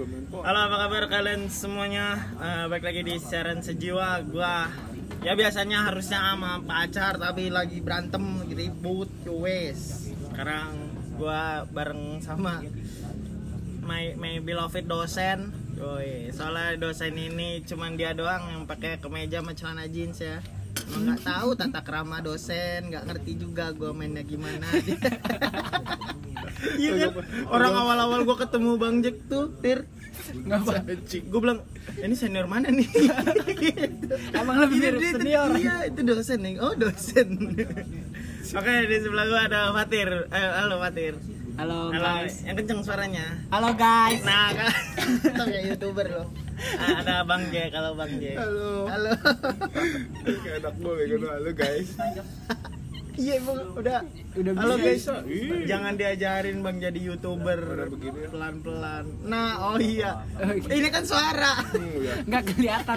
Halo, apa kabar kalian semuanya? Balik lagi di Siaran Sejiwa. Gua ya biasanya harusnya sama pacar tapi lagi berantem, ribut, wes. Sekarang gua bareng sama my beloved dosen. Soalnya dosen ini cuman dia doang yang pakai kemeja sama celana jeans ya. Emang nggak tahu tata krama dosen, nggak ngerti juga gua mainnya gimana. Iya kan? Orang awal-awal gue ketemu Bang Jack tuh, Tir. Ngapa? Gue bilang, ini senior mana nih? Emang lebih mirip senior? Iya, itu dosen nih. Oh, dosen. Oke, di sebelah gue ada Fatir. Halo Fatir. Halo guys. Yang kenceng suaranya. Halo guys. Nah, kan kayak YouTuber loh. Ada Bang Jack. Halo Bang Jack. Halo. Kayak anak gue gitu. Halo guys. Iya emang udah halo guys, jangan diajarin Bang jadi YouTuber pelan-pelan. Nah, oh iya. Ini kan suara. Nggak kelihatan.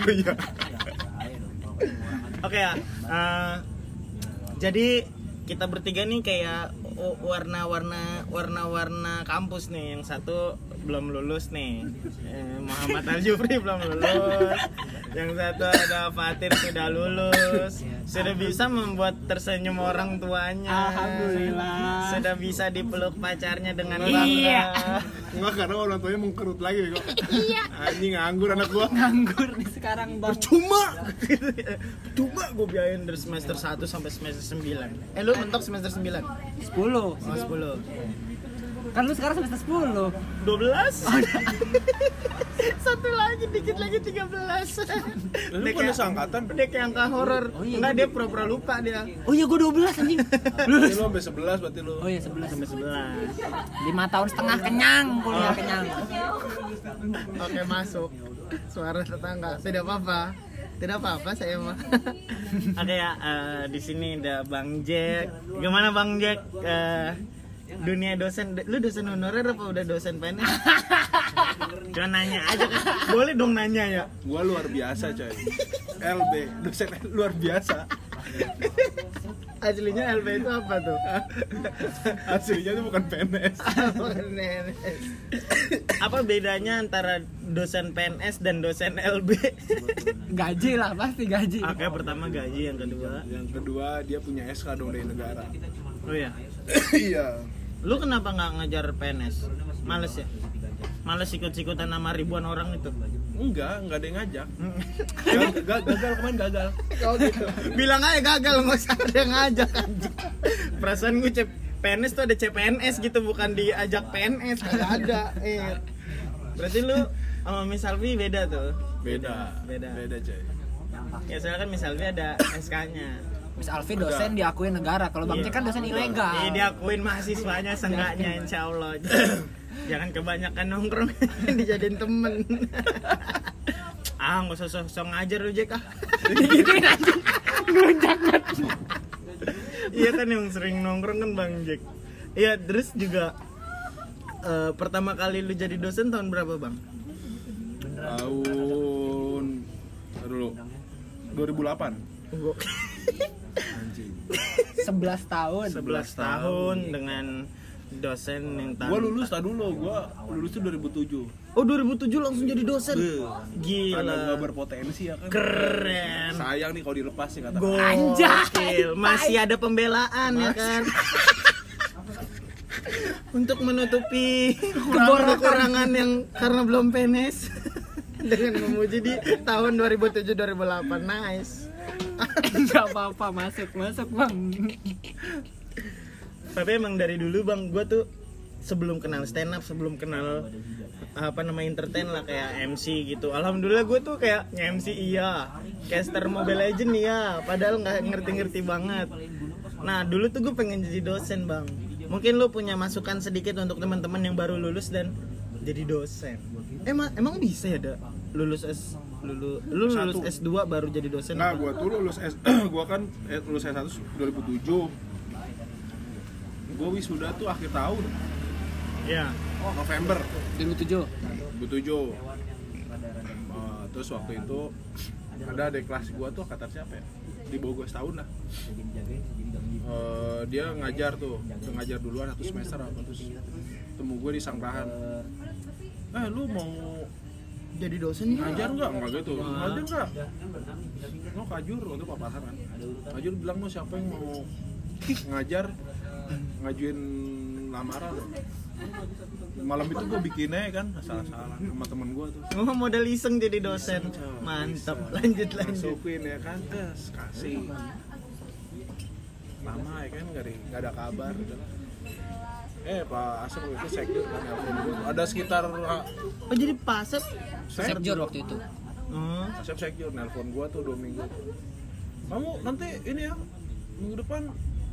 Oke ya. Jadi kita bertiga nih kayak warna-warna kampus nih. Yang satu belum lulus nih. Muhammad Al-Jufri belum lulus. Yang satu ada Fatir sudah lulus. Sudah bisa membuat tersenyum orang tuanya. Alhamdulillah. Sudah bisa dipeluk pacarnya dengan bangga. Iya. Enggak, karena orang tuanya mengkerut lagi kok. Iya. Anjing nganggur anak gua. Nganggur nih sekarang Bang. Cuma gue biayain dari semester 1 sampai semester 9. Lu mentok semester 9? 10. Oh, 10. Kan lu sekarang semester 10. 12? Satu lagi, dikit lagi 13. Lu pada seangkatan? Dia kayak angka horor. Oh iya, Enggak, dia pura-pura lupa dia. Oh iya gua 12 anjing. Lu sampai 11 berarti lu. Oh iya 11 Sampai 11. 5 tahun setengah kenyang kuliah kenyang. Oke, masuk. Suara tetangga. Tidak apa-apa. Tidak apa-apa saya mah. Oke ya, di sini ada Bang Jack. Gimana Bang Jack? Dunia dosen, lu dosen honorer apa udah dosen PNS? Cuma nanya aja kan. Boleh dong nanya ya. Gua luar biasa coy. LB, dosen luar biasa. Aslinya LB itu apa tuh? Aslinya itu bukan PNS. Bukan PNS. Apa bedanya antara dosen PNS dan dosen LB? Gaji lah pasti gaji. Oke, pertama gaji, yang kedua. Yang kedua dia punya SK dong dari negara. Oh iya. Iya. Lu kenapa nggak ngajar PNS? Males ya? Males ikut-ikutan sama ribuan orang itu? Enggak ada yang ngajak. Gagal kemarin gagal. Oh gitu. Bilang aja gagal, nggak usah ada yang ngajak anjing. Perasaan gue PNS tuh ada CPNS gitu, bukan diajak PNS, kagak ada. Berarti lu sama Miss Alfi beda tuh? Beda coy. Ya soalnya kan Miss Alfi ada SK-nya. Miss Alfi dosen diakuin negara. Kalau Bang Jack kan dosen ilegal. Iya, diakuin mahasiswanya seenggaknya, insya Allah. Jangan kebanyakan nongkrong dijadiin temen. Nggak usah sok ngajar lu Jack Gituin anjing. Ngelunjak banget. Iya kan yang sering nongkrong kan Bang Jack. Iya, terus juga pertama kali lu jadi dosen tahun berapa Bang? Tahun dulu 2008. Anjing. 11 tahun. 11 tahun dengan dosen yang Gua lulus tuh 2007. Oh, 2007 langsung jadi dosen. Gila. Karena gua berpotensi ya kan. Keren. Sayang nih kalau dilepas sih kata. Gokil. Masih ada pembelaan ya kan. Untuk menutupi kekurangan yang karena belum PNS dengan memuji di tahun 2007-2008. Nice. Enggak apa-apa, masuk Bang. Tapi emang dari dulu Bang, gue tuh sebelum kenal stand up, sebelum kenal entertain lah kayak MC gitu. Alhamdulillah gue tuh kayak MC iya, caster Mobile Legends iya, padahal nggak ngerti-ngerti banget. Nah dulu tuh gue pengen jadi dosen Bang. Mungkin lu punya masukan sedikit untuk teman-teman yang baru lulus dan jadi dosen. Emang bisa ya lulus S2 baru jadi dosen? Nah, gua tuh gua kan lulus S1 2007. Gua wisuda tuh akhir tahun. Iya. November 2007. Terus waktu itu ada adik kelas gua tuh angkatan siapa ya? Di bawah gua setahun lah. Dia ngajar duluan 1 semester apa, terus temu gue di Sangkrahan. lu mau Jadi dosen ngajar nggak gitu, ngajar nggak, mau kajur untuk paparan kan, kajur bilang mau siapa yang mau ngajar, ngajuin lamaran. Malam itu gue bikinnya kan salah-salah sama temen gue tuh. Oh, modal iseng jadi dosen. Mantap. Lanjut. Masukin ya kan, kasih. Lama ya kan nggak ada kabar. Pak Asep itu sekjur kan nelfon gue. Ada sekitar Oh, jadi pasep. Sekjur waktu itu. Asep sekjur nelfon gue tuh 2 minggu. Kamu nanti ini ya minggu depan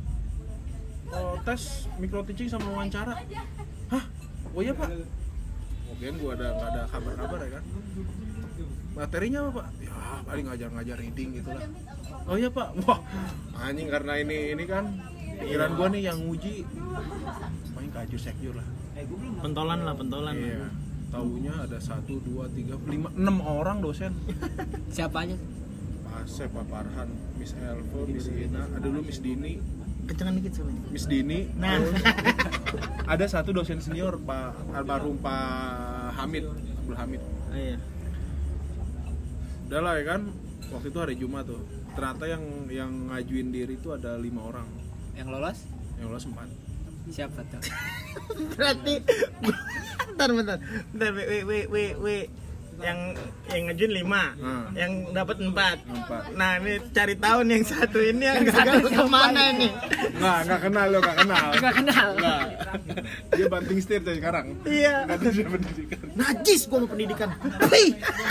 tes micro teaching sama wawancara. Hah? Oh iya Pak. Mungkin gue nggak ada kabar-kabar ya kan. Materinya apa Pak? Ya paling ngajar reading gitu lah. Oh iya Pak. Wah anjing, karena ini kan pikiran gue nih yang nguji. Main kajur sekjur lah. Pentolan. Iya. Taunya ada 1, 2, 3, 5, 6 orang dosen. Siapa aja? Pak Asep, Pak Farhan, Miss Elvo, Miss Ina, ada dulu Miss Dini. Kecengan dikit soalnya. Miss Dini. Nah. Ada satu dosen senior Pak almarhum Pak Hamid, Abdul Hamid. Oh iya. Udah lah ya kan, waktu itu hari Jumat tuh. Ternyata yang ngajuin diri itu ada 5 orang. Yang lolos? Yang lolos 4. Siapa tuh? Berarti bentar. Yang ngajuin 5, yang dapat 4. Nah, ini cari tahu nih yang satu ini yang gagal kemana nih? Nggak kenal lo, nggak kenal. Nggak kenal. Nggak. Dia banting setir dari sekarang. Iya. Nggak ada dia pendidikan. Najis gua mau pendidikan. Hei.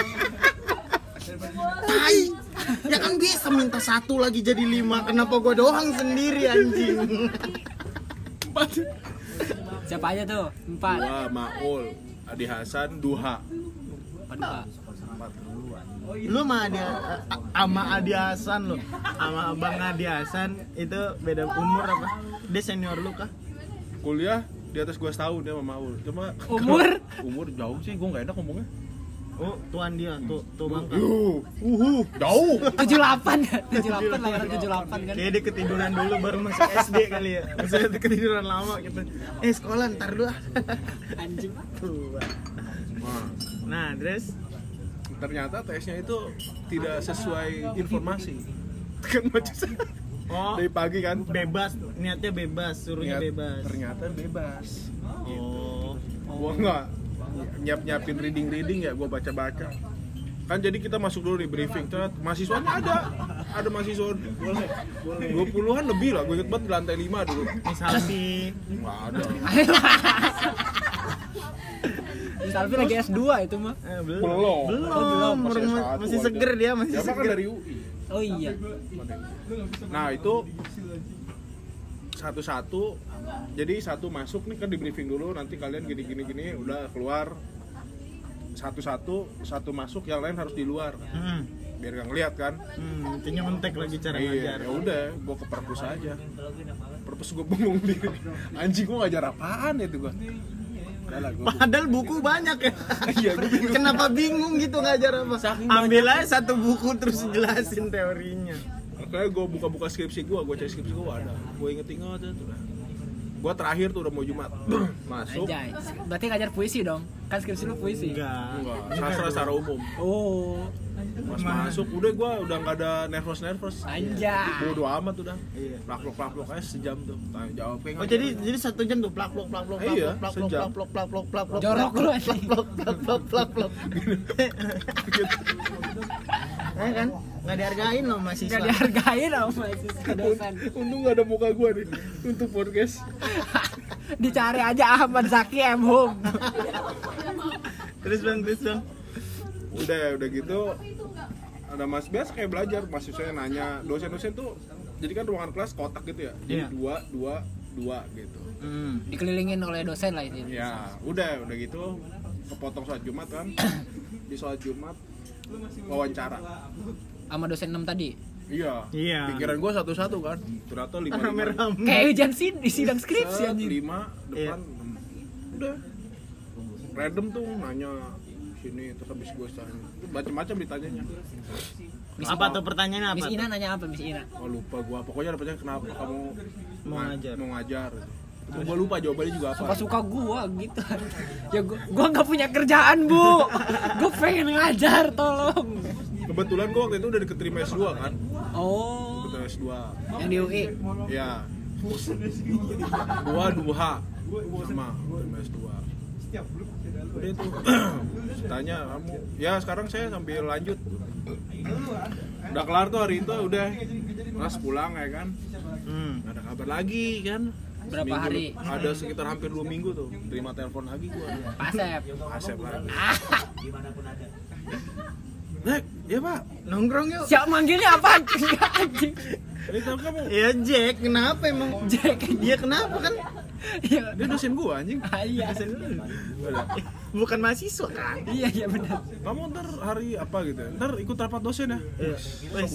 Tai. Ya kan bisa minta 1 lagi jadi 5. Kenapa gua doang sendiri anjing? 4. Siapa aja tuh? 4. 2 Maul, Adi Hasan, Duha. Aduh Pak. 4. Lu sama Adi Hasan lu. Sama Abang Adi Hasan itu beda umur apa? Dia senior lu kah? Kuliah di atas gua setahun dia sama Maul. Cuma umur jauh sih, gua nggak enak ngomongnya. Oh, tuan dia, tuh Bangka. Jauh. 78 lahiran 78 kan. Kayak dia ketiduran dulu baru masuk SD kali ya. Maksudnya ketiduran lama gitu. Sekolah ntar dulu. Anjing. Nah, terus Ternyata tesnya itu tidak sesuai informasi. Kan macam oh, dari pagi kan bebas, niatnya bebas, suruhnya bebas. Ternyata bebas. Oh. Gua nggak nyiapin reading ya, gua baca kan. Jadi kita masuk dulu di briefing, mahasiswanya ada mahasiswa boleh 20-an lebih lah, gue inget banget di lantai 5 dulu. Misalnya Nggak ada. Salvi lagi S2 itu mah. Belum. Masih seger dia, masih Dia kan seger. dari UI. Oh iya. Nah itu satu-satu, jadi satu masuk nih kan di briefing dulu, nanti kalian gini udah keluar satu masuk, yang lain harus di luar biar gak ngeliat kan. Itu nyontek lagi cara ngajar. Ya udah, gua ke perpus aja. Perpus gua bengong diri. Anjing, gua ngajar apaan itu gua. Padahal buku banyak ya. Iya, gua bingung. Kenapa bingung gitu ngajar apa? Ambil aja satu buku terus jelasin teorinya. Makanya gue buka-buka skripsi gue cari skripsi gue ada. Gue inget-inget aja tuh. Gue terakhir tuh udah mau Jumat. Masuk. Anjay. Berarti ngajar puisi dong. Kan skripsi lu puisi. Enggak. Sastra secara umum. Oh. Pas masuk udah gue udah nggak ada nervous. Anjay. Bodo amat udah. Iya. Plak-plok aja sejam tuh. Tanya jawab kayak Oh jadi 1 jam tuh plak-plok. Iya, sejam. Jorok lu anjing. Plak. Nah kan nggak dihargain loh mahasiswa. Enggak dihargain sama mahasiswa dosen. Untung nggak ada muka gue nih untuk podcast. Dicari aja Ahmad Zaki M Home. Terus bang. Udah gitu ada mas biasa kayak belajar, mahasiswanya nanya, dosen tuh jadi kan ruangan kelas kotak gitu ya, jadi dua gitu. Dikelilingin oleh dosen lah ini. Ya udah gitu kepotong sholat Jumat kan. Di sholat Jumat wawancara Sama dosen 6 tadi. iya. Pikiran gue satu-satu kan, ternyata 5 Rame-rame. Kayak ujian di sidang skripsi anjing. 5 depan 6. Udah random tuh nanya sini, terus habis gue tanya macam-macam ditanyanya. Apa tuh pertanyaannya apa? Miss Ina nanya apa Miss Ina? Oh lupa gue, pokoknya ada pertanyaan kenapa kamu Mau ngajar. Itu Gua lupa jawabannya juga apa. Suka-suka gua gitu. Ya gua enggak punya kerjaan, Bu. Gua pengen ngajar, tolong. Kebetulan gua waktu itu udah diterima S2 kan. Oh. Betul S2. Yang di UI. Ya. Gua 2H sama terima S2. Udah itu. Tanya kamu. Ya sekarang saya sambil lanjut. Udah kelar tuh hari itu udah. Mas pulang ya kan. Gak ada kabar lagi kan. Berapa Seminggu hari? Ada sekitar hampir 2 minggu tuh. Terima telepon lagi gua. Pasep. Asep lagi. Nek, ya Pak. Nongkrong yuk. Siap manggilnya apa? Enggak anjing. Ini tahu kamu? Ya Jack, kenapa emang? Jack. Dia kenapa kan? Iya. Dia dosen gua anjing. Iya. Bukan mahasiswa kan? Iya benar. Kamu ntar hari apa gitu? Ntar ikut rapat dosen ya? Wes.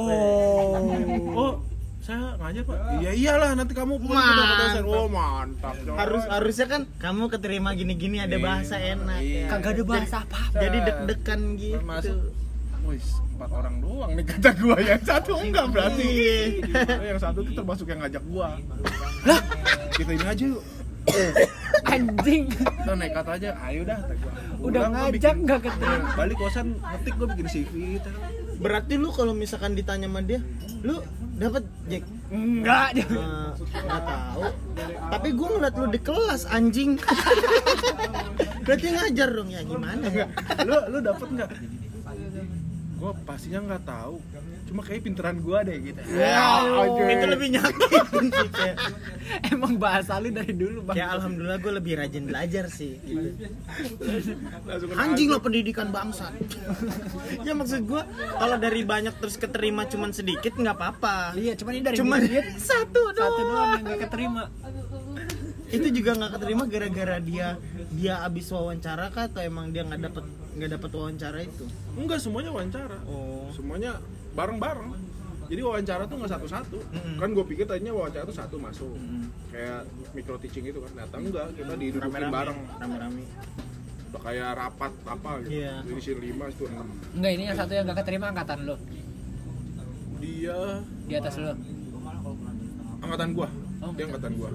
Oh, saya ngajar Pak. Iya iyalah nanti kamu pokoknya ikut rapat dosen. Oh mantap. Harusnya kan kamu keterima gini-gini ada bahasa enak ya. Kagak ada bahasa apa-apa. Jadi deg-degan gitu. Masuk. Wih, 4 orang doang nih kata gua, yang satu enggak berarti. Yang satu tuh termasuk yang ngajak gua. Lah, kita ini aja yuk. Anjing. Kita nekat aja. Ayo dah kata gua. Udah Pulang, gua ngajak bikin- enggak keterima. Balik kosan ngetik gua bikin CV gitu. Berarti lu kalau misalkan ditanya sama dia, lu dapat Jack? Enggak dia. Nggak tahu. Tapi gua ngeliat lu di kelas anjing. Berarti ngajar dong ya gimana ya? Lu dapet nggak? Gue pastinya nggak tahu. Cuma kayak pinteran gue deh gitu. Ya, itu lebih nyakitin sih kayak. Emang bahasa lu dari dulu, Bang. Ya alhamdulillah gue lebih rajin belajar sih. Langsung kena Anjing lo pendidikan bangsa. Ya maksud gue kalau dari banyak terus keterima cuman sedikit nggak apa-apa. Iya, cuman ini dari Cuman dikit. satu Satu doang doang. yang enggak keterima. Itu juga nggak keterima gara-gara dia abis wawancara kah atau emang dia nggak dapet wawancara itu? Enggak, semuanya wawancara. Oh. Semuanya bareng-bareng. Jadi wawancara tuh nggak satu-satu. Kan gue pikir tadinya wawancara tuh satu masuk. Kayak micro teaching itu kan. Ternyata enggak, kita didudukin bareng. Rame-rame. Udah kayak rapat apa gitu. Iya. Jadi sini 5 itu 6. Enggak, ini yang satu yang enggak keterima angkatan lu. Dia Di atas lu. angkatan gua. Oh, Dia angkatan gua.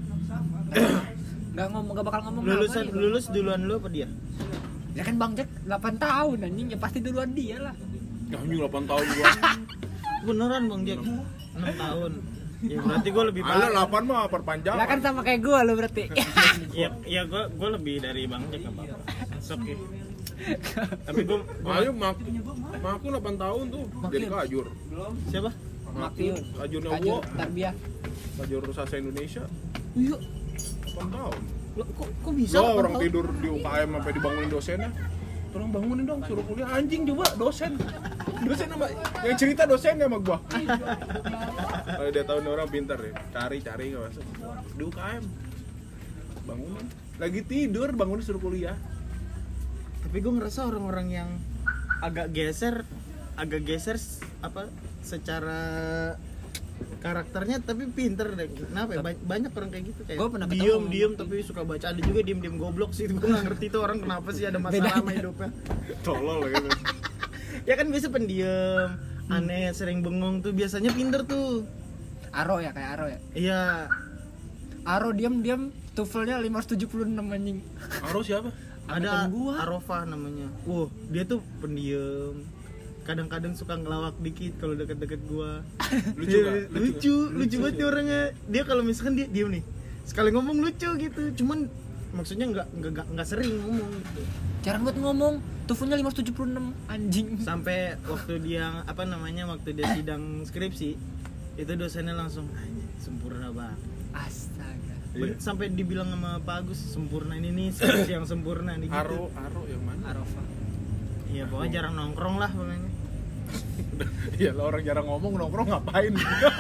Enggak bakal ngomong nama nih, lu. Lulus duluan lu apa dia? Ya kan Bang Jack 8 tahun anjing, ya pasti duluan dia lah. Ya anjing 8 tahun gua. Beneran Bang Jack 6 tahun. Ya berarti gue lebih Ada 8 mah perpanjangan. Lah kan sama kayak gua lu berarti. Ya gue lebih dari Bang Jack apa apa. Oke. Tapi gue Ayo Maku 8 tahun tuh jadi kajur. siapa? Maku kajurnya Kajur Wo, tarbiyah. kajur sastra Indonesia Iya. 8 tahun. Kok bisa? Lo 8 orang tahun? tidur di UKM sampai dibangunin dosennya. Tolong bangunin dong, suruh kuliah. Anjing coba dosen. Dosen sama yang cerita dosennya sama gua. Kalau dia tahu nih orang pintar ya, cari enggak masuk. Di UKM. Bangunin. Lagi tidur, bangunin suruh kuliah. Tapi gue ngerasa orang-orang yang agak geser apa secara karakternya tapi pinter deh. Kenapa ya? Banyak orang kayak gitu kayak Gua pernah ketemu. diem tapi suka baca. Ada juga diem goblok sih. Gue nggak ngerti tuh orang kenapa sih ada masalah sama hidupnya. Tolol gitu. Ya kan biasa pendiam, aneh, sering bengong tuh biasanya pinter tuh. Aro ya, kayak Aro ya. Iya. Aro diam-diam TOEFL-nya 576 anjing. Aro siapa? Ada Angkatan gua. Arofah namanya. Dia tuh pendiam. Kadang-kadang suka ngelawak dikit kalau deket-deket gua. Lucu Dia- nggak? lucu banget dia orangnya. Dia kalau misalkan dia diem nih, sekali ngomong lucu gitu. Cuman maksudnya nggak sering ngomong gitu. Jarang buat ngomong. TOEFL-nya 576 anjing. Sampai waktu dia waktu dia sidang skripsi, itu dosennya langsung "Anjing, sempurna banget." Astaga. Iya. Sampai dibilang sama Pak Agus, sempurna ini nih skripsi yang sempurna nih gitu. Aro yang mana? Arofah. Iya, pokoknya jarang nongkrong lah pokoknya. Iya, lo orang jarang ngomong, nongkrong ngapain?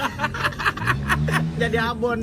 Jadi abon.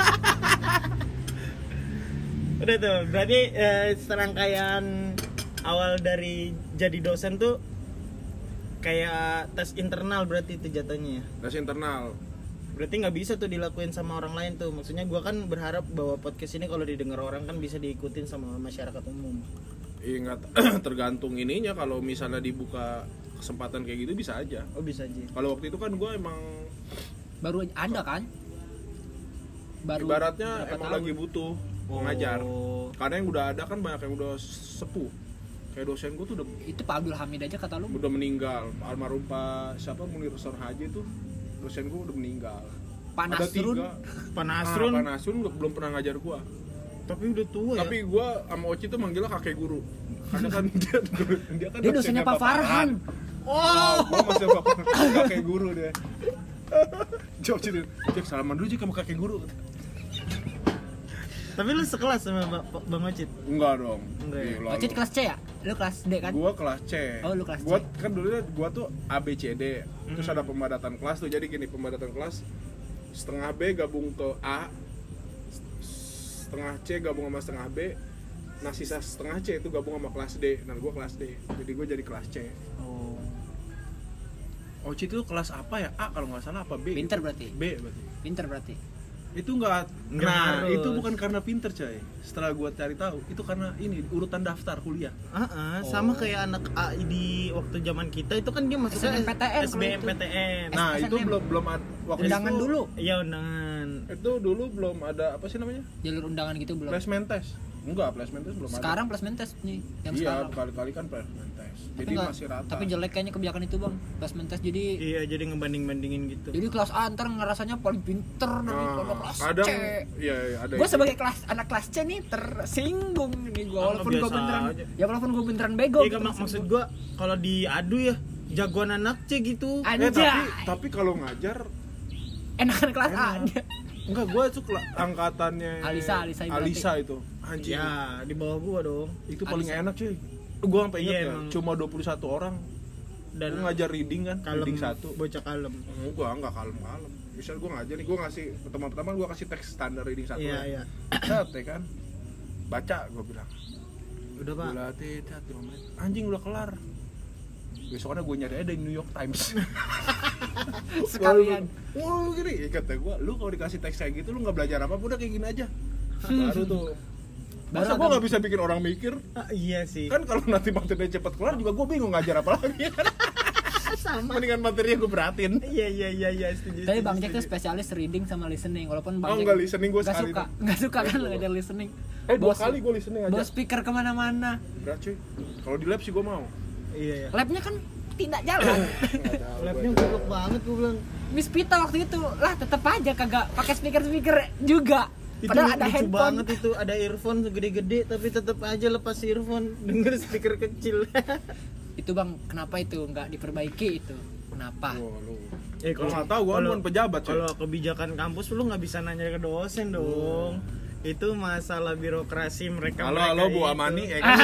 Udah tuh, berarti serangkaian awal dari jadi dosen tuh kayak tes internal berarti itu jatuhnya ya. Tes internal. Berarti nggak bisa tuh dilakuin sama orang lain tuh. Maksudnya gua kan berharap bahwa podcast ini kalau didengar orang kan bisa diikutin sama masyarakat umum. Ingat tergantung ininya, kalau misalnya dibuka kesempatan kayak gitu bisa aja. Oh bisa aja. Kalau waktu itu kan gue emang Baru ada kan? baru ibaratnya berapa emang tahun. lagi butuh ngajar. Karena yang udah ada kan banyak yang udah sepuh. Kayak dosen gue tuh Itu Pak Abdul Hamid aja kata lu. udah meninggal. Almarhum Pak siapa Munir Resor Haji tuh dosen gue udah meninggal. Pak Ada Nasrun. 3. Pak Nasrun. Pak Nasrun belum pernah ngajar gua. Tapi udah tua ya. Tapi gua sama Oci tuh manggilnya kakek guru. Karena kan dia kan Dia dosennya Pak Farhan. Oh, gua masih kakek guru dia. Coba Ci, cek salaman dulu Ci sama kakek guru. Tapi lu sekelas sama Bang Ocit? Enggak dong. Enggak ya? Gila, Ocit lu. kelas C ya? Lu kelas D kan? Gua kelas C. Oh, lu kelas C. Gua kan dulunya gua tuh A B C D. Terus ada pemadatan kelas tuh. Jadi gini, pemadatan kelas setengah B gabung ke A, setengah C gabung sama setengah B. Nah, sisa setengah C itu gabung sama kelas D. Nah, gua kelas D. Jadi gua jadi kelas C. Oh. Oci itu kelas apa ya? A kalau nggak salah apa B? Pinter berarti. B berarti. Pinter berarti. Itu nggak. Nggak Nah, harus. itu bukan karena pinter coy. Setelah gua cari tahu, itu karena ini urutan daftar kuliah. Sama kayak anak AI di waktu zaman kita itu kan dia masuknya SNMPTN kalau SBMPTN. Nah, itu SNM. belum ada waktu Undangan itu, dulu. Iya undangan. Itu dulu belum ada apa sih namanya? Jalur undangan gitu belum. Placement test. Enggak, placement test belum Sekarang placement test nih yang ada. Iya, sekarang. berkali-kali kan placement test. Tapi Jadi nggak- masih rata. Tapi jelek kayaknya kebijakan itu bang, placement test jadi Iya, jadi ngebanding-bandingin gitu. jadi kelas A ntar ngerasanya paling pinter dari kelas kadang C. iya ada. Gue itu. sebagai anak kelas C nih tersinggung nih gue, walaupun gue biasa beneran aja. ya walaupun gue beneran bego. Iya, maksud gua kalau diadu ya jagoan anak C gitu. Anjay. Tapi kalau ngajar Enakan kelas A Enak. dia. enggak, gua tuh angkatannya Alisa ibaratnya. Alisa itu. Anjir. Ya, di bawah gua dong. Itu paling Alisa. enak cuy. Gua sampai ingat Iya, ya, emang. cuma 21 orang. Dan Gua ngajar reading kan, kalem, reading 1. bocah kalem. Enggak kalem-kalem. Misal gua ngajar nih, gua ngasih pertama-tama gua kasih teks standar reading 1. Iya, iya. Set, ya kan. Baca gua bilang. Udah, Pak. Gua latih 5 menit. Anjing udah kelar. Besoknya gue nyari aja di New York Times. Sekalian. Wah gini, kata gue, lu kalau dikasih teks kayak gitu lu nggak belajar apa, udah kayak gini aja. Baru tuh. Masa gue nggak bisa bikin orang mikir? Iya sih. Kan kalau nanti materinya cepet kelar juga gue bingung ngajar apa lagi. Sama. Mendingan materinya gue perhatiin. Iya, setuju. Tapi setuju, Bang Jack tuh setuju. spesialis reading sama listening, walaupun Bang Oh, Jack nggak listening, gua nggak sekali suka, tuh. nggak suka kan ngajar listening. 2 kali gue listening aja. Bawa speaker kemana-mana. Berat cuy. Kalau di lab sih gue mau. Iya, iya. Labnya kan tidak jalan. Labnya goblok banget gua bilang. Miss Pita waktu itu lah tetap aja kagak pakai speaker juga. Itu Padahal ada lucu handphone. banget itu, ada earphone segede-gede tapi tetap aja lepas earphone denger speaker kecil. Itu Bang, kenapa itu nggak diperbaiki itu? Kenapa? Wah, lu. Eh, Kalau nggak tahu, gua bukan pejabat cuy. Kalau kebijakan kampus lu nggak bisa nanya ke dosen dong. Itu masalah birokrasi mereka. Halo Bu itu. Amani, ya kan?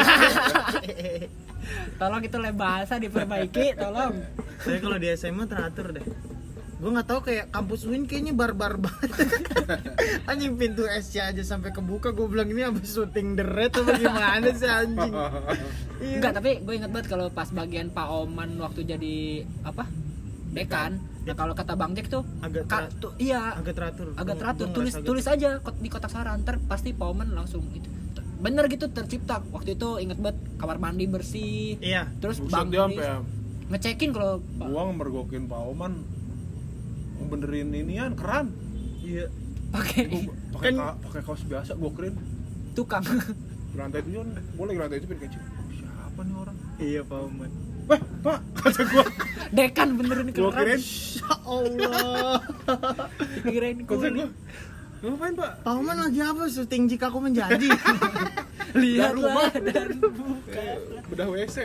Tolong itu lab bahasa diperbaiki, tolong. Saya kalau di SMA teratur deh. Gue nggak tahu kayak kampus UIN kayaknya barbar banget. Anjing pintu SC aja sampai kebuka, gue bilang ini habis syuting The Red apa gimana sih anjing. Iya. Enggak, tapi gue inget banget kalau pas bagian Pak Oman waktu jadi apa? Dekan. Nah, kalau kata Bang Jack tuh Agak iya, agak teratur. agak Gua teratur. ngerasa Tulis aja di kotak saran, ntar pasti Pak Oman langsung itu. Bener gitu tercipta. Waktu itu inget banget kamar mandi bersih. Iya. Terus Buset, Bang dia ini sampai ngecekin kalau gua mergokin Pak Oman benerin inian keran. Iya. pakai Kan- Pakai kaos biasa gua keren. tukang. Lantai 7 boleh lantai 7 kecil. Siapa nih orang? Iya Pak Oman. Wah, Pak, kata gua. Dekan benerin Gua keran. kirain, Ya Allah. Kirain kata kulit. gua. Ngapain, Pak? Pak Oman lagi apa? Syuting Jika Aku Menjadi. Lihatlah dan Bedah WC.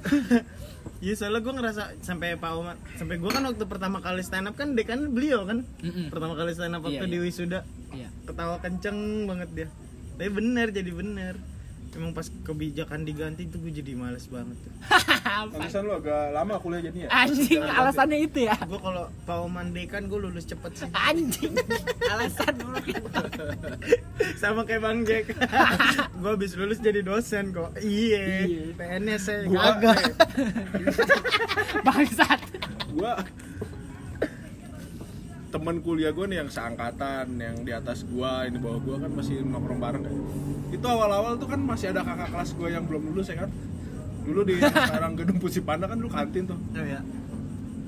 Iya soalnya gue ngerasa sampai Pak Oman, sampai gue kan waktu pertama kali stand up kan dekan beliau kan. Pertama kali stand up waktu Iya, di iya. wisuda. Iya. Ketawa kenceng banget dia. Tapi bener, jadi bener. Emang pas kebijakan diganti tuh gue jadi males banget tuh. Pantesan lu agak lama kuliah jadinya. Anjing, alasannya itu ya. Gue kalau Pak Oman dekan gue lulus cepet sih. Anjing. Alasan dulu. Sama kayak Bang Jack. Gue habis lulus jadi dosen kok. Iya. Iya. PNS saya Gua kagak. Bangsat. Gua teman kuliah gue nih yang seangkatan, yang di atas gua, ini bawah gua kan masih nongkrong bareng kan. Itu awal-awal tuh kan masih ada kakak kelas gua yang belum lulus ya kan. Dulu di sekarang gedung Pusipanda kan dulu kantin tuh. Oh ya.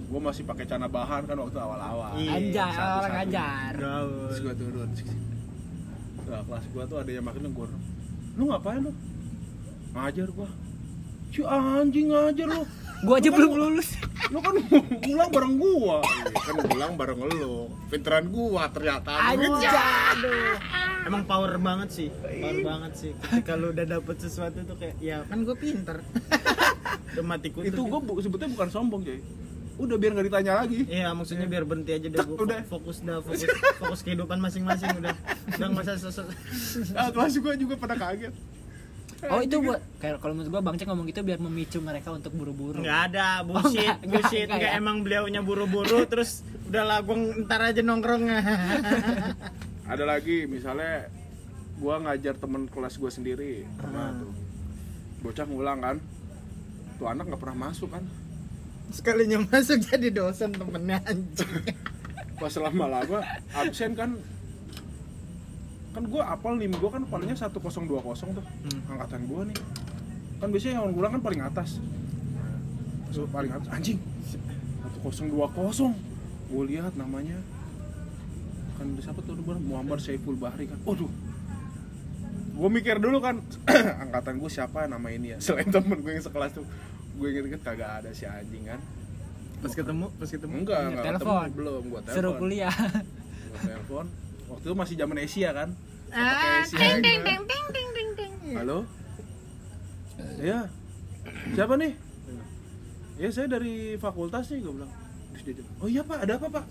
Gue masih pakai celana bahan kan waktu awal-awal. Iya. Anjay, Satu-satu. orang ajar. Terus gue turun. Nah, kelas gue tuh ada yang makin negur. Lu ngapain lu? Ngajar gue. Si anjing ngajar lu. Gua aja belum lulus. Lu kan ngulang bareng gua. Kan ngulang bareng lu. Pinteran gua ternyata. Anjay. Aduh. Emang power banget sih, power banget sih. Ketika lu udah dapet sesuatu tuh kayak, ya kan gue pinter. Udah mati kutu. Itu gua sebetulnya bukan sombong, coy. Udah biar nggak ditanya lagi. Iya, maksudnya biar berhenti aja deh. Gua Udah. fokus kehidupan masing-masing udah. Udah nggak usah sosok. Ah, kelas gua juga pada kaget. Oh itu buat kayak kalau menurut gua Bang Cek ngomong gitu biar memicu mereka untuk buru-buru. Nggak ada, bullshit, bullshit. enggak Nggak ya? emang beliaunya buru-buru, terus udah lah gua ntar aja nongkrong. Ada lagi misalnya gua ngajar temen kelas gua sendiri pernah tuh. Bocah ngulang kan. Tuh anak nggak pernah masuk kan. Sekalinya masuk jadi dosen temennya anjing. Pas lama-lama absen kan gue apal nih, gue kan palingnya 1020 tuh angkatan gue nih kan biasanya yang ngulang kan paling atas. Terus paling atas anjing 1020 gue lihat namanya kan siapa tuh Muhammad Saiful Bahri kan. Waduh, gue mikir dulu kan angkatan gue siapa nama ini ya selain temen gue yang sekelas tuh. Gue inget kagak ada si anjing kan. Pas ketemu Enggak Telepon. ketemu, belum gue telepon. Suruh kuliah. Gue telepon waktu itu masih zaman Asia kan. ting ting ting ting ting ting ting. Halo? Iya. Siapa nih? Ya saya dari fakultas nih, gue bilang. Terus dia bilang, oh iya pak, ada apa pak?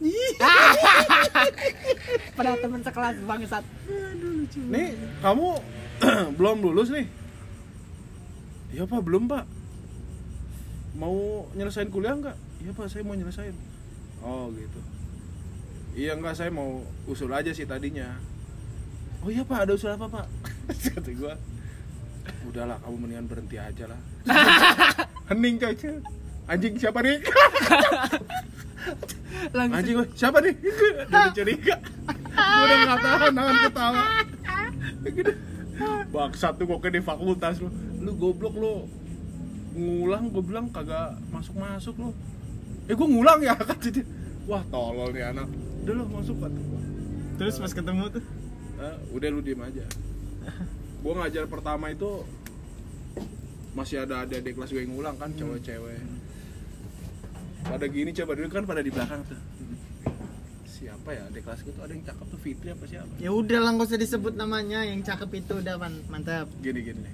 Pada teman sekelas bangsat. Nih kamu belum lulus nih? Iya pak, belum pak. Mau nyelesain kuliah nggak? Iya pak, saya mau nyelesain. Oh gitu. Iya enggak, saya mau usul aja sih tadinya. Oh iya pak, ada usul apa pak? Kata gue, udahlah kamu mendingan berhenti aja lah. Hening coy. Anjing siapa nih? Langsung. Anjing gue, siapa nih? Jadi curiga. Gue udah gak tahan, nahan ketawa. Gitu. Bangsat tuh kok di fakultas lu. Lu goblok lu. Ngulang, gue bilang kagak masuk-masuk lu. Gue ngulang ya kata dia. Wah tolol nih anak. Udah lu masuk kan. Terus pas ketemu tuh, Udah lu diem aja. Gue ngajar pertama itu masih ada adik kelas gue yang ngulang kan, cewek-cewek. Pada gini coba dulu kan pada di belakang tuh. Siapa ya adik kelas gue tuh, ada yang cakep tuh, Fitri apa siapa? ya udah lah nggak usah disebut namanya, yang cakep itu udah mantap. Gini nih.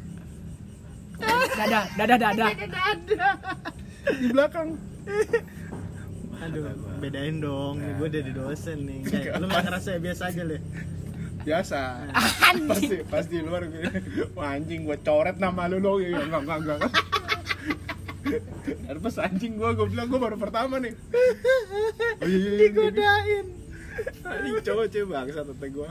Dada. Di belakang. Aduh, bedain dong, nih gue udah di dosen nih. Kayak, lu nggak ngerasa ya biasa aja lu? Biasa. Pas di luar gue, wah anjing gue coret nama lu dong. Ya, enggak. Dan pas anjing gue bilang gue baru pertama nih. Oh, iya. Digodain. Anjing coba bangsa tante gue.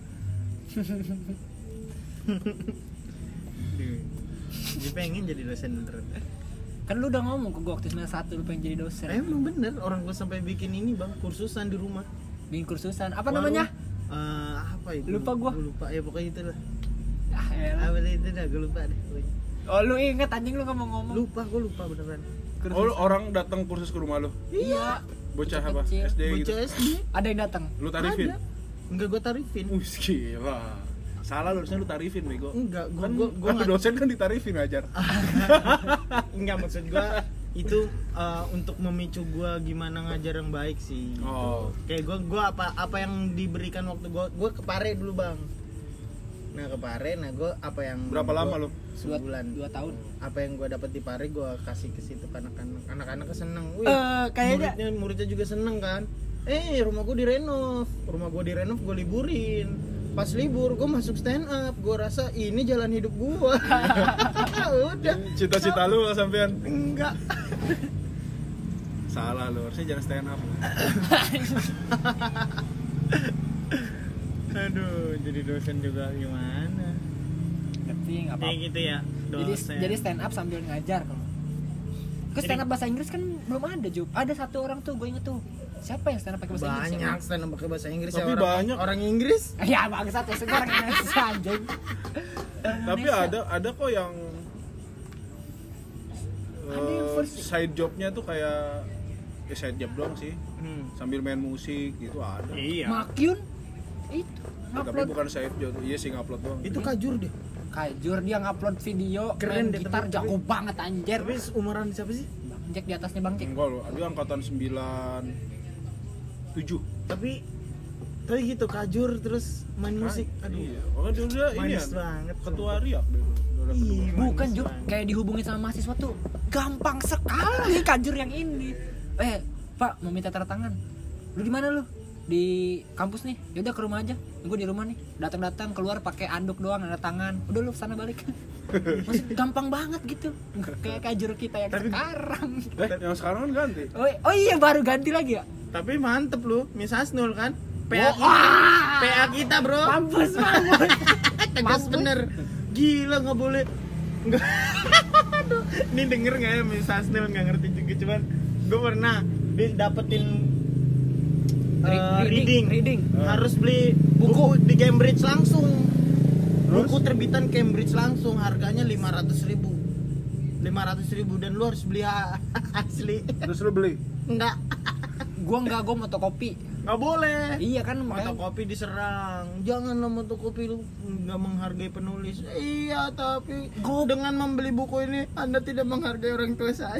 Gue pengen jadi dosen beneran. Kan lu udah ngomong ke gua waktu semester 1 lu pengen jadi dosen. Emang bener, orang gue sampai bikin ini bang, kursusan di rumah. Bikin kursusan. Apa namanya? Apa itu? Lupa gua. Gue lupa, ya pokoknya itu lah. Ah, elah. Apa itu dah, gue lupa deh. Oh lu inget anjing lu ngomong-ngomong. Gue lupa beneran. Oh orang datang kursus ke rumah lu? Iya. Bocah apa? Kecil. SD gitu? Bocah SD. Ada yang datang. Lu tarifin? Ada. Enggak, gue tarifin. Gila. Salah lu, harusnya lu tarifin bego. Enggak, Kan gue nggak. dosen kan ditarifin ngajar. Enggak, maksud gue itu untuk memicu gue gimana ngajar yang baik sih. Oh. Kayak gue apa yang diberikan waktu gue ke Pare dulu bang. Nah ke Pare, gue apa yang Berapa lama lu? Sebulan. 2 tahun. Apa yang gue dapat di Pare gue kasih ke situ ke anak-anak seneng. Wih, Kayaknya muridnya juga seneng kan. Rumah gue direnov gue liburin. Pas libur gue masuk stand up, gue rasa ini jalan hidup gue. Udah. Cita-cita lu sampean? Enggak. Salah lu, harusnya jangan stand up. Aduh, jadi dosen juga gimana? tapi enggak apa-apa. Kayak gitu ya, dosen. Jadi stand up sambil ngajar kalau. Ke stand up bahasa Inggris kan belum ada, Jup. Ada satu orang tuh gue inget tuh. Siapa yang stand up pakai bahasa Inggris? banyak stand up pakai bahasa Inggris. Tapi ya, banyak. orang Inggris. Ya bangsat ya, orang Indonesia anjing. Tapi ada kok yang Ada yang first- side jobnya tuh kayak side job doang sih. Sambil main musik gitu ada. Iya. Makyun itu Tapi ngupload bukan side job. Iya sih ngupload doang. Itu Kajur deh. Kajur, dia ngupload video Keren main deh, gitar tapi- jago banget anjir. Tapi umuran siapa sih? Bang Jack di atasnya Bang Jack. Enggak loh, dia angkatan 97. Tapi gitu Kajur terus main musik. Aduh. Iya. Oh, dia ini ya. Manis banget. Ketua Riak dulu. Iya, Bukan manis Juk, banget. kayak dihubungin sama mahasiswa tuh gampang sekali Kajur yang ini. Pak mau minta tanda tangan. Lu di mana lu? Di kampus nih. Ya udah ke rumah aja. Gue di rumah nih. Datang keluar pakai anduk doang, tanda tangan. Udah lu sana balik. Maksud gampang banget gitu. Kayak Kajur kita yang sekarang. Yang sekarang kan ganti. Oh iya baru ganti lagi ya? Tapi mantep lu, Miss Hasnul kan? Wah. PA kita bro. Mampus. Tegas bener. Gila nggak boleh. Nggak. Aduh, ini denger nggak ya Miss Hasnul nggak ngerti juga cuman gue pernah dapetin reading. Harus beli buku di Cambridge langsung. Buku terbitan Cambridge langsung harganya 500.000 dan lu harus beli asli. Terus lu beli? Enggak. Gue motokopi. Nggak boleh. Iya kan makanya. Fotokopi diserang. Janganlah fotokopi, lu nggak menghargai penulis. Iya, tapi dengan membeli buku ini Anda tidak menghargai orang tua saya.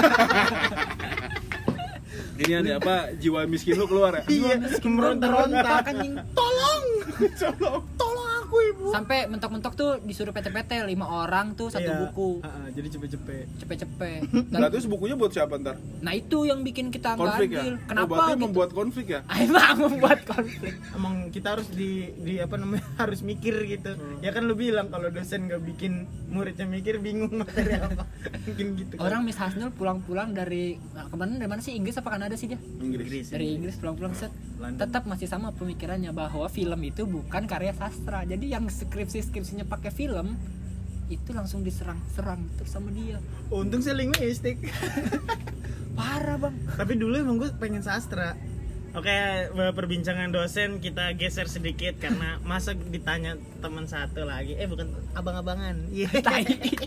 Ini ada apa? Jiwa miskin lu keluar ya? Iya, meronta-ronta. Anjing. Tolong aku ibu. Sampai mentok-mentok tuh disuruh PT-PT 5 orang tuh satu buku. Jadi cepet-cepet. Cepet-cepet. Berarti terus bukunya buat siapa ntar? Nah itu yang bikin kita nggak Konflik adil. ya? Kenapa Berarti gitu? membuat konflik ya? Emang membuat konflik. Emang kita harus di apa namanya harus mikir gitu. Ya kan lu bilang kalau dosen nggak bikin muridnya mikir bingung materi apa. Mungkin gitu. Kan. Orang Miss Hasnul pulang-pulang dari kemana? Dari mana sih? Inggris apa Kanada sih dia? Inggris. Dari Inggris pulang-pulang set. London. Tetap masih sama pemikirannya bahwa film itu bukan karya sastra. Jadi yang skripsinya pakai film itu langsung diserang terus sama dia. Untung saya linguistik. Parah bang. Tapi dulu emang gue pengen sastra. Oke, perbincangan dosen kita geser sedikit karena masa ditanya teman satu lagi. Bukan abang-abangan. Iya. Tai.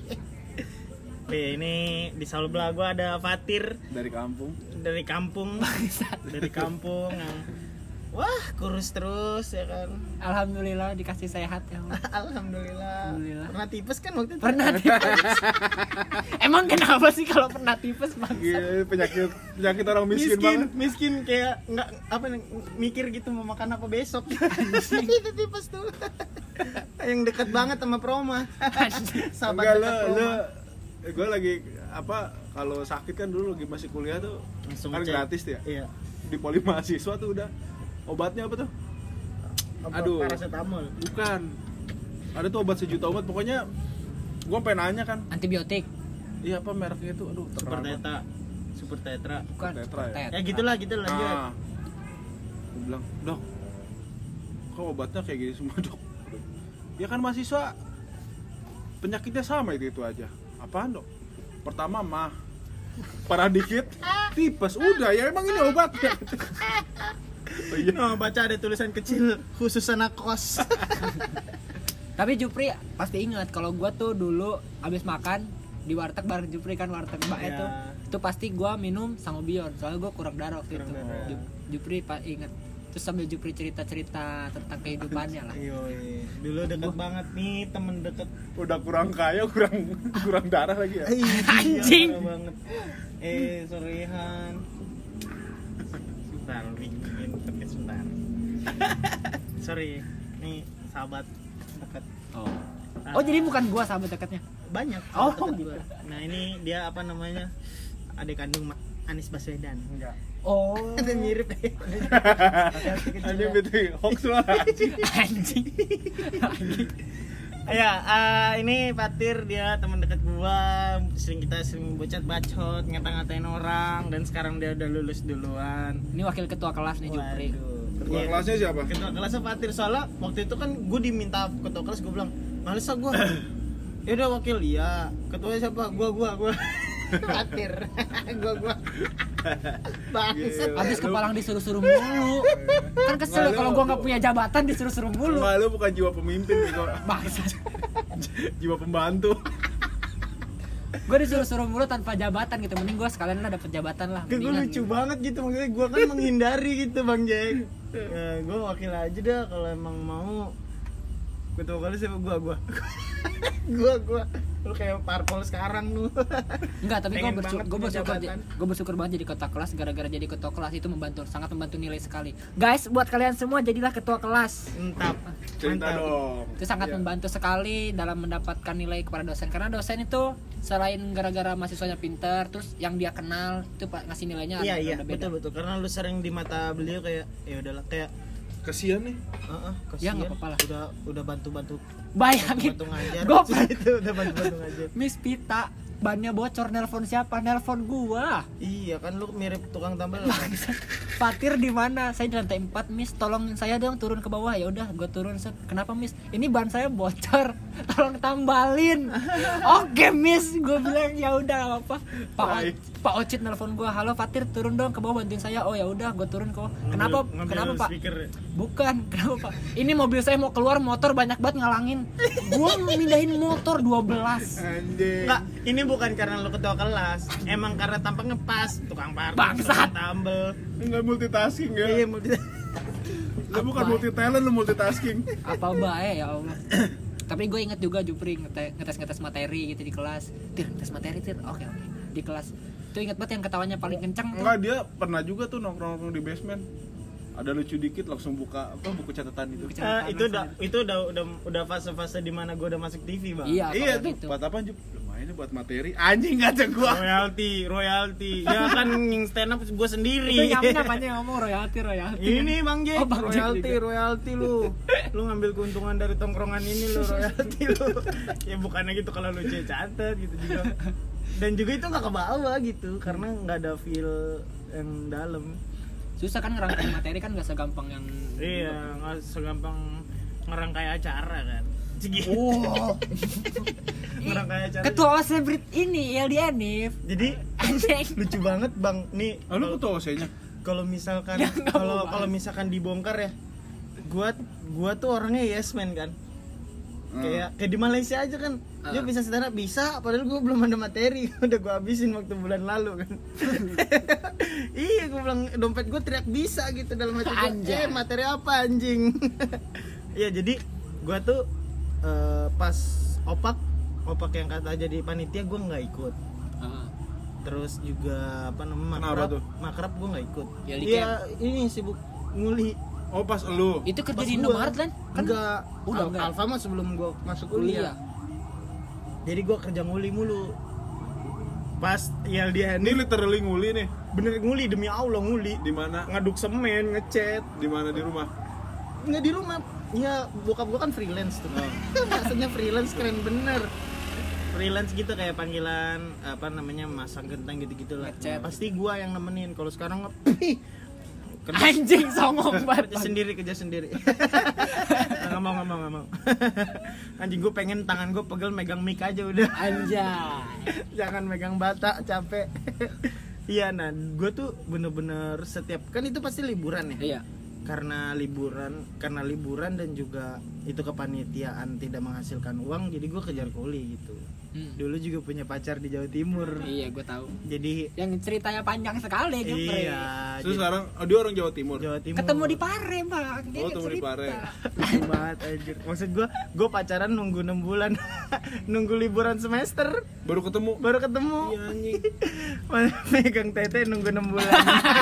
Ini di Salbla gue ada Fatir Dari kampung. dari kampung yang wah kurus terus ya kan. Alhamdulillah dikasih sehat ya Allah. Alhamdulillah. Pernah tipes kan waktu itu? Pernah tipes. Emang kenapa sih kalau pernah tipes bang? Iya, penyakit orang miskin banget. Miskin kayak nggak apa mikir gitu mau makan apa besok. Itu tipes tuh. Yang dekat banget sama Proma. Sahabat Enggak, dekat Proma. gue lagi apa kalau sakit kan dulu lagi masih kuliah tuh Langsung kan ngecek. gratis tuh ya. Iya. Di poli mahasiswa tuh udah obatnya apa tuh? Aduh. Paracetamol. Bukan. Ada tuh obat sejuta obat pokoknya. Gue pengen nanya kan. Antibiotik. Iya apa mereknya itu? Aduh, Super terkenal Teta. Super Tetra. Bukan. Tetra ya? Tetra. Ya gitulah lanjut. Nah, gue bilang, dok, kok obatnya kayak gini semua dok? Ya kan mahasiswa penyakitnya sama itu aja. Apaan dok? Pertama mah, parah dikit, tipes. Udah ya emang ini obatnya. Oh, iya. No, baca ada tulisan kecil khusus anak kos. Tapi Jupri pasti ingat kalau gua tuh dulu abis makan di warteg bareng Jupri kan warteg Mbak Iya. itu pasti gua minum Sangobion soalnya gua kurang darah waktu Kurang itu. darah. Jupri inget. Terus sambil Jupri cerita tentang kehidupannya lah. Yoi. Dulu deket banget nih temen deket. Udah kurang kaya, kurang darah lagi ya. Anjing. Parah banget. Sorehan. Sebentar, bikin tapi sebentar. Sorry, nih sahabat dekat. Oh jadi bukan gua sahabat dekatnya. Banyak. Oh, sahabat dekat gitu. gua. Nah ini dia apa namanya? Adik kandung Anies Baswedan. Enggak. Oh. Itu mirip ya. Anjing itu hoax lah. Anjing. Ya, ini Fatir dia teman dekat gua, kita sering bacot, ngata-ngatain orang dan sekarang dia udah lulus duluan. Ini wakil ketua kelas nih Jupri. Ketua kelasnya siapa? Ketua kelasnya Fatir soalnya waktu itu kan gue diminta ketua kelas, gue bilang males gue. Ya udah wakil, iya. Ketuanya siapa? Gua. Fatir. Gua. Bangsat. Abis kepalang disuruh-suruh mulu. Kan kesel kalau gua nggak punya jabatan disuruh-suruh mulu. Enggak, lu bukan jiwa pemimpin nih kok. Bangsat. Jiwa pembantu. Gue disuruh-suruh mulu tanpa jabatan gitu. Mending gue sekalian lah dapet jabatan lah. Gue Mendingan lucu gitu. banget gitu, maksudnya gue kan menghindari gitu Bang Jack. Gue wakil aja dah kalau emang mau. Ketua kali siapa gua. Gua. Lu kayak parpol sekarang lu. Enggak, tapi Pengen banget punya jabatan. gue bersyukur banget jadi ketua kelas. Gara-gara jadi ketua kelas itu sangat membantu nilai sekali. Guys, buat kalian semua jadilah ketua kelas. Entap. Cerita Mantap. dong. Itu sangat Iya. membantu sekali dalam mendapatkan nilai kepada dosen. Karena dosen itu selain gara-gara mahasiswanya pintar, terus yang dia kenal itu ngasih nilainya Iya, ada beda. betul. Karena lu sering di mata beliau kayak ya udahlah kayak Kasian nih. kasihan. Ya, nggak apa-apa lah. Udah bantu-bantu Bayangin, ngajar. gue Itu udah bantu-bantu ngajar. Miss Pita bannya bocor, nelpon siapa? Nelpon gua. Iya kan lu mirip tukang tambal. Fatir di mana? Saya di lantai 4, Miss. Tolong saya dong turun ke bawah. Ya udah, gua turun. Set. Kenapa, Miss? Ini ban saya bocor. Tolong tambalin. Oke, Miss. Gua bilang ya udah apa. Pak Ocit nelpon gua. Halo Fatir, turun dong ke bawah bantuin saya. Oh ya udah, gua turun kok. Kenapa? Kenapa, Pak? Speaker. Bukan, kenapa, Pak? Ini mobil saya mau keluar, motor banyak banget ngalangin. Gua mindahin motor 12. Anjing. Enggak, ini bukan karena lu ketua kelas. Emang karena tampangnya pas, tukang parkir, Bangsat. tukang tambel. Enggak multitasking ya. Iya, multi. Lu bukan multi talent, lu multitasking. Apa bae ya Allah. Tapi gue inget juga Jupri ngetes materi gitu di kelas. Tir, ngetes materi Tir. Oke. Di kelas. Itu inget banget yang ketawanya paling kencang tuh. Enggak, dia pernah juga tuh nongkrong di basement. Ada lucu dikit langsung buka buku catatan itu. Itu udah fase-fase di mana gua udah masuk TV, Bang. Iya, Iya kalau tuh, gitu. buat apa Jup? Ini buat materi. Anjing kata gua. Royalty. Ya kan yang stand up gua sendiri. Itu nyamnya apanya ngomong royalti. Ini Bang Jack, Oh, Bang Jack royalty lu. Lu ngambil keuntungan dari tongkrongan ini lu, royalty lu. Ya bukannya gitu kalau lu catat gitu juga. Dan juga itu nggak ke bawah gitu karena nggak ada feel yang dalam. Susah kan ngerangkai materi kan nggak segampang yang Iya, nggak segampang ngerangkai acara kan. Segitu. Oh. Ngerangkai acara. Ketua OSBRIT ini LDNIF. Jadi lucu banget Bang. Nih, Lu ketua OC-nya? kalau misalkan Ya, nggak mau kalau misalkan dibongkar ya, gua tuh orangnya yes man kan. Kayak di Malaysia aja kan, dia bisa stand up bisa, padahal gue belum ada materi, udah gue habisin waktu bulan lalu kan. Iya, gue bilang dompet gue teriak bisa gitu dalam hati gue. Materi apa anjing? Iya, jadi gue tuh pas opak yang kata jadi panitia gue nggak ikut. Terus juga apa namanya makrab gue nggak ikut. Ya, Iya, ini sibuk nguli. Oh, pas lu. Itu kerja Pas di gua. Indomaret kan? Enggak, Udah enggak. Alfa mah sebelum gua masuk kuliah. Jadi gua kerja nguli mulu. Pas ya dia Ini literally nguli nih. bener nguli demi Allah nguli. Di mana? Ngaduk semen, ngecat. Di mana di rumah? Nggak di rumah. Ya bokap gua kan freelance tuh. Maksudnya freelance keren bener. Freelance gitu kayak panggilan apa namanya masang genteng gitu-gitu lah. Ngecat. Pasti gua yang nemenin. Kalau sekarang Anjing songong banget. kerja sendiri nggak mau anjing gue pengen tangan gue pegel megang mic aja udah Anjay. jangan megang bata capek. Iya, nah gue tuh bener-bener setiap kan itu pasti liburan ya. Iya. karena liburan dan juga itu kepanitiaan tidak menghasilkan uang, jadi gue kejar kuli gitu. Dulu juga punya pacar di Jawa Timur. Iya, gue tahu. Jadi Yang ceritanya panjang sekali, Jupri. iya, Terus sekarang dia orang Jawa Timur. Jawa Timur. Ketemu di Pare, Bang. Dia Oh, ketemu di cerita. Pare. banget anjir. Maksud gue pacaran nunggu 6 bulan. Nunggu liburan semester Baru ketemu. baru ketemu. Iya, anjing. Megang tete nunggu 6 bulan.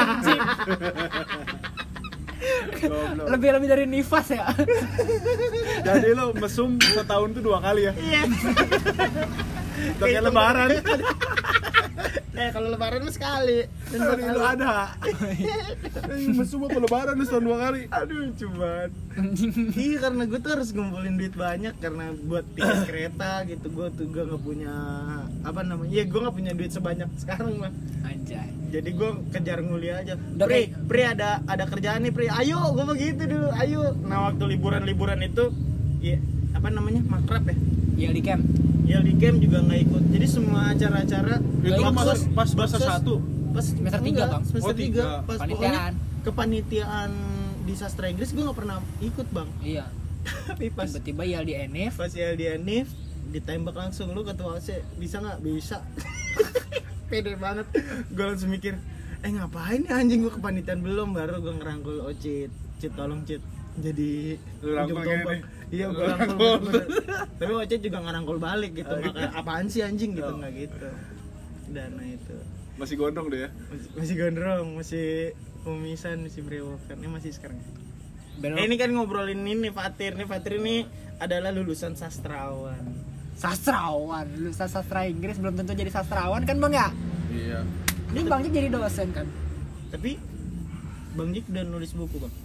Goblok. Lebih dari Nifas ya. Jadi lo mesum setahun tuh 2 kali ya. Iya. Udah kayak lebaran. Kalau lebaran mah sekali. Dan Hari lu ada. Mesum apa lebaran lu setahun 2 kali. Aduh, cuman. Iya, karena gue tuh harus ngumpulin duit banyak karena buat tiket kereta gitu. Gue tuh gak punya apa namanya? Ya gue gak punya duit sebanyak sekarang mah. Anjay. Jadi gue kejar nguli aja. Udah, Pri ada kerjaan nih, Pri. Ayo, gue begitu dulu. Ayo. Nah, waktu liburan itu ya apa namanya? Makrab ya. Iya di camp. Ya di camp juga nggak ikut. Jadi semua acara-acara Itu Nggak pas ikut. pas bahasa Baksos. 1. pas Semester tiga, enggak, Bang. semester Oh, 3 tiga. pas Panitiaan. pokoknya kepanitiaan di sastra Inggris gue nggak pernah ikut, Bang. Iya. Tapi pas Tiba-tiba ya di NF. pas LDNIF ditembak langsung, lu ketua OC bisa nggak? Bisa. Pede banget. Gue langsung mikir, ngapain nih anjing, gue kepanitiaan belum, baru gue ngerangkul Ocit. Cit tolong Cit jadi Lu rangkul ujung tombak. gini? Iya gue rangkul bener. Tapi Ocit juga ngerangkul balik gitu, nggak kayak apaan sih anjing gitu, nggak gitu. Dana itu Masih gondrong deh ya. masih gondrong, masih kumisan, masih brewokan, masih sekarang. Belok. Ini kan ngobrolin ini Fatir ini adalah lulusan sastrawan. Sastrawan, lulusan sastra Inggris belum tentu jadi sastrawan kan Bang ya? Iya. Ini Bang Jik jadi dosen kan? Tapi Bang Jik udah nulis buku Bang?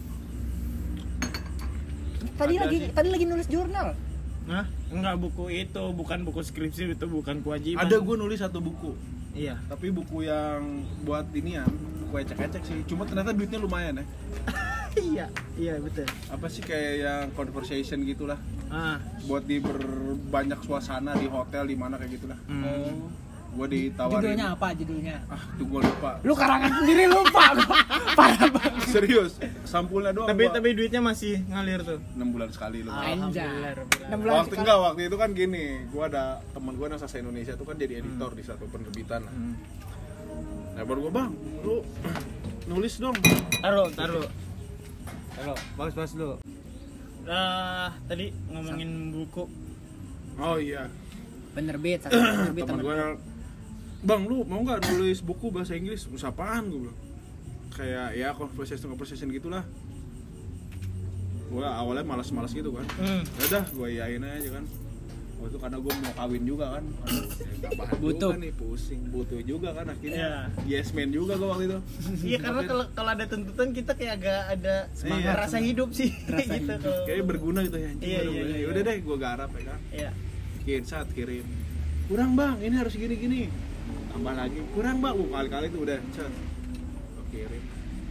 Tadi Ada lagi nulis jurnal. Hah? Enggak, buku itu bukan buku skripsi, itu bukan kewajiban. Ada gue nulis 1 buku. Iya. Tapi buku yang buat ini ya, buku ecek-ecek sih. Cuma ternyata duitnya lumayan ya. Iya betul. Apa sih kayak yang conversation gitulah. Ah. Buat di berbanyak suasana di hotel di mana kayak gitulah. Gue ditawarin. Judulnya apa judulnya? Tuh gue lupa. Lu karangan sendiri lupa gua. Parah banget. Serius, sampulnya doang. Tapi duitnya masih ngalir tuh. 6 bulan sekali loh. Anjay. Alhamdulillah. 6 bulan sekali. Waktu itu kan gini, gue ada temen gue yang sastra Indonesia tuh kan jadi editor di satu penerbitan. Nah baru gue, Bang, lu nulis dong. Taruh. Bagus dulu. Tadi ngomongin buku. Oh iya, Penerbit, sastra penerbit temen gue, Bang, lu mau nggak nulis buku bahasa Inggris? Apaan gue bilang. Kayak ya conversation gitulah. Gue awalnya malas gitu kan. Yaudah, gue iyain aja kan. Waktu itu karena gue mau kawin juga kan. Aduh, bahan Butuh. juga nih, pusing. Butuh juga kan akhirnya. Iya. Yes man juga gue waktu itu. Iya, karena kalau ada tuntutan kita kayak agak ada Semangat, rasa hidup sih. Rasa gitu hidup. kalau. Kayaknya berguna gitu ya. Iya. Udah deh, gue garap ya kan. Iya. Kirim. Kurang Bang, ini harus gini. Tambah lagi. Kurang Bang, kali-kali tuh udah. Cat. Gue kirim.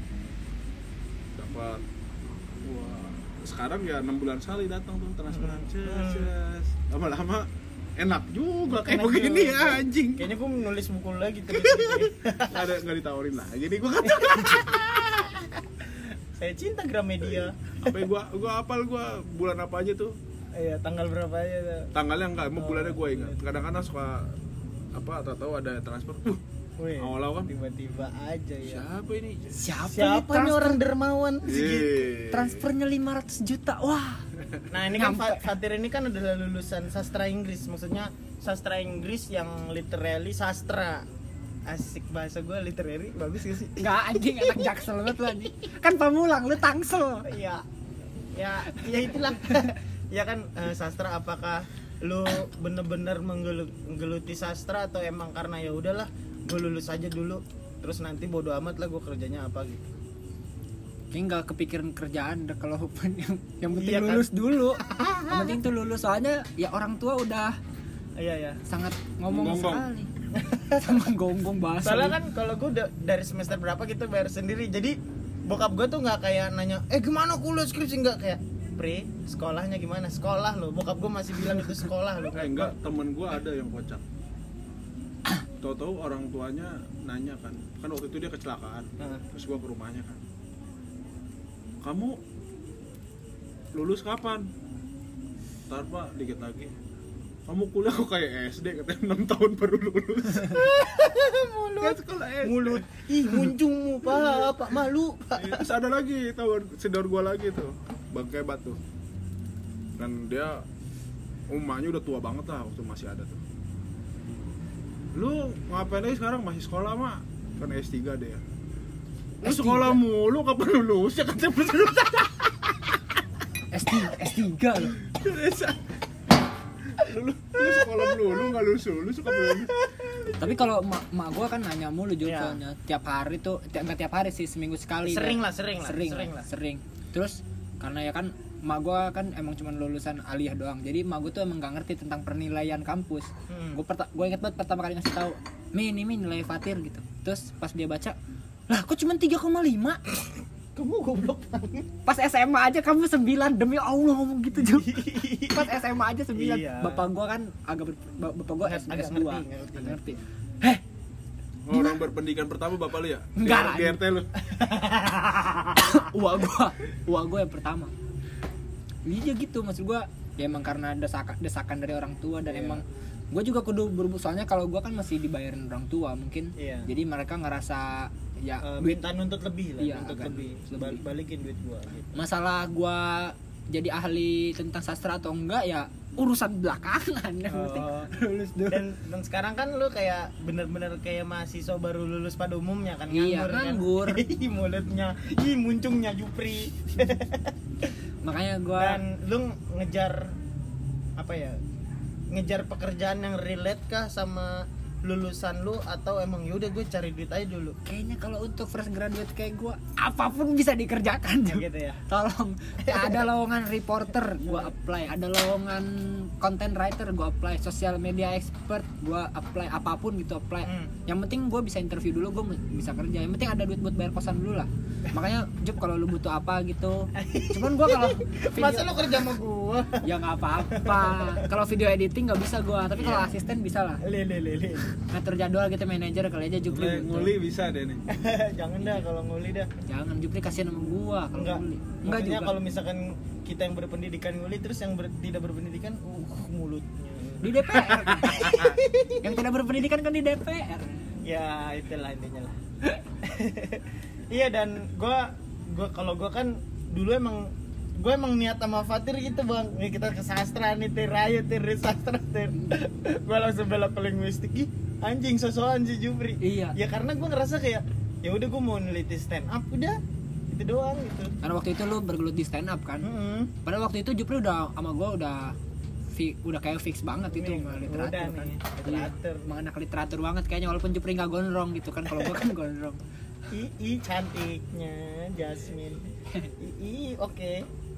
Dapat. Wah. Sekarang ya 6 bulan sekali datang tuh transferan. Ces. Lama-lama enak juga kayak Enak begini juga. ya anjing. Kayaknya gue nulis buku lagi terus. Nggak ditawarin lagi nih gue kata. Saya cinta Gramedia. Apa gua apal bulan apa aja tuh. Iya, tanggal berapa aja tuh. Tanggalnya enggak, emang bulannya gue ingat. Kadang-kadang suka tahu ada transfer. Wih, Awal-awal kan tiba-tiba aja ya. siapa ini? Siapa nih orang dermawan? Yeay. Transfernya 500 juta. Wah. Nah ini kan Nyampe. Fatir ini kan adalah lulusan sastra Inggris, maksudnya sastra Inggris yang literally sastra. Asik, bahasa gue literary bagus gak sih? Enggak anjing, anak jaksel banget lu anjing. Kan pamulang lu tangsel. Iya, ya itulah. Ya kan sastra, apakah lu bener-bener menggeluti sastra atau emang karena ya udahlah gue lulus aja dulu, terus nanti bodo amat lah gue kerjanya apa gitu. Kayak nggak kepikiran kerjaan kalau yang penting Iya kan? lulus dulu. Yang penting tuh lulus, soalnya ya orang tua udah Iya. sangat ngomong Gonggong. sekali. Sama gonggong bahasa. Soalnya kan kalau gue dari semester berapa gitu bayar sendiri, jadi bokap gue tuh nggak kayak nanya, gimana kuliah skripsi, nggak kayak pre sekolahnya gimana, sekolah lo, bokap gue masih bilang itu sekolah lo. Enggak, temen gue ada yang kocak. Tahu-tahu orang tuanya nanya kan waktu itu dia kecelakaan. Terus gue ke rumahnya kan, kamu lulus kapan? Ntar Pak, dikit lagi. Kamu kuliah kok kayak SD, katanya 6 tahun baru lulus. Kan sekolah SD. Mulut, muncungmu pak malu pak. Terus ada lagi, tahu senior gue lagi tuh, Bang Kebat tuh. Dan dia umahnya udah tua banget lah waktu masih ada tuh. Lu ngapain aja sekarang, masih sekolah mak? Kan S3 deh ya. Lu sekolah mulu, kapan lulus ya katanya. S3 loh. Lu sekolah mulu, nggak lulus kapan lulus? Tapi kalau mak gua kan nanya mulu Iya. soalnya tiap hari tuh, nggak tiap hari sih, seminggu sekali. Sering dah. lah, sering lah. Sering. Terus karena ya kan mak gua kan emang cuma lulusan aliyah doang, jadi mak gua tuh emang gak ngerti tentang penilaian kampus. Gua inget banget pertama kali ngasih tahu, ini nilai Fatir gitu. Terus pas dia baca, lah kok cuma 3,5? Kamu goblok banget. Pas SMA aja kamu 9, demi Allah ngomong gitu juga. Pas SMA aja 9. Iya. Bapak gua kan bapak gua Agak S2. ngerti. Orang berpendidikan pertama bapak lu ya? Enggak. Di RT lu. Uang gua yang pertama. Iya gitu, maksud gua ya emang karena desakan dari orang tua dan emang gue juga kudu berburu, soalnya kalau gue kan masih dibayarin orang tua mungkin, jadi mereka ngerasa ya minta nuntut lebih lah, iya, nuntut lebih. Balikin duit gua gitu. Masalah gue jadi ahli tentang sastra atau enggak ya urusan belakangan, yang penting lulus dulu. Dan sekarang kan lu kayak bener-bener kayak mahasiswa baru lulus pada umumnya kan, nganggur kan? Mulutnya muncungnya Jupri. Makanya gue dan lu ngejar apa ya, ngejar pekerjaan yang relate kah sama lulusan lu, atau emang yaudah gue cari duit aja dulu? Kayaknya kalau untuk fresh graduate kayak gue apapun bisa dikerjakan gitu ya. Tolong, ada lowongan reporter gue apply, ada lowongan content writer gue apply, social media expert gue apply, apapun gitu apply. Yang penting gue bisa interview dulu, gue bisa kerja, yang penting ada duit buat bayar kosan dulu lah. Makanya Jup, kalau lu butuh apa gitu, cuman gue kalau masa lu kerja sama gue ya nggak apa-apa. Kalau video editing nggak bisa gue, tapi kalau asisten bisa lah. Ngatur jadwal gitu, manajer kali aja Jupri. Nguli bisa deh nih. Jangan dah kalau nguli dah. Jangan, Jupri kasihan sama gua kalau nguli. Enggak juga. Kalau misalkan kita yang berpendidikan nguli terus yang tidak berpendidikan, mulutnya. Di DPR. Yang tidak berpendidikan kan di DPR. Ya, itulah intinya lah. Iya, dan gua kalau kan dulu emang niat sama Fatir gitu bang, nih kita ke sastra nih, ayo sastra gue langsung belok ke linguistik. Ih anjing, sosokan si Jupri. Iya. Ya karena gue ngerasa kayak ya udah gue mau neliti stand up, udah itu doang gitu. Karena waktu itu lu bergelut di stand up kan. Padahal waktu itu Jupri udah sama gue udah kayak fix banget itu sama literatur kan. Literatur. Emang anak literatur banget kayaknya, walaupun Jupri nggak gondrong gitu kan, kalau gue kan gondrong. Cantiknya Jasmine. Oke.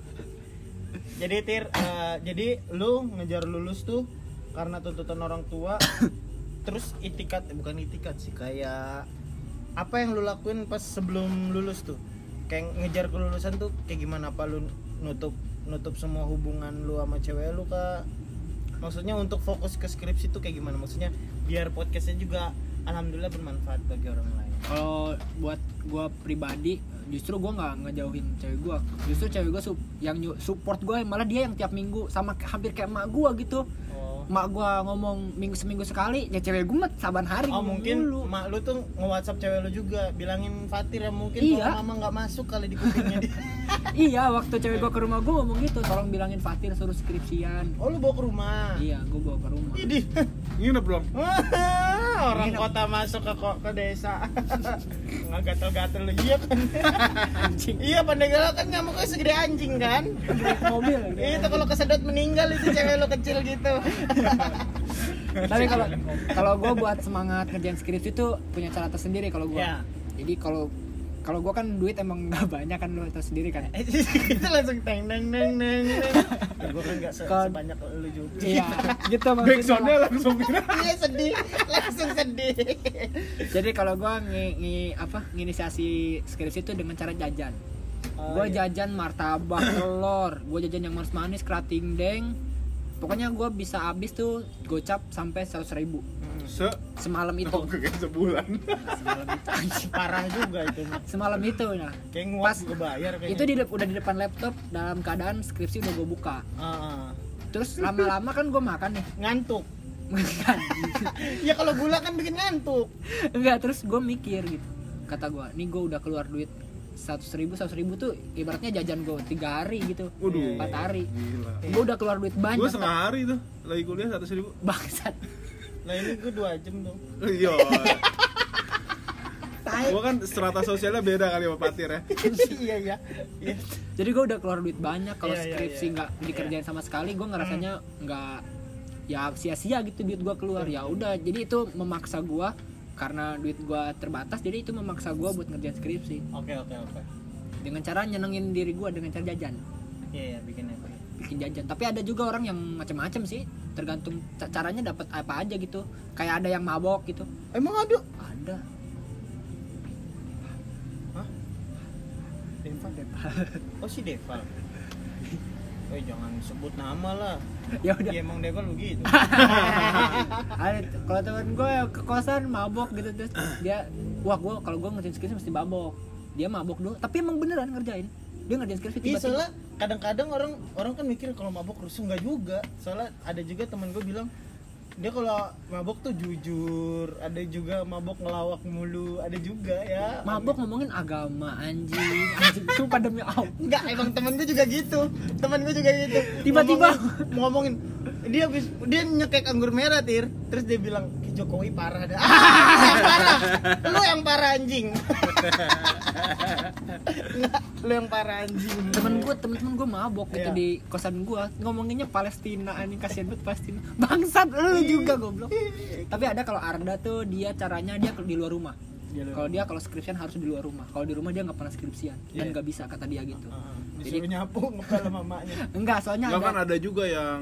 Jadi jadi lu ngejar lulus tuh karena tuntutan orang tua. Terus bukan itikat sih, kayak apa yang lu lakuin pas sebelum lulus tuh? Kayak ngejar kelulusan tuh kayak gimana? Apa lu nutup semua hubungan lu sama cewek lu kah? Maksudnya untuk fokus ke skripsi tuh kayak gimana? Maksudnya biar podcastnya juga alhamdulillah bermanfaat bagi orang lain. Kalau buat gue pribadi, justru gue nggak ngejauhin cewek gue. Justru cewek gue yang support gue, malah dia yang tiap minggu, sama hampir kayak emak gue gitu. Mak gue ngomong seminggu sekali, ya cewek gue mah saban hari. Mungkin dulu. Mak lu tuh nge-WhatsApp cewek lu juga, bilangin Fatir ya mungkin kalau mama nggak masuk kali di kupingnya dia. Iya, waktu cewek gue ke rumah gue ngomong gitu, tolong bilangin Fatir suruh skripsian. Oh, lu bawa ke rumah? Iya, gue bawa ke rumah. Idih, nginep belum? Orang kota masuk ke desa. Nggak gatel-gatel lu, iya kan? Anjing. Iya, pandai galak kan nyamuknya segede anjing kan? Mobil. Itu kalau kesedot meninggal itu cewek lu kecil gitu. Tapi kalau gue buat semangat kerjaan skripsi itu punya cara tersendiri kalau gue. Yeah. Jadi kalau gue kan duit emang nggak banyak kan, lu tahu sendiri kan. Itu langsung teng. Gue kan nggak sebanyak lu juga. Iya, gitu maksudnya. Backsoundnya langsung pindah. Iya, langsung sedih. Jadi kalau gue nginisiasi skripsi itu dengan cara jajan. Gue jajan martabak, telur, gue jajan yang manis-manis, kerating deng. Pokoknya gue bisa habis tuh gocap sampai 100.000 semalam itu. Kayak sebulan. Semalam itu parah juga itu. Semalam itu nah. Kayak nguap gue bayar kayaknya. Itu udah di depan laptop dalam keadaan skripsi udah gue buka. Terus lama-lama kan gue makan nih. Ngantuk. Ya kalau gula kan bikin ngantuk. Enggak, terus gue mikir gitu. Kata gue, nih gue udah keluar duit 100.000 tuh ibaratnya jajan gue 3 hari gitu. 4 hari. Gue udah keluar duit banyak. Gue setengah hari tuh lagi kuliah 100.000. Bangsat. Nah ini gue 2 jam dong. Iya. Gue kan strata sosialnya beda kali sama Fatir ya. Iya. Jadi gue udah keluar duit banyak. Kalau skripsi nggak dikerjain sama sekali, gue ngerasanya nggak, ya sia-sia gitu duit gue keluar. Ya udah, jadi itu memaksa gue. Karena duit gue terbatas, jadi itu memaksa gue buat ngerjain skripsi. Oke. Dengan cara nyenengin diri gue dengan cara jajan. Iya, bikin jajan. Tapi ada juga orang yang macam-macam sih, tergantung caranya dapat apa aja gitu. Kayak ada yang mabok gitu. Emang ada? Ada. Hah? Deval. Oh si Deval. Jangan sebut nama lah. Ya udah. Ya, emang Deval begitu. Kalau teman gue ke kosan mabok gitu, terus dia, kalau gue ngerjain skripsi mesti mabok. Dia mabok dulu, tapi emang beneran ngerjain. Dia ngerjain skripsi tiba-tiba. Soalnya kadang-kadang orang kan mikir kalau mabok rusuh, nggak juga. Soalnya ada juga teman gue bilang dia kalau mabok tuh jujur, ada juga mabok ngelawak mulu, ada juga ya. Mabok ngomongin agama anjing sumpah demi Allah. Enggak, emang temen gue juga gitu. Tiba-tiba ngomongin dia nyekek anggur merah terus dia bilang Jokowi parah dah. Lu yang parah anjing. Lu yang parah anjing. Temen-temen gue mabok gitu Iya. di kosan gue ngomonginnya Palestina anjing, kasihan banget Palestina. Bangsat lu juga goblok. Tapi ada kalau Arda tuh dia caranya dia di luar rumah. Kalau skripsian harus di luar rumah. Kalau di rumah dia nggak pernah skripsian dan Iya. nggak bisa kata dia gitu. Disuruh nyapu ngepel sama mamanya. Enggak, soalnya Nggak, ada kan ada juga yang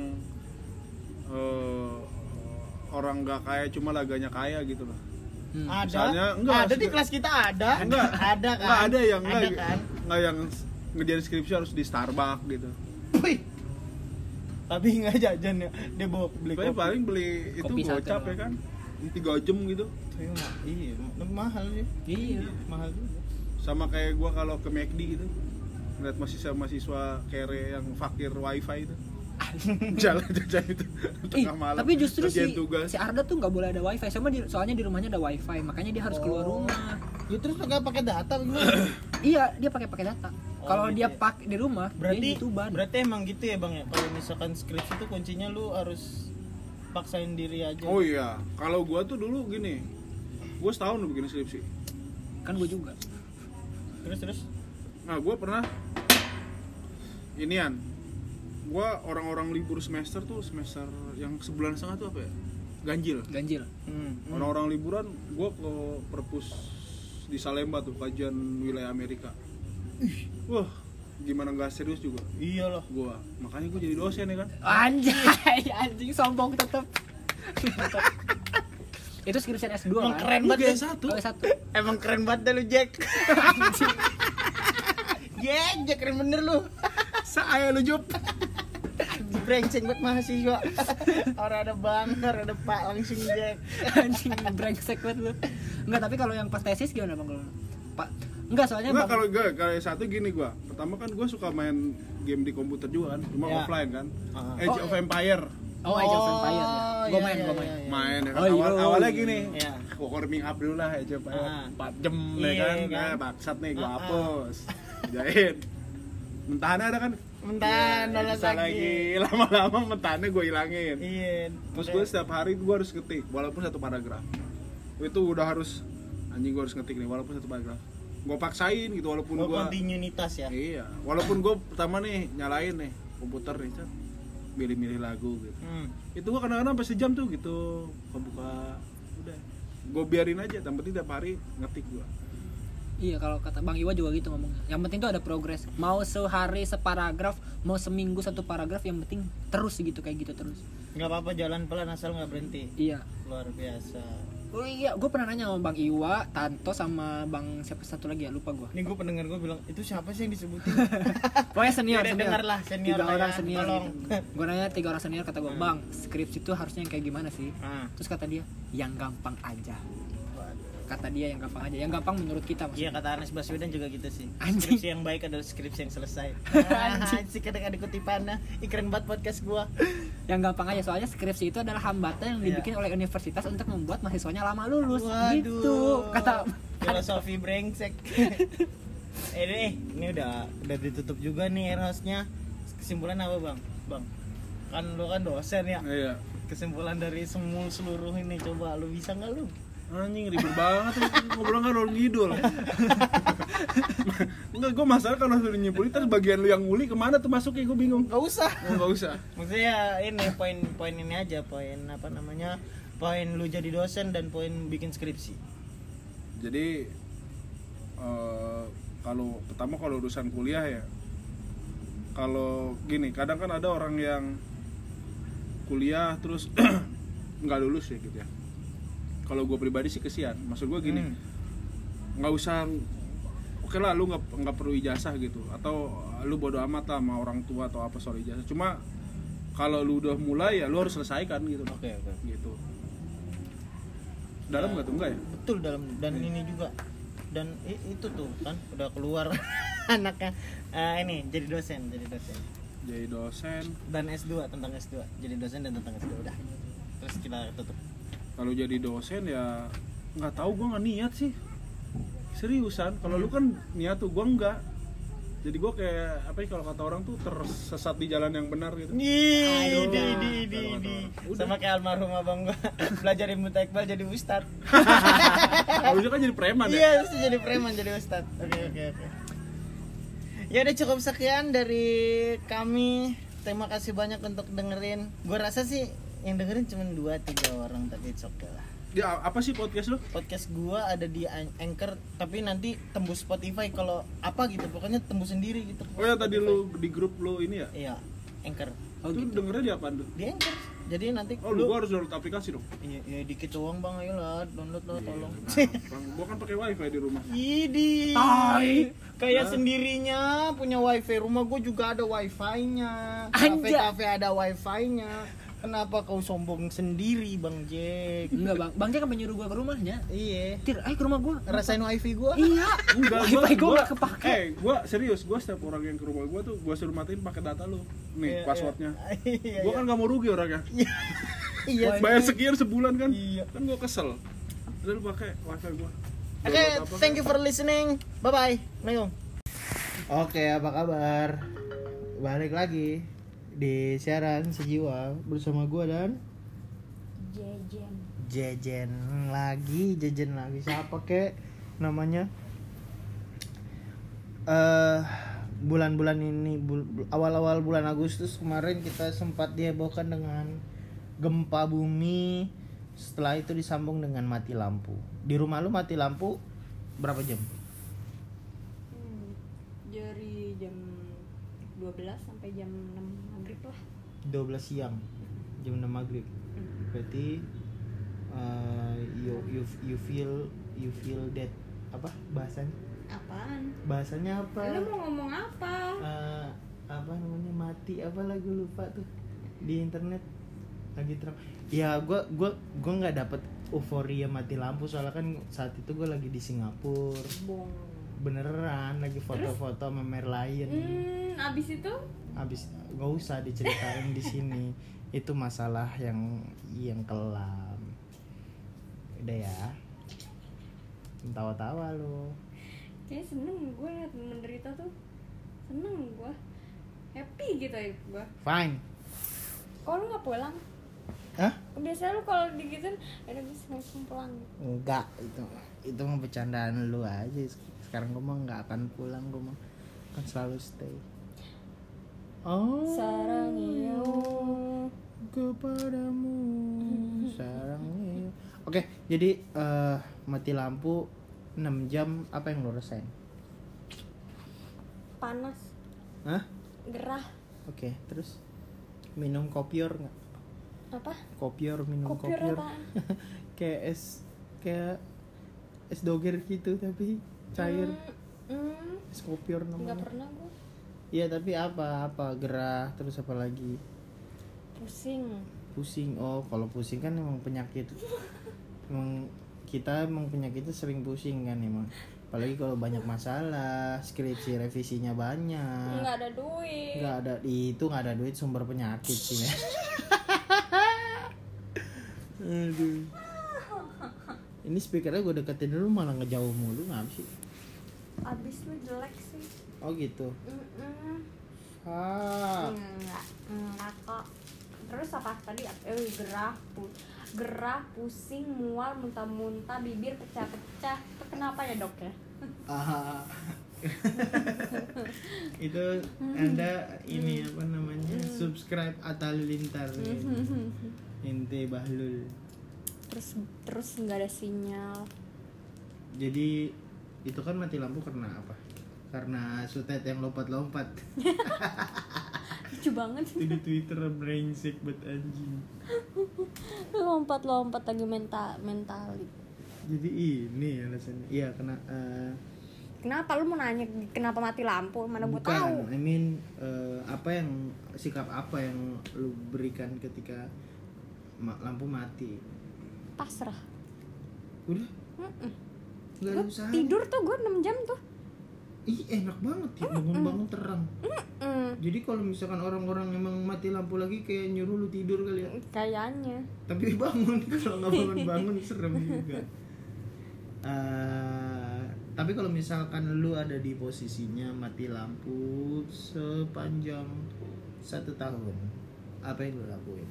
orang nggak kaya cuma laganya kaya gitu loh. Ada. Misalnya, enggak, ada di kelas kita ada. Enggak. Ada kan? Nggak ada yang ada kan? nggak yang ngerjain skripsi harus di Starbucks gitu. Wih. Tapi nggak jajan ya. Dia bawa beli Tapi kopi. paling beli itu Kopi satu gocap ya doang. kan, 3 jam gitu. Iya, mahal sih. iya. Mahal juga. Sama kayak gua kalau ke McD gitu, ngeliat mahasiswa kere yang fakir wifi itu jalan-jalan itu tengah malam. Tapi justru kerjain tugas. si Arda tuh nggak boleh ada wifi, soalnya di rumahnya ada wifi, makanya dia harus keluar rumah. Ya terus nggak pakai data gimana? Iya, dia pakai data. Kalau gitu dia ya. pakai di rumah, dia Berarti YouTuber. berarti emang gitu ya Bang ya. Kalau misalkan skripsi itu kuncinya lu harus paksain diri aja. Oh iya, kalau gua tuh dulu gini, gua setahun udah bikin skripsi. Kan gue juga. Terus Nah, gua pernah inian, gua orang-orang libur semester tuh, semester yang sebulan setengah tuh apa ya, ganjil. Orang-orang liburan, gua ke perpus di Salemba tuh, kajian wilayah Amerika. Wah, gimana nggak serius juga Iya loh. gua, makanya gua jadi dosen ya kan. Anjing sombong tetep. Itu skripsian S2 Emang kan? keren banget. Enggak, ya. S1. Oh, S1. Emang keren banget dah lu Jack. Jack keren bener lu. Saya lu Jup. Brengsek buat mahasiswa. Orang ada bang, orang ada pak langsung Jack. Anjing brengsek banget lu. Enggak, tapi kalau yang pas tesis gimana Bang? Pak, enggak soalnya Enggak, Bang. kalau satu gini gua. Pertama kan gua suka main game di komputer juga kan, cuma Ya. offline kan. Ah. Age of Empire. Oh, Age of Empire ya. Gue iya, main. iya. Main ya kan. Oh, iya. Awalnya gini. Iya. Gua warming up dulu lah Age of Empire. Ah. 4 jam Iya, ya kan. kan. Baksat nih gua Ah, ah. hapus. Jahit. Mentahannya ada kan? Mentahan Ya, dalam bisa lagi. Lama-lama mentahannya gua hilangin. Iya. Terus gue setiap hari gue harus ngetik walaupun satu paragraf. Itu udah harus, anjing gue harus ngetik nih walaupun satu paragraf. Gue paksain gitu walaupun gue. kontinuitas ya. Iya, walaupun gue pertama nih nyalain nih komputer nih, Cak. Milih-milih lagu gitu. Itu gue kadang-kadang sampai sejam tuh gitu, buka udah. Gue biarin aja, yang penting tiap hari ngetik gue. Iya, kalau kata Bang Iwa juga gitu ngomongnya. Yang penting tuh ada progres. Mau sehari separagraf, mau seminggu satu paragraf, yang penting terus gitu kayak gitu terus. Nggak apa-apa jalan pelan asal nggak berhenti. Iya. Luar biasa. Oh iya, gue pernah nanya sama Bang Iwa, Tanto sama Bang siapa satu lagi ya, lupa gue. Ini gue pendengar gue bilang itu siapa sih yang disebutin? Pokoknya senior, Udah dengar lah, senior 3 lah orang ya, senior. tolong. Gitu. Gue nanya 3 orang senior, kata gue, Bang, skripsi itu harusnya yang kayak gimana sih? Terus kata dia, yang gampang aja. Kata dia yang gampang aja, yang gampang menurut kita Iya, maksudnya. kata Anies Baswedan juga gitu sih. Anjing. Skripsi yang baik adalah skripsi yang selesai. Anjing. Anjing kadang ada kutipannya. Keren banget podcast gua. Yang gampang aja, soalnya skripsi itu adalah hambatan yang dibikin oleh universitas untuk membuat mahasiswanya lama lulus. Waduh. Gitu. Kata Filosofi brengsek. Ini udah ditutup juga nih air hostnya. Kesimpulan apa bang? Bang, kan lu kan dosen ya. Iya. Kesimpulan dari seluruh ini coba lu bisa nggak lu? Anjing ribet banget ngobrol kan orang ngidul. Enggak, gue masalah kalau suruh nyimpulin terus bagian lu yang nguli kemana tuh masuknya, gue bingung. Gak usah. Enggak usah. Maksudnya ini poin ini aja, poin apa namanya? Poin lu jadi dosen dan poin bikin skripsi. Jadi kalau pertama kalau urusan kuliah ya, kalau gini kadang kan ada orang yang kuliah terus nggak lulus ya gitu ya. Kalau gue pribadi sih kesian, maksud gue gini, nggak usah, oke lah lu nggak perlu ijazah gitu, atau lu bodo amat lah sama orang tua atau apa soal ijazah. Cuma kalau lu udah mulai ya lu harus selesaikan gitu. Oke. Gitu. Dalam nggak tuh enggak ya? Betul dalam dan ini juga dan itu tuh kan udah keluar anaknya ini jadi dosen Jadi dosen. dan S2 tentang S2 jadi dosen dan tentang S2 udah terus kita tutup. Kalau jadi dosen ya nggak tahu, gue nggak niat sih. Seriusan, kalau lu kan niat tuh, gue enggak. Jadi gue kayak apa ya, kalau kata orang tuh tersesat di jalan yang benar gitu. Di Udah. sama kayak almarhum abang gua belajar ilmu tekbal jadi ustad. Harusnya kan jadi preman ya. Iya, harus jadi preman jadi ustad. Oke. Ya udah cukup sekian dari kami. Terima kasih banyak untuk dengerin. Gua rasa sih yang dengerin cuma 2-3 orang tapi it's okay lah. Ya apa sih podcast lu? Podcast gua ada di Anchor tapi nanti tembus Spotify kalau apa gitu. Pokoknya tembus sendiri gitu. Oh ya tadi lu di grup lu ini ya? Iya, Anchor. Oh Itu gitu. dengernya di apaan tuh? Di Anchor. Jadi nanti Oh lu gua harus download aplikasi dong. Iya, dikit doang bang, ayolah download lah tolong. Bang, gua kan pakai wifi di rumah. Idi. Tai. Kayak sendirinya punya wifi, rumah gue juga ada wifi-nya. Kafe-kafe ada wifi-nya. Kenapa kau sombong sendiri bang Jack? Enggak bang, bang Jack kan menyuruh gua ke rumahnya. Iya. Tir, ayo ke rumah gua. Rasain wifi gue? Iya. Enggak, Wifi gua nggak kepake. Gua serius, gua setiap orang yang ke rumah gua tuh gua suruh matiin pakai data lu. Nih, passwordnya. Iya. Gua kan nggak mau rugi orangnya. Iya. Bayar sekian sebulan kan? Iya. Kan gua kesel. Udah lu pakai wifi gua. Oke, Download apa, thank you for listening. Bye bye. Mayung. Oke, apa kabar? Balik lagi di siaran sejiwa bersama gua dan Jejen lagi siapa kek namanya? Bulan-bulan ini awal-awal bulan Agustus kemarin kita sempat dihebohkan dengan gempa bumi. Setelah itu disambung dengan mati lampu. Di rumah lu mati lampu berapa jam? Dari jam 12 sampai jam 6 maghrib lah. 12 siang jam 6 maghrib. Berarti you feel that apa bahasanya? Apaan? Bahasanya apa? Lu mau ngomong apa? Apa namanya mati apa lagu lupa tuh di internet lagi terang. Ya gua nggak dapet euforia mati lampu soalnya kan saat itu gua lagi di Singapura. Bong. Beneran lagi foto-foto sama Merlion. Abis itu? Abis nggak usah diceritain di sini. Itu masalah yang kelam. Udah ya. Tawa-tawa lo. Kayaknya seneng gue liat menderita tuh. Seneng gue. Happy gitu ya gue. Fine. Kok lu gak pulang? Hah? Biasanya lu kalau digituin ada bisa langsung pulang. Enggak, itu mah bercandaan lu aja. Sekarang gue mah nggak akan pulang, gue mah akan selalu stay. Oh, Sarangnya kepadamu sarangnya. Oke, jadi mati lampu 6 jam apa yang lo rasain? panas, Hah? gerah. Oke, terus minum kopior nggak? Apa? Minum Kopior kopior. apaan? kayak es doger gitu tapi cair. Es kopior Nggak namanya. pernah gue. Iya, tapi apa gerah terus apa lagi? Pusing. Oh, kalau pusing kan emang penyakit. Kita penyakitnya sering pusing kan emang. Apalagi kalau banyak masalah, skripsi revisinya banyak. Nggak ada duit. Nggak ada duit sumber penyakit sih. Aduh. Ini speakernya gue deketin dulu malah ngejauh mulu, ngapa sih? Abis lu jelek sih. Oh gitu. Enggak kok. Terus apa tadi? Gerah, pusing, mual, muntah-muntah, bibir pecah-pecah. Itu kenapa ya dok ya? Itu Anda ini apa namanya? Subscribe Atta Halilintar. Ente Bahlul. Terus nggak ada sinyal. Jadi itu kan mati lampu karena apa? Karena Sutet yang lompat-lompat. Lucu banget sih. Itu di Twitter brengsek bet anjing. Lompat-lompat lagi mentali. Jadi ini alasannya. Iya, Kenapa lu mau nanya kenapa mati lampu? Mana gue tahu. Bukan, sikap apa yang lu berikan ketika lampu mati? Pasrah. Udah? Gak ada Gue usaha. tidur tuh gue 6 jam tuh. Ih enak banget ya bangun-bangun terang. Jadi kalau misalkan orang-orang emang mati lampu lagi kayak nyuruh lu tidur kali ya. Kayaknya. Tapi bangun, kalau nggak bangun-bangun serem juga. Tapi kalau misalkan lu ada di posisinya mati lampu sepanjang 1 tahun, apa yang lu lakuin?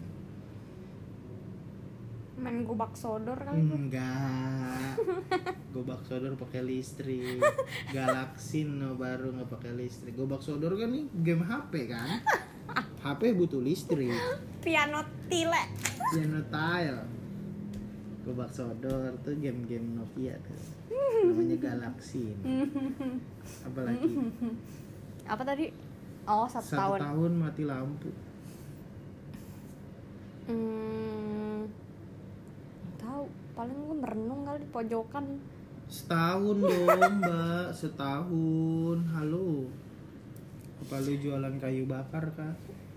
Main gobak sodor kali gua. Enggak. Gobak sodor pakai listrik. Galaksin no, baru nggak pakai listrik. Gobak sodor kan nih game HP kan? HP butuh listrik. Piano tile. Piano tile. Gobak sodor tuh game-game Nokia tuh. Namanya Galaksin. Apalagi? Apa tadi? Oh, 1 1 tahun. tahun mati lampu. Tahu, paling gue merenung kali di pojokan. Setahun dong mbak, setahun. Halo. Apa lu jualan kayu bakar kah?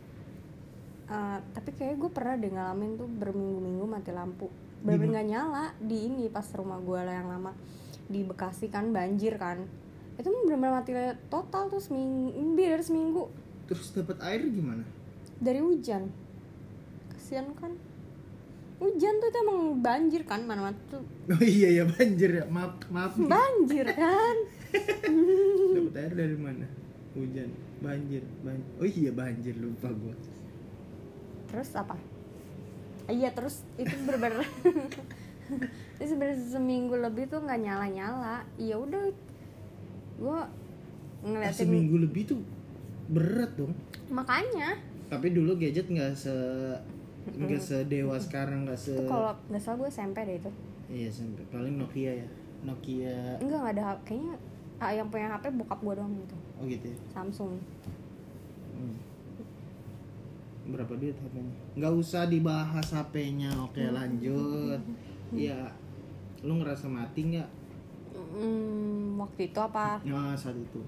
Tapi kayak gue pernah deh ngalamin tuh berminggu-minggu mati lampu. Bener-bener nggak nyala di ini pas rumah gue lah yang lama di Bekasi kan banjir kan. Itu bener-bener mati total tuh seminggu. Terus dapat air gimana? Dari hujan. Kasian kan. Hujan tuh itu emang banjir kan mana-mana tuh. Oh iya ya banjir ya, maaf. Banjir kan. Dapat air dari mana? Hujan, banjir. Oh iya banjir, lupa gua. Terus apa? Iya terus itu bener-bener itu bener seminggu lebih tuh nggak nyala. Iya udah, gue ngeliatin. Seminggu lebih tuh berat dong. Makanya. Tapi dulu gadget nggak sedewa sekarang, nggak se. Itu kalau nggak salah gue SMP deh itu. Iya SMP. Paling Nokia ya. Nokia. Enggak nggak ada kayaknya. Yang punya HP bokap gue doang gitu. Oh gitu ya. Samsung. Berapa duit HP-nya? Nggak usah dibahas HP-nya. Oke lanjut. Ya, lu ngerasa mati nggak? Waktu itu apa? Nah saat itu.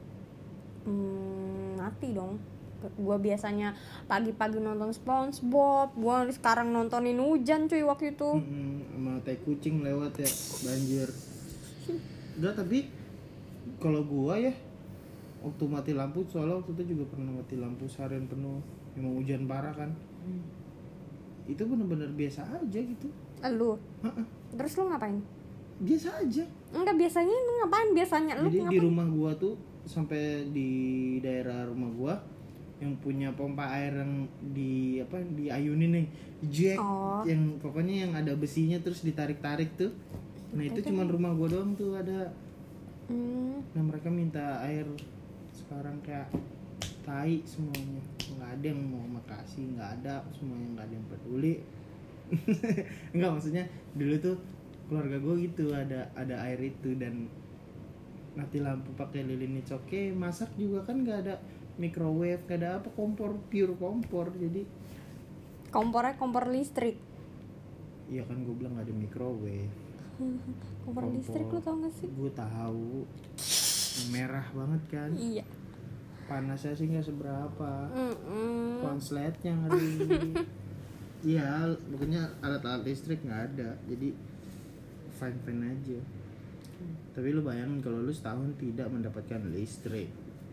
Mati dong. Gue biasanya pagi-pagi nonton SpongeBob. Gue sekarang nontonin hujan cuy waktu itu. Sama tai kucing lewat ya, banjir. Enggak, tapi kalau gua ya waktu mati lampu, soalnya waktu itu juga pernah mati lampu seharian penuh. Emang hujan parah kan. Itu bener-bener biasa aja gitu. Lu? Terus lu ngapain? Biasa aja. Enggak, biasanya lu ngapain? Biasanya lu Jadi ngapain? di rumah gua tuh, sampai di daerah rumah gua yang punya pompa air yang diayunin nih, jack, yang pokoknya yang ada besinya terus ditarik-tarik tuh. Nah itu cuman rumah gua doang tuh ada. Nah mereka minta air sekarang kayak tai semuanya, nggak ada yang mau makasih, nggak ada, semuanya nggak ada yang peduli. Nggak, maksudnya dulu tuh keluarga gue gitu ada air itu, dan mati lampu pakai lilin oke, masak juga kan nggak ada microwave, nggak ada apa, pure kompor, jadi Kompornya kompor listrik. iya kan gue bilang nggak ada microwave. Kompor listrik lu tau gak sih? Gue tahu, merah banget kan. Iya. Panasnya sih nggak seberapa. Konsletnya ngeri. Iya, pokoknya alat-alat listrik nggak ada, jadi fine aja. Tapi lu bayangin kalau lu setahun tidak mendapatkan listrik.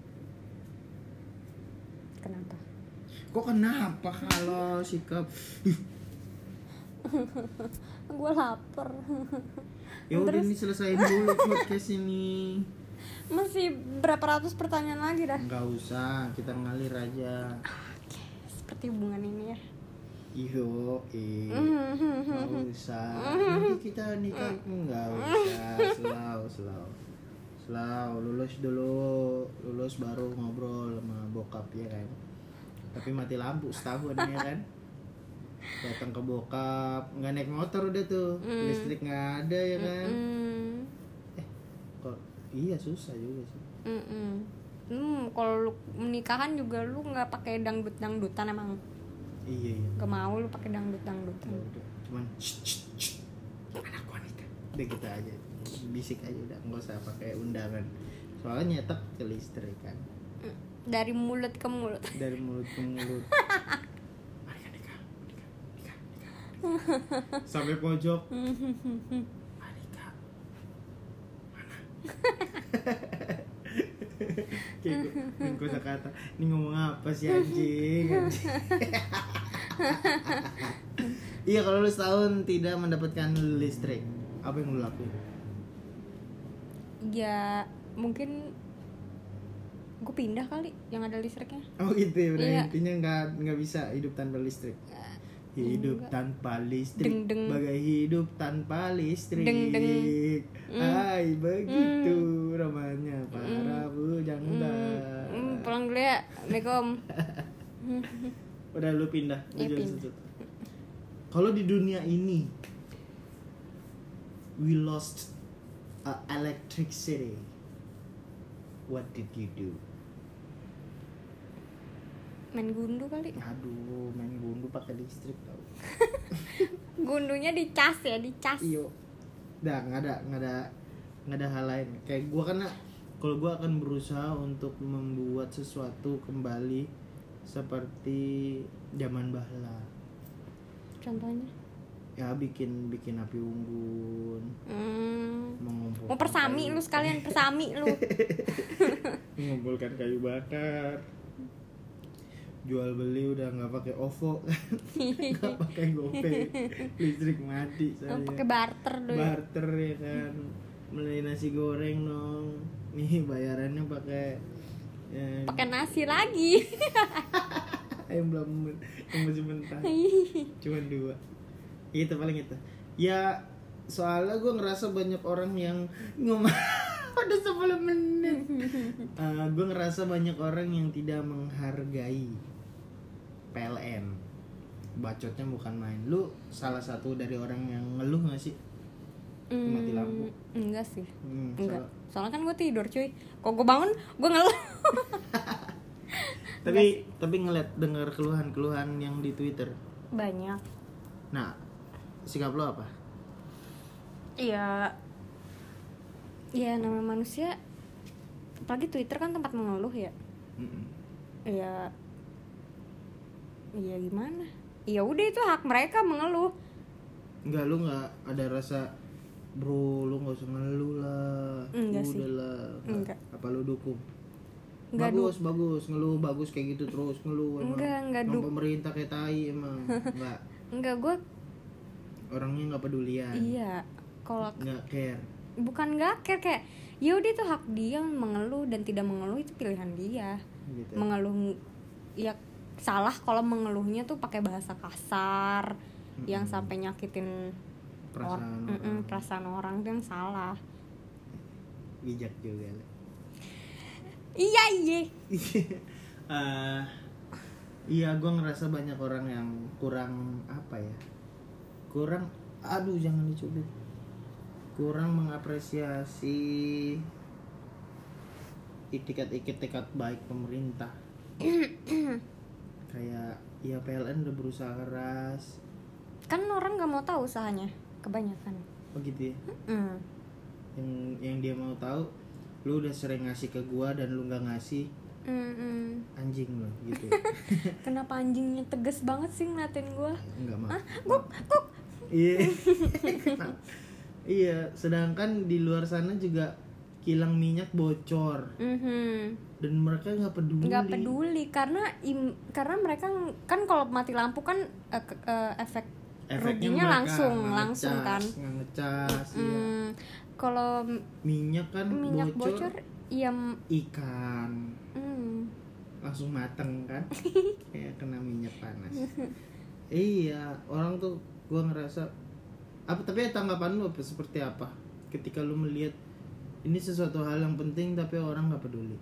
Kenapa? Kok kenapa kalau sikap? Gue lapar. Ya udah nih selesain dulu podcast ini. Masih berapa ratus pertanyaan lagi dah? Nggak usah, kita ngalir aja. Seperti hubungan ini ya. Nggak usah. Nanti kita nikah. Nggak usah. Slow. Lulus baru ngobrol sama bokap ya kan. Tapi mati lampu setahun ya kan. Datang ke bokap, nggak naik motor udah tuh, listrik nggak ada ya kan. Kok iya susah juga sih. Kalau lu menikahan juga lu nggak pakai dangdutan emang? Iya. Gak mau lu pakai dangdutan. Udah. Cuman anak wanita. Udah kita aja. Bisik aja udah, nggak usah pakai undangan. Soalnya nyetak ke listrik kan. Dari mulut ke mulut. Dari mulut ke mulut. Mari nikah. Sampai pojok. Mari nikah. Mana? Kayak kosa kata. Ini ngomong apa sih anjing? Iya, kalau lu setahun tidak mendapatkan listrik, apa yang lu lakuin? Ya mungkin gue pindah kali yang ada listriknya. Oh gitu ya, udah Iya. intinya nggak bisa hidup tanpa listrik. Hidup tanpa listrik, Deng, deng. bagai hidup tanpa listrik. Deng, deng. Hai, begitu namanya para bujang dah. Pulang dulu ya, Assalamualaikum. Udah lu pindah, lu Iya, jadi pindah. sudut. Kalau di dunia ini we lost electricity, what did you do? Main gundu kali. Aduh, main gundu pakai listrik tau. Gundunya dicas ya, dicas. Iyo, dah nggak ada hal lain. Kayak gue kan, kalau gue akan berusaha untuk membuat sesuatu kembali seperti zaman bahla. Contohnya Ya bikin api unggun, mau persami lu sekalian, persami lu. mengumpulkan kayu bakar, jual beli udah nggak pakai OVO, nggak pakai GoPay, listrik mati saya. Pakai barter dulu. Barter ya kan, beli nasi goreng dong, nih bayarannya pakai Pakai nasi lagi. yang masih mentah, cuma 2. Itu paling itu. Ya soalnya gue ngerasa banyak orang yang ngomong udah 10 menit. Gue ngerasa banyak orang yang tidak menghargai PLN. Bacotnya bukan main. Lu salah satu dari orang yang ngeluh gak sih mati lampu? Enggak sih. Enggak. Salah. Soalnya kan gue tidur cuy. Kok gue bangun, gue ngeluh. Tapi ngeliat dengar keluhan-keluhan yang di Twitter. Banyak. Nah, sikap lo apa? Iya. Ya namanya manusia. Apalagi Twitter kan tempat mengeluh ya. Ya. Iya gimana? Ya udah itu hak mereka mengeluh. Enggak, lu nggak ada rasa bro, lu nggak usah ngeluh lah. Enggak sih. Udahlah. Enggak. Apa lu dukung? Enggak Bagus ngeluh bagus kayak gitu terus ngeluh emang. Enggak Emang pemerintah kayak tai emang. Enggak, gue Orangnya nggak pedulian. iya. Kalau Nggak care. bukan nggak care, kayak ya udah itu hak dia mengeluh dan tidak mengeluh, itu pilihan dia. Gitu. Mengeluh ya salah kalau mengeluhnya tuh pakai bahasa kasar yang sampai nyakitin perasaan orang itu yang salah. Bijak juga lah. Iya. Iya, gue ngerasa banyak orang yang kurang apa ya? Jangan dicubit. Kurang mengapresiasi itikat baik pemerintah. Kayak ya PLN udah berusaha keras. Kan orang nggak mau tahu usahanya kebanyakan. Begitu ya. Yang dia mau tahu, lu udah sering ngasih ke gua dan lu nggak ngasih, anjing lo gitu. Kenapa anjingnya tegas banget sih ngeliatin gue? Enggak mau. Kuk. Iya. Iya, sedangkan di luar sana juga kilang minyak bocor dan mereka nggak peduli. karena mereka kan kalau mati lampu kan efeknya Efeknya langsung kan. ngecas. Iya. Kalau Minyak kan bocor ya ikan langsung mateng kan, kayak kena minyak panas. Iya, orang tuh gua ngerasa tapi tanggapan lu seperti apa ketika lu melihat ini sesuatu hal yang penting tapi orang nggak peduli?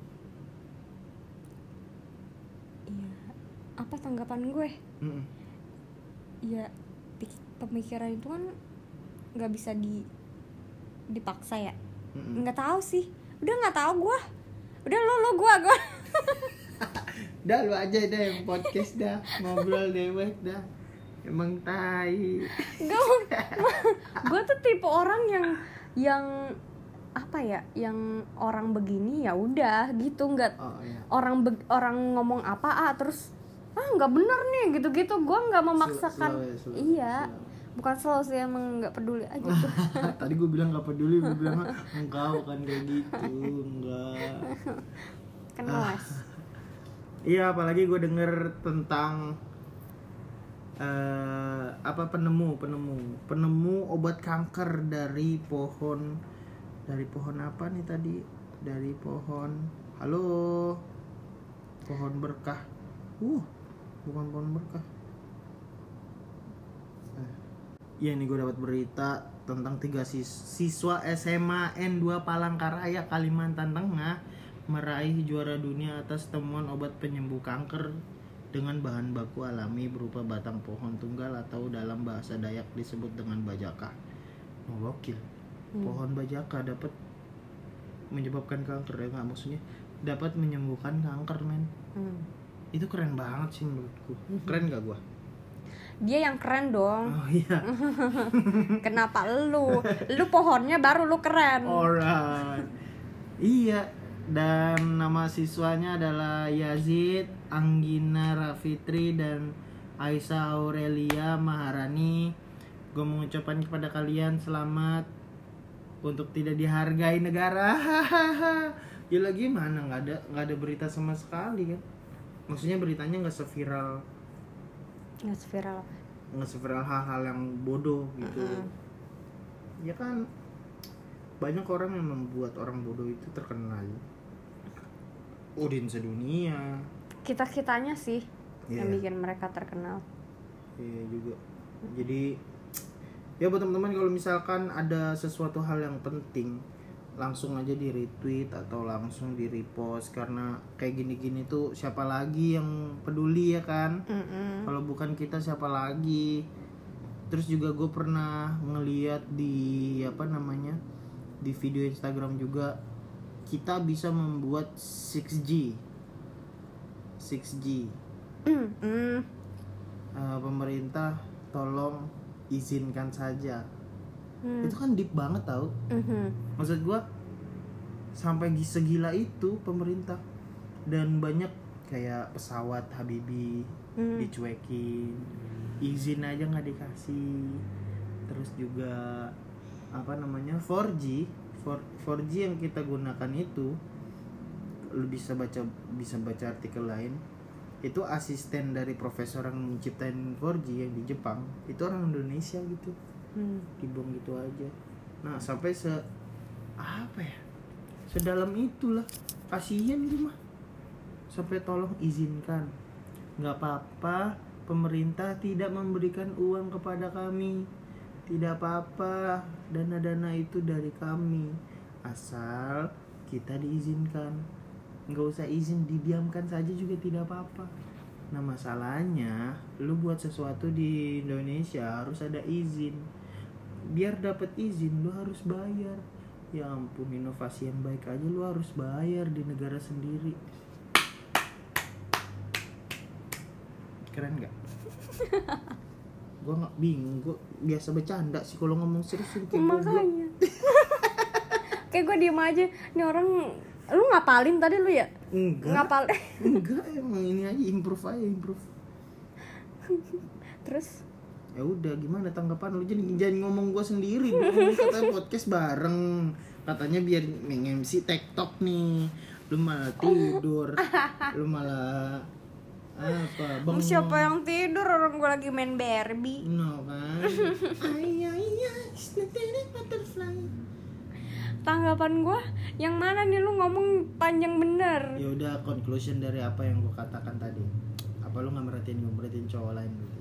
Iya, apa tanggapan gue? Ya pemikiran itu kan nggak bisa dipaksa ya. Nggak tahu sih, udah nggak tahu gue. Udah lo gue Dah lu aja deh yang podcast dah, ngobrol dewek dah. Emang tai. Gue tuh tipe orang yang apa ya, yang orang begini ya udah gitu, nggak iya. orang ngomong apa terus nggak bener nih gitu-gitu. Gue nggak memaksakan. Iya, bukan selalu sih, emang nggak peduli aja tuh. Tadi gue bilang nggak peduli, gue bilang engkau kan kayak gitu, enggak. kan ngeles. Iya, apalagi gue denger tentang penemu obat kanker dari pohon apa nih tadi? Dari pohon berkah. Bukan pohon berkah. Iya, nih gue dapat berita tentang 3 siswa SMA N2 Palangkaraya, Kalimantan Tengah meraih juara dunia atas temuan obat penyembuh kanker dengan bahan baku alami berupa batang pohon tunggal atau dalam bahasa Dayak disebut dengan bajaka. Gokil. Pohon bajaka dapat menyebabkan kanker, ya nggak, maksudnya dapat menyembuhkan kanker, men. Itu keren banget sih menurutku. Keren gak gua? Dia yang keren dong. Oh iya. Kenapa lu pohonnya baru lu keren. Alright. Iya. Dan nama siswanya adalah Yazid Anggina Rafitri dan Aisyah Aurelia Maharani. Gue mengucapkan kepada kalian selamat untuk tidak dihargai negara. Ya lagi mana, nggak ada berita sama sekali kan. Maksudnya beritanya nggak seviral hal-hal yang bodoh gitu. Ya kan banyak orang yang membuat orang bodoh itu terkenal. Udin sedunia. Kitanya sih yang Yeah. bikin mereka terkenal. Iya juga. Jadi ya buat teman-teman, kalau misalkan ada sesuatu hal yang penting, langsung aja di retweet atau langsung di repost, karena kayak gini-gini tuh siapa lagi yang peduli ya kan? Kalau bukan kita siapa lagi? Terus juga gue pernah ngeliat di di video Instagram juga, kita bisa membuat 6G. Pemerintah tolong izinkan saja. Itu kan deep banget tau. Maksud gue sampai segila itu pemerintah, dan banyak kayak pesawat Habibie dicuekin, izin aja nggak dikasih. Terus juga 4G yang kita gunakan itu, lu bisa baca artikel lain, itu asisten dari profesor yang menciptain 4G yang di Jepang, itu orang Indonesia gitu. Dibuang gitu aja. Nah, sampai sedalam itulah, kasihan itu mah. Sampai tolong izinkan. Nggak apa-apa pemerintah tidak memberikan uang kepada kami, tidak apa-apa, dana-dana itu dari kami, asal kita diizinkan. Nggak usah izin, didiamkan saja juga tidak apa-apa. Nah masalahnya, lu buat sesuatu di Indonesia harus ada izin. Biar dapat izin lu harus bayar. Ya ampun, inovasi yang baik aja lu harus bayar di negara sendiri. Keren gak? Gue gak bingung, gue biasa bercanda sih kalau ngomong serius kayak Makanya kayak gue diem aja. Ini orang, lu ngapalin tadi lu ya? Enggak emang ini aja improve. Terus Ya udah, gimana tanggapan lu? Jangan ngomong gue sendiri dong. Katanya podcast bareng, katanya biar nge-MC TikTok nih, lu malah tidur, lu malah bengong. siapa yang tidur, orang gue lagi main Barbie. No kan? Butterfly. Tanggapan gue yang mana nih, lu ngomong panjang bener. Ya udah, conclusion dari apa yang gue katakan tadi. Apa lu nggak merhatiin cowok lain gitu?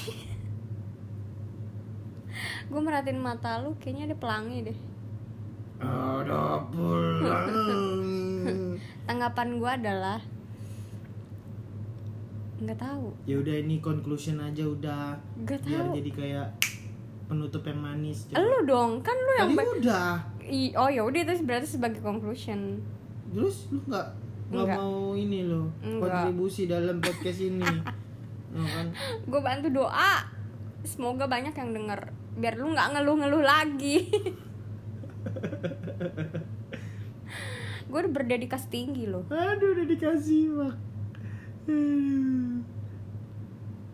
Gue merhatiin mata lu, kayaknya ada pelangi deh. Ada pelangi. Tanggapan gue adalah nggak tahu. Ya udah, ini conclusion aja udah. Nggak Biar tahu. jadi kayak penutup yang manis. Coba. Lu dong, kan lu yang Tadi udah. Oh ya udah, itu berarti sebagai conclusion. Terus lu nggak Enggak. mau ini lo Enggak. kontribusi dalam podcast ini? No, kan? Gue bantu doa, semoga banyak yang denger, biar lu nggak ngeluh-ngeluh lagi. Gue udah berdedikasi tinggi loh. Aduh, udah dikasih mak.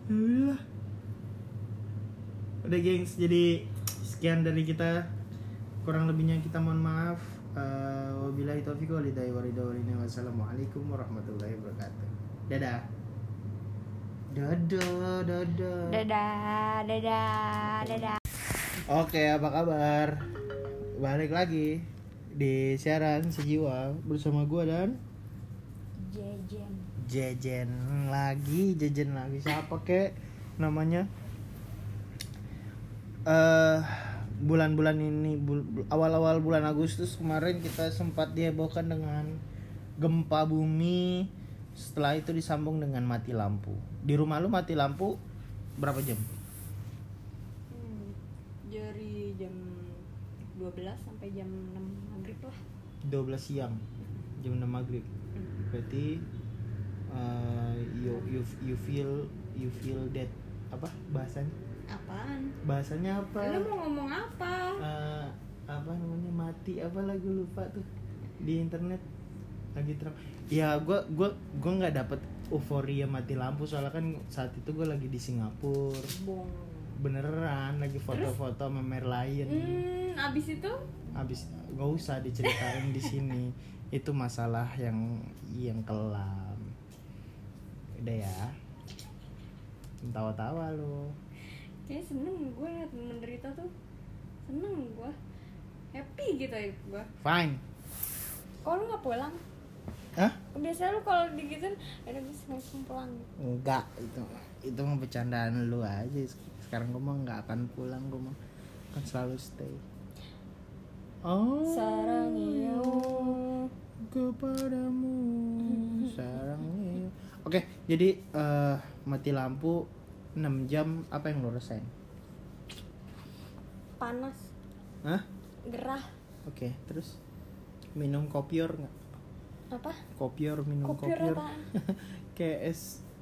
Udah gengs, jadi sekian dari kita. Kurang lebihnya kita mohon maaf. Wabillahi taufiq wal hidayah. Wassalamualaikum warahmatullahi wabarakatuh. Dadah. Dadah, dadah. Dadah, dadah, dadah. Oke, apa kabar? Balik lagi di siaran sejiwa bersama gua dan Jejen lagi siapa kek namanya? Bulan-bulan ini awal-awal bulan Agustus kemarin kita sempat dihebohkan dengan gempa bumi. Setelah itu disambung dengan mati lampu. Di rumah lu mati lampu berapa jam? Dari jam 12 sampai jam 6 maghrib lah. 12 siang jam 6 maghrib. Berarti you feel that apa bahasanya? Apaan? Bahasanya apa? Lu mau ngomong apa? Apa namanya mati apa lagu lupa tuh di internet lagi terang. Ya gue nggak dapet euforia mati lampu soalnya kan saat itu gue lagi di Singapura. Bong. Beneran lagi foto-foto sama Merlion. Abis itu? Abis gak usah diceritain di sini. Itu masalah yang kelam. Udah ya. Tawa-tawa lo. Kayaknya seneng gue liat menderita tuh. Seneng gue. Happy gitu ya gue. Fine. Kok lu gak pulang? Hah? Biasanya lu kalau digituin ada bisa langsung pulang. Enggak, itu mah bercandaan lu aja. Sekarang gue mah nggak akan pulang, gue mah akan selalu stay. Oh, Sarang iyo kepadamu sarang iyo. Oke, jadi mati lampu 6 jam apa yang lo rasain? panas, Hah? gerah. Oke, terus minum kopior nggak? Apa? Minum Kopior kopior. apaan? kayak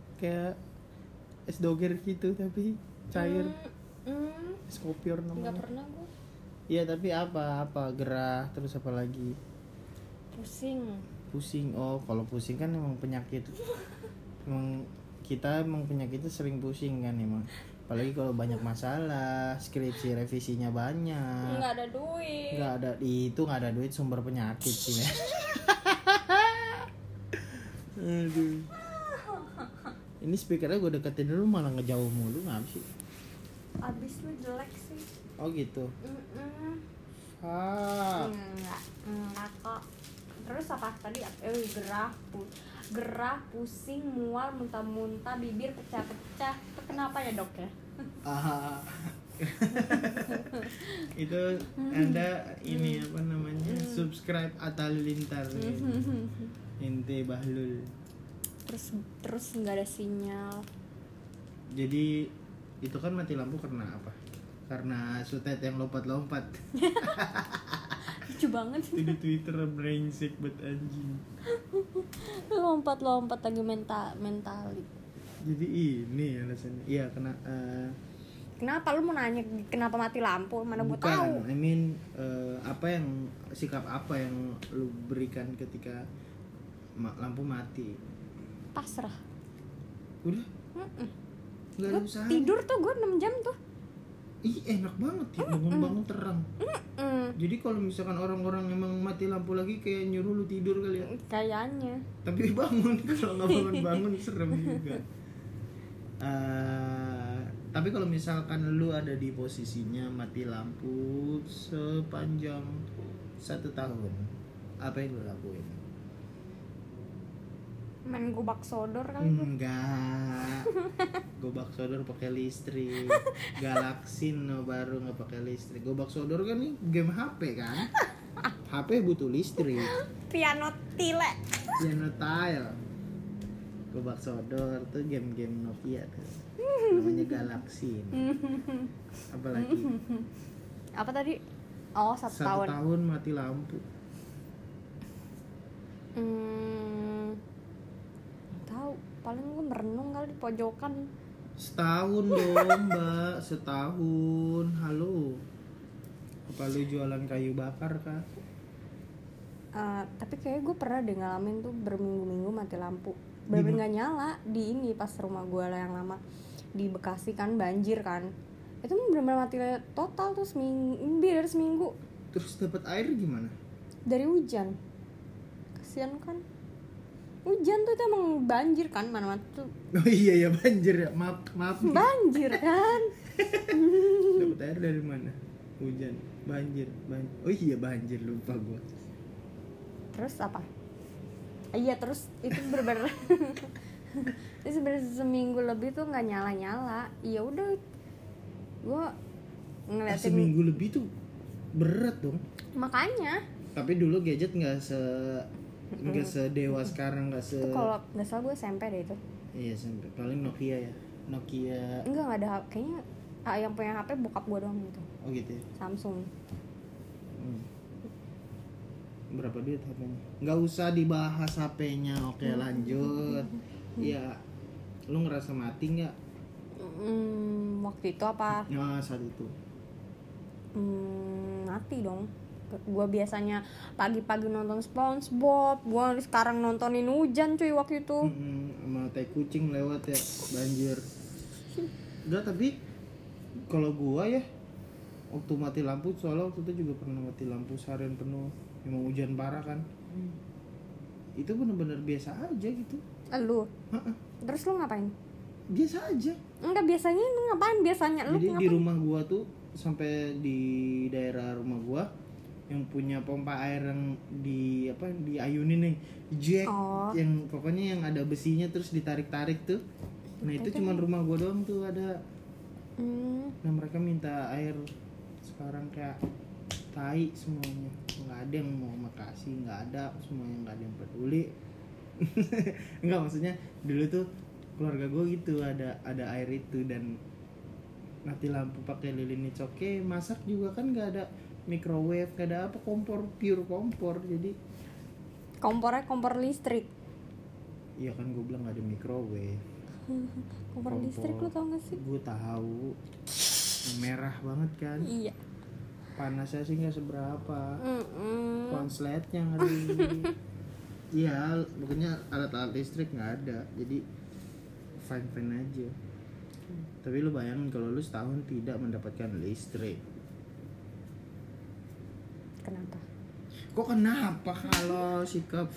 es doger gitu tapi cair. Es kopior namanya. Nggak pernah gue. Iya, tapi apa gerah terus apa lagi? Pusing. Oh, kalau pusing kan emang penyakit. Kita penyakitnya sering pusing kan emang. Apalagi kalau banyak masalah, skripsi revisinya banyak. Nggak ada duit. Nggak ada duit sumber penyakit sih. Aduh. Ini speakernya gue deketin dulu malah ngejauh mulu, ngapa sih? Abis lu jelek sih. Oh gitu. Enggak kok. Terus apa tadi? Gerah, pusing, mual, muntah-muntah, bibir pecah-pecah. Itu kenapa ya dok ya? Itu Anda ini apa namanya? Subscribe Atta Halilintar. Ente Bahlul. Terus nggak ada sinyal. Jadi itu kan mati lampu karena apa? Karena Sutet yang lompat-lompat. Lucu banget sih. Itu di Twitter brengsek banget anjing. Lompat lagi mentali. Jadi ini alasannya. Iya, Kenapa lu mau nanya kenapa mati lampu? Mana gue tahu. Bukan, I mean sikap apa yang lu berikan ketika lampu mati? Pasrah. Udah? Nggak ada usaha. Tidur tuh gue 6 jam tuh. Ih, enak banget ya bangun-bangun terang. Jadi kalau misalkan orang-orang emang mati lampu lagi kayak nyuruh lu tidur kali ya. Kayaknya. Tapi bangun, kalau nggak bangun serem juga. Tapi kalau misalkan lu ada di posisinya mati lampu sepanjang 1 tahun, apa yang lu lakuin? Main gobak sodor kali gue. Enggak. Gobak sodor pakai listrik. Galaksin baru nggak pakai listrik. Gobak sodor kan nih game HP kan. HP butuh listrik. Piano tile. Piano tile. Gobak sodor tuh game-game Nokia tuh. Namanya Galaksin. Apalagi? Apa tadi? Oh, 1 tahun. 1 tahun mati lampu. Tahu, paling gue merenung kali di pojokan. Setahun dong mbak, setahun. Halo, apa lu jualan kayu bakar kah? Tapi kayak gue pernah deh ngalamin tuh berminggu-minggu mati lampu. Bener-bener nggak nyala di ini pas rumah gue lah yang lama di Bekasi kan banjir kan. Itu bener-bener mati total tuh seminggu. Terus dapat air gimana? Dari hujan. Kasian kan. Hujan tuh emang banjir kan mana-mana tuh. Oh iya ya, banjir ya. Maaf. Banjir kan. Dapat air dari mana? Hujan, banjir. Oh iya, banjir, lupa gua. Terus apa? Iya, terus itu bener-bener itu seminggu lebih tuh nggak nyala. Iya udah, gua ngeliatin. Seminggu lebih tuh berat dong. Makanya Tapi dulu gadget nggak sedewa sekarang, nggak se. itu kalau nggak salah gue SMP deh itu. Iya, sampai paling Nokia ya. Enggak ada kayaknya yang punya HP bokap gue doang gitu. Oh gitu ya. Samsung. Berapa duit HP-nya? Nggak usah dibahas HP-nya. Oke, lanjut. Iya. Lu ngerasa mati nggak? Waktu itu apa? Ya, saat itu. Mati dong. Gue biasanya pagi-pagi nonton SpongeBob, gue sekarang nontonin hujan cuy waktu itu. Sama tai kucing lewat ya, banjir. Udah, tapi kalau gua ya waktu mati lampu, soalnya waktu itu juga pernah mati lampu seharian penuh, emang hujan parah kan. Itu bener-bener biasa aja gitu. Lu? Terus lu ngapain? Biasa aja. Enggak, biasanya lu ngapain? Biasanya lu Jadi ngapain? di rumah gua tuh, sampai di daerah rumah gua yang punya pompa air yang diayunin nih, jack, yang pokoknya yang ada besinya terus ditarik-tarik tuh. Nah itu cuma rumah gua doang tuh ada. Nah mereka minta air sekarang kayak tai semuanya, nggak ada yang mau makasih, nggak ada, semuanya nggak ada yang peduli. Nggak, maksudnya dulu tuh keluarga gue gitu, ada air itu, dan mati lampu pakai lilin coke, masak juga kan nggak ada microwave, nggak ada apa, pure kompor. Jadi Kompornya kompor listrik. iya kan gue bilang nggak ada microwave. Kompor listrik lu tau gak sih? Gue tahu, merah banget kan. Iya. Panasnya sih nggak seberapa. Konsletnya ngeri. Iya, pokoknya alat-alat listrik nggak ada, jadi fine aja. Tapi lu bayangin kalau lu setahun tidak mendapatkan listrik. Kenapa? Kok kenapa kalau sikap?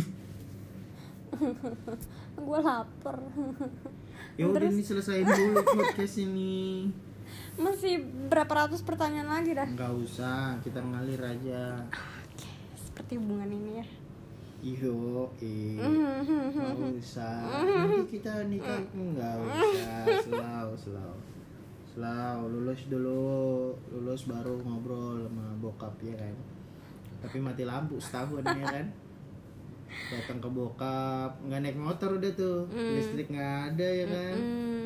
Gue lapar. Ya udah, ini selesaiin dulu podcast ini. Masih berapa ratus pertanyaan lagi dah? Nggak usah, kita ngalir aja. Seperti hubungan ini ya. Nggak usah. Nanti kita nikah. Nggak usah. Slow. Lulus baru ngobrol sama bokap ya kan. Tapi mati lampu setahun ya kan. Datang ke bokap, nggak naik motor udah tuh, listrik nggak ada ya kan.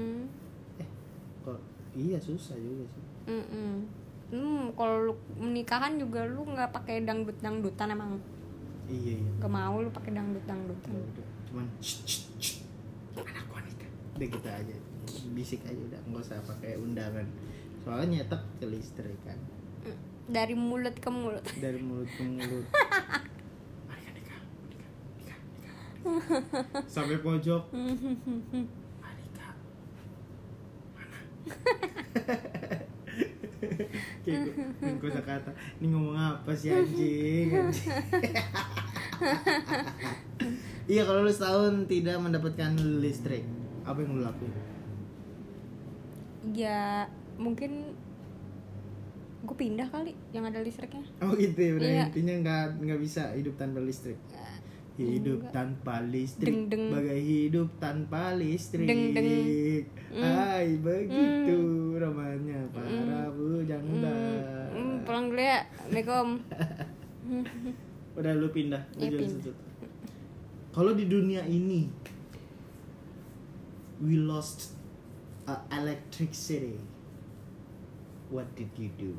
Kok iya susah juga sih. Kalau lu menikahan juga lu nggak pakai dangdutan emang? Iya. Gak mau lu pakai dangdutan. Ya udah, cuman anak wanita. Udah gitu aja, bisik aja udah, nggak usah pakai undangan. Soalnya nyetek ke listrik kan. Dari mulut ke mulut. Dari mulut ke mulut. Nikah. Sampai pojok. Nikah. Mana? Kayak gue kata, ini ngomong apa sih anjing? Iya, kalau lu setahun tidak mendapatkan listrik, apa yang lu lakuin? Ya mungkin gue pindah kali yang ada listriknya. Oh gitu ya, udah. Iya. Intinya nggak bisa hidup tanpa listrik. Hidup tanpa listrik, Deng. bagai hidup tanpa listrik. Deng. Hai, begitu namanya para bujangga. Pulang dulu ya, Assalamualaikum. Udah, lu pindah. Lu Iya, jual pindah. satu. Kalau di dunia ini we lost electricity, what did you do?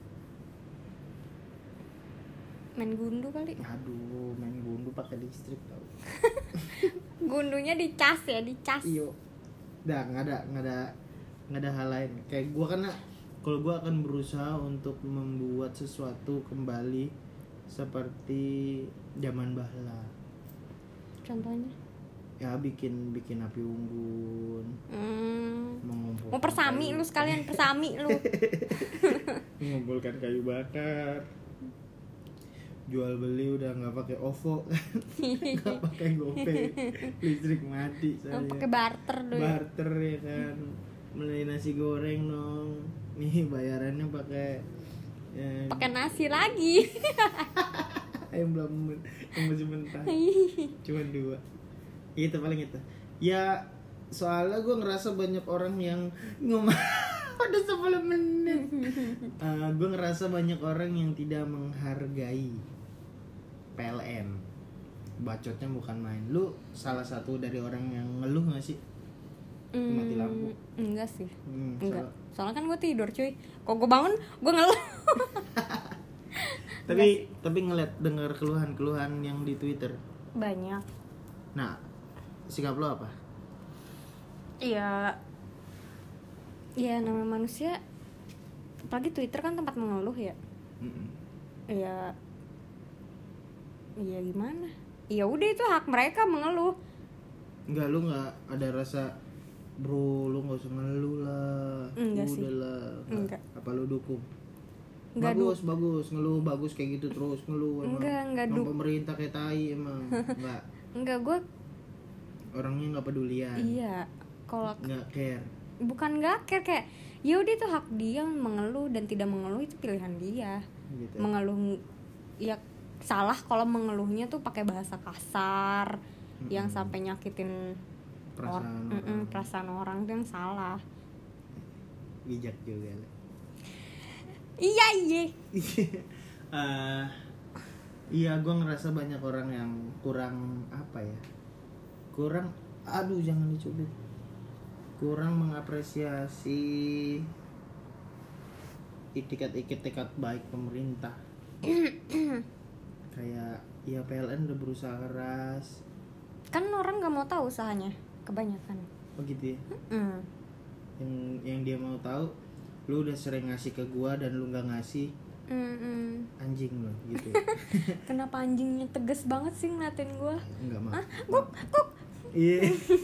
Main gundu kali. Aduh, main gundu pakai listrik tau. Gundunya dicas ya, dicas. Iyo. Udah, nggak ada hal lain. Kayak gue kan, kalau gue akan berusaha untuk membuat sesuatu kembali seperti zaman bahla. Contohnya? Ya bikin api unggun. Mau persami lu sekalian, persami lu. Mengumpulkan kayu bakar. jual beli udah nggak pakai OVO nggak pakai GoPay, listrik mati saya pakai barter dulu. barter ya kan, beli nasi goreng dong, nih bayarannya pakai Pakai nasi lagi. yang belum yang masih mentah cuma 2 itu paling itu ya. Soalnya gue ngerasa banyak orang yang ngomong udah 10 menit. Gue ngerasa banyak orang yang tidak menghargai PLN. Bacotnya bukan main. Lu salah satu dari orang yang ngeluh gak sih mati lampu? Enggak sih. Enggak. Salah. Soalnya kan gue tidur cuy. Kok gue bangun gue ngeluh. Tapi ngeliat dengar keluhan-keluhan yang di Twitter. Banyak. Nah, sikap lu apa? Iya. Ya namanya manusia. Apalagi Twitter kan tempat mengeluh ya. Iya. Iya gimana? Ya udah itu hak mereka mengeluh. Enggak, lu nggak ada rasa bro lu nggak usah ngeluh lah. Enggak sih. Udahlah. Enggak. Apa lu dukung? Enggak bagus ngeluh bagus kayak gitu terus ngeluh emang. Enggak Emang pemerintah kayak tai emang. Enggak gue. Orangnya nggak pedulian. Iya. Kalau Nggak care. bukan nggak care, kayak ya udah itu hak dia mengeluh dan tidak mengeluh itu pilihan dia. Gitu. Mengeluh ya salah kalau mengeluhnya tuh pakai bahasa kasar yang sampai nyakitin perasaan orang itu yang salah. Bijak juga lah. Iya. Iya, gue ngerasa banyak orang yang kurang apa ya? Jangan dicubit. Kurang mengapresiasi itikat baik pemerintah. Kayak ya PLN udah berusaha keras. Kan orang nggak mau tahu usahanya kebanyakan. Begitu ya. Yang dia mau tahu, lu udah sering ngasih ke gua dan lu nggak ngasih, anjing lo gitu. Kenapa anjingnya tegas banget sih ngeliatin gue? Enggak mau. Kok Iya.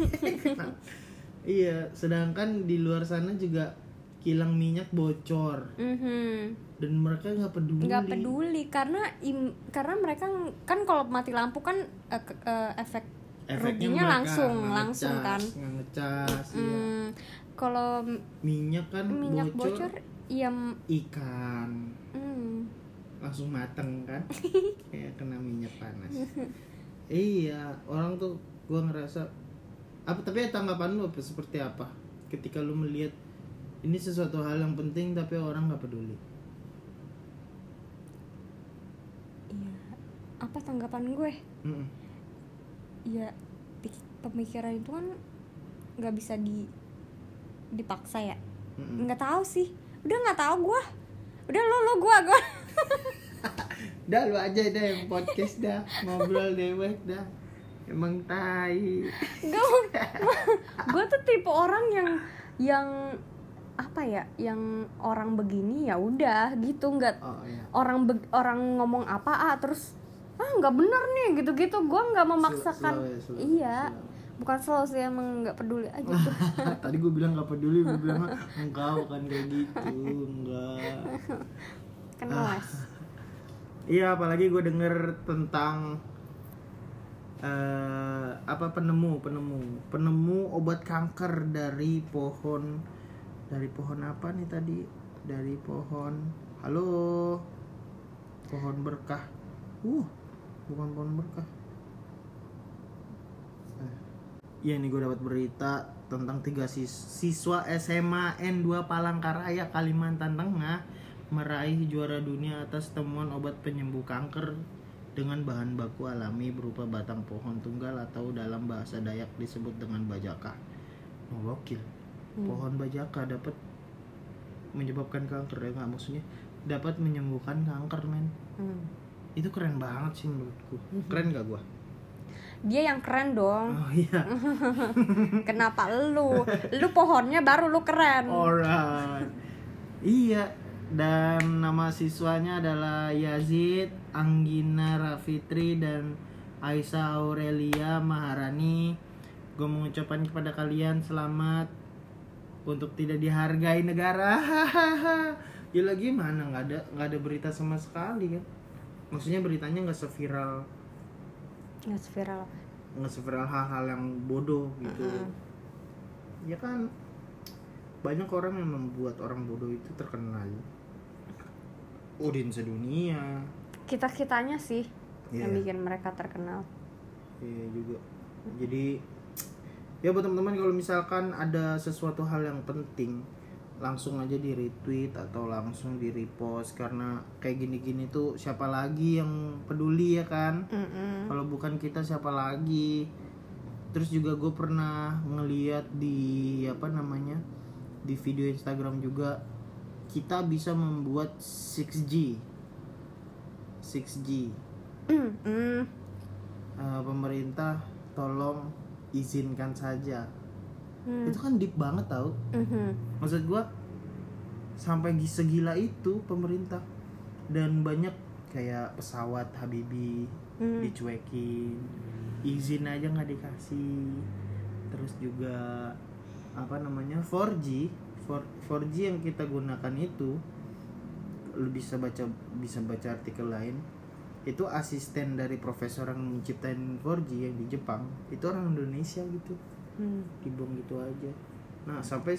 Iya, sedangkan di luar sana juga kilang minyak bocor dan mereka nggak peduli. karena mereka kan kalau mati lampu kan efek ruginya langsung kan ngecas. Iya. Kalau minyak kan bocor ya ikan langsung mateng kan kayak kena minyak panas. Iya, orang tuh gua ngerasa tapi tanggapan lu seperti apa ketika lu melihat ini sesuatu hal yang penting tapi orang nggak peduli? Iya, apa tanggapan gue? Ya pemikiran itu kan nggak bisa dipaksa ya. Nggak tahu sih, udah nggak tahu gue. Udah lo gue. Dah lu aja dah yang podcast dah ngobrol dewek dah. Emang tai. Gue tuh tipe orang yang apa ya, yang orang begini ya udah gitu, nggak orang ngomong apa terus nggak bener nih gitu gue nggak memaksakan. Iya, bukan slow sih, emang nggak peduli aja tuh. Tadi gue bilang nggak peduli, gue bilang enggak bukan kayak gitu, enggak. Kan mas. Iya, apalagi gue denger tentang penemu obat kanker dari pohon apa nih tadi? Dari pohon berkah. Bukan pohon berkah. Iya nih, gue dapat berita tentang 3 siswa SMA N2 Palangkaraya Kalimantan Tengah meraih juara dunia atas temuan obat penyembuh kanker dengan bahan baku alami berupa batang pohon tunggal atau dalam bahasa Dayak disebut dengan bajaka. Gokil. Pohon bajaka dapat menyebabkan kanker ya, nggak, maksudnya dapat menyembuhkan kanker, men. Itu keren banget sih menurutku. Keren gak gua? Dia yang keren dong. Oh iya. Kenapa lu pohonnya baru lu keren. Alright. Iya. Dan nama siswanya adalah Yazid Anggina Rafitri dan Aisyah Aurelia Maharani. Gue mengucapkan kepada kalian selamat untuk tidak dihargai negara. Ya lagi mana nggak ada berita sama sekali kan. maksudnya beritanya nggak seviral hal-hal yang bodoh gitu. Ya kan banyak orang yang membuat orang bodoh itu terkenal. Audiens sedunia. Kita-kitanya sih Iya. yang bikin mereka terkenal. Iya juga. Jadi ya buat teman-teman kalau misalkan ada sesuatu hal yang penting langsung aja di retweet atau langsung di repost, karena kayak gini-gini tuh siapa lagi yang peduli ya kan? Kalau bukan kita siapa lagi? Terus juga gue pernah ngeliat di di video Instagram juga, kita bisa membuat 6G. Pemerintah tolong izinkan saja. Itu kan deep banget tau. Maksud gue sampai segila itu pemerintah, dan banyak kayak pesawat Habibie dicuekin, izin aja nggak dikasih. Terus juga 4G yang kita gunakan itu, lu bisa baca artikel lain, itu asisten dari profesor yang menciptain 4G yang di Jepang, itu orang Indonesia gitu. Dibuang gitu aja. Nah sampai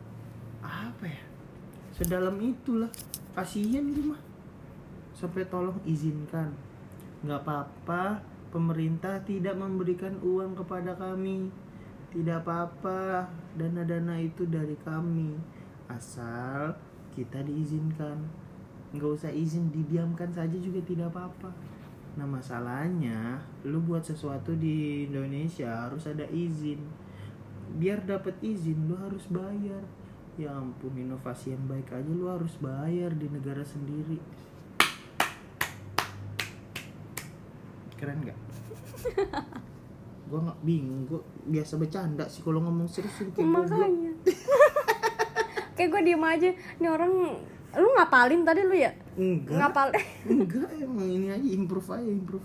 sedalam itulah, kasihan gitu mah. Sampai tolong izinkan, nggak apa-apa pemerintah tidak memberikan uang kepada kami, tidak apa-apa, dana-dana itu dari kami, asal kita diizinkan. Nggak usah izin, didiamkan saja juga tidak apa-apa. Nah masalahnya lu buat sesuatu di Indonesia harus ada izin. Biar dapat izin lu harus bayar. Ya ampun, inovasi yang baik aja lu harus bayar di negara sendiri. Keren gak? Gue gak bingung, gue biasa bercanda sih kalau ngomong serius kayak Makanya kayak gue diem aja. Nih orang, lu ngapalin tadi lu ya? Enggak emang ini aja improve.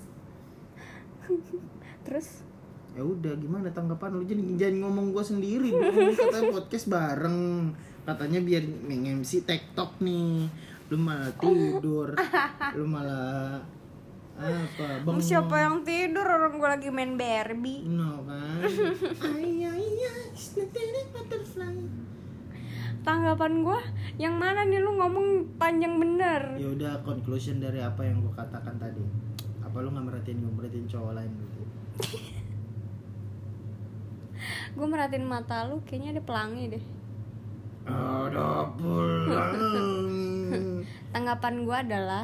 Terus ya udah, gimana tanggapan lu? Jangan ngomong gue sendiri dong. Katanya podcast bareng, katanya biar nge-MC TikTok nih, lu malah tidur, lu malah bengong. Siapa yang tidur, orang gue lagi main Barbie. No kan. Butterfly. Tanggapan gue yang mana nih, lu ngomong panjang bener. Ya udah, conclusion dari apa yang gue katakan tadi. Apa lu nggak merhatiin cowok lain gitu? Gue merhatiin mata lu, kayaknya ada pelangi deh. Ada pelangi. Tanggapan gue adalah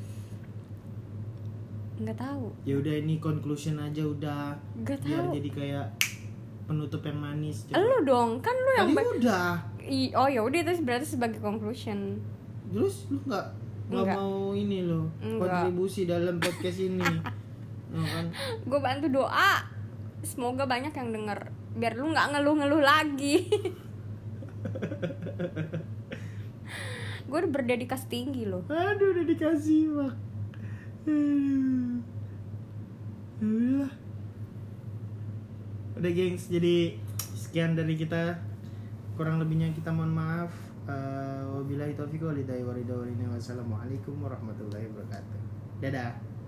nggak tahu. Ya udah, ini conclusion aja udah. Nggak Biar tahu. jadi kayak penutup yang manis. Coba. Lu dong, kan lu yang Tadi udah. Oh ya udah, itu berarti sebagai conclusion. Terus lu nggak Enggak. mau ini lo Enggak. kontribusi dalam podcast ini? No, kan? Gue bantu doa, semoga banyak yang denger, biar lu nggak ngeluh-ngeluh lagi. Gue udah berdedikasi tinggi loh. Aduh, udah dikasih mak. Aduh. Udah gengs, jadi sekian dari kita. Kurang lebihnya kita mohon maaf. Wabillahi taufiq wal hidayah. Wassalamualaikum warahmatullahi wabarakatuh. Dadah.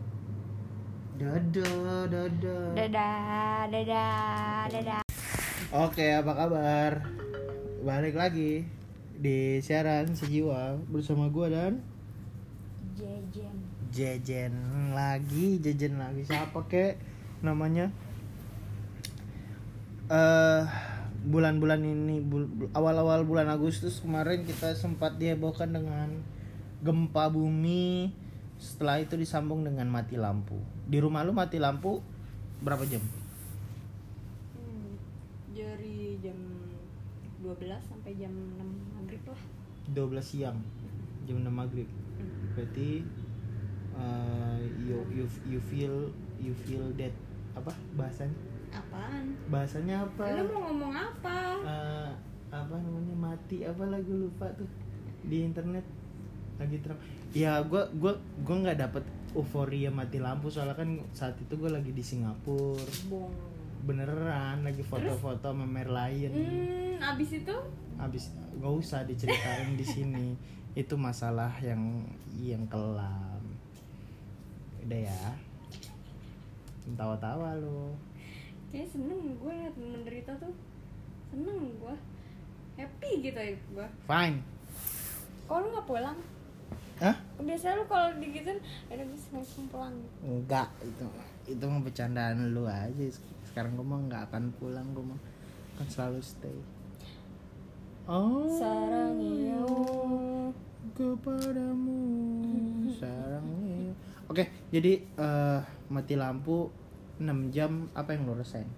Dadah. Oke, apa kabar? Balik lagi di siaran sejiwa bersama gua dan Jejen lagi. Siapa kek namanya? Bulan-bulan ini, awal-awal bulan Agustus kemarin kita sempat dihebohkan dengan gempa bumi. Setelah itu disambung dengan mati lampu. Di rumah lu mati lampu berapa jam? Dari jam 12 sampai jam 6 maghrib lah. 12 siang, jam 6 maghrib. Berarti you feel that, apa bahasanya? Apaan? Bahasanya apa? Lu mau ngomong apa? Apa namanya, mati apa, lagu lupa tuh di internet lagi terang. Ya gue nggak dapet euforia mati lampu, soalnya kan saat itu gue lagi di Singapura. Beneran lagi foto-foto sama Merlion. Abis itu? Abis nggak usah diceritain di sini. Itu masalah yang kelam. Udah ya. Tawa-tawa lu. Kayaknya seneng gue liat menderita tuh, seneng gue, happy gitu ya gue. Fine. Kok lu nggak pulang? Hah? Biasanya lu kalau digituin ada bisa langsung pulang. Enggak, itu mah bercandaan lu aja. Sekarang gue mah nggak akan pulang, gue mah akan selalu stay. Oh, Sarang iyo. kepadamu sarang iyo. Oke, jadi mati lampu 6 jam, apa yang lo rasain?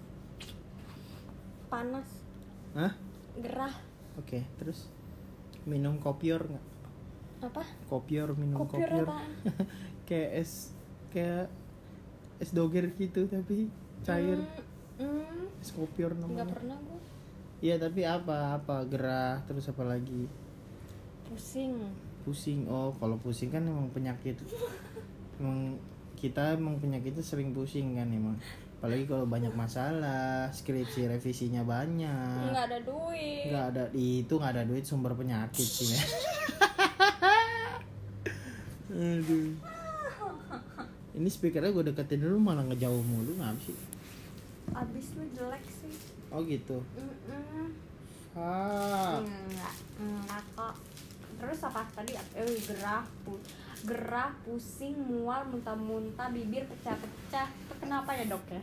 Panas, Hah? gerah. Oke, terus minum kopior nggak? Apa? Kopior, minum Kopior kopior. apaan? kayak es doger gitu tapi cair. Es kopior Nggak namanya. pernah gue. Iya, tapi apa gerah, terus apa lagi? Pusing. Oh, kalau pusing kan emang penyakit. Emang kita penyakitnya sering pusing kan emang. Apalagi kalau banyak masalah, skripsi revisinya banyak. Nggak ada duit. Nggak ada duit sumber penyakit sih. Aduh. Ini speakernya gue deketin dulu malah ngejauh mulu, ngapa sih? Abis lu jelek sih. Oh gitu. Enggak kok. Terus apa tadi? Gerah, pusing, mual, muntah-muntah, bibir pecah-pecah. Itu kenapa ya, Dok ya?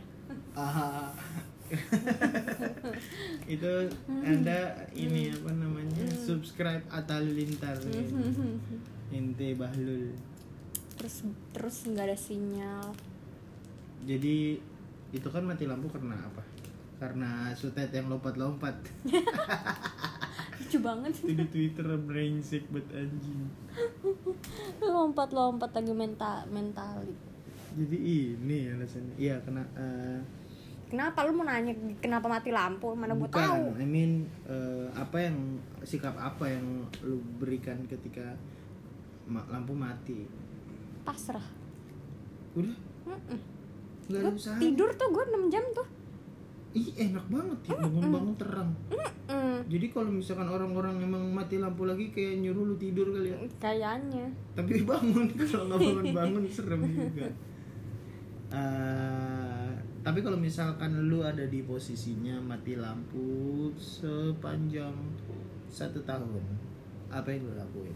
Itu Anda ini apa namanya? Subscribe Atta Halilintar. Ente Bahlul. Terus nggak ada sinyal. Jadi itu kan mati lampu karena apa? Karena Sutet yang lompat-lompat. Lucu banget. Itu di Twitter brengsek buat anjing. Lompat-lompat lagi mentali. Jadi ini alasannya. Iya, Kenapa lu mau nanya kenapa mati lampu? Mana gue tahu. I mean sikap apa yang lu berikan ketika lampu mati? Pasrah. Udah? Nggak ada Gue usaha. tidur tuh gue 6 jam tuh. Ih, enak banget ya bangun-bangun terang. Jadi kalau misalkan orang-orang emang mati lampu lagi kayak nyuruh lu tidur kali ya. Kayaknya. Tapi bangun, kalau nggak bangun-bangun serem juga. Tapi kalau misalkan lu ada di posisinya mati lampu sepanjang 1 tahun, apa yang lu lakuin?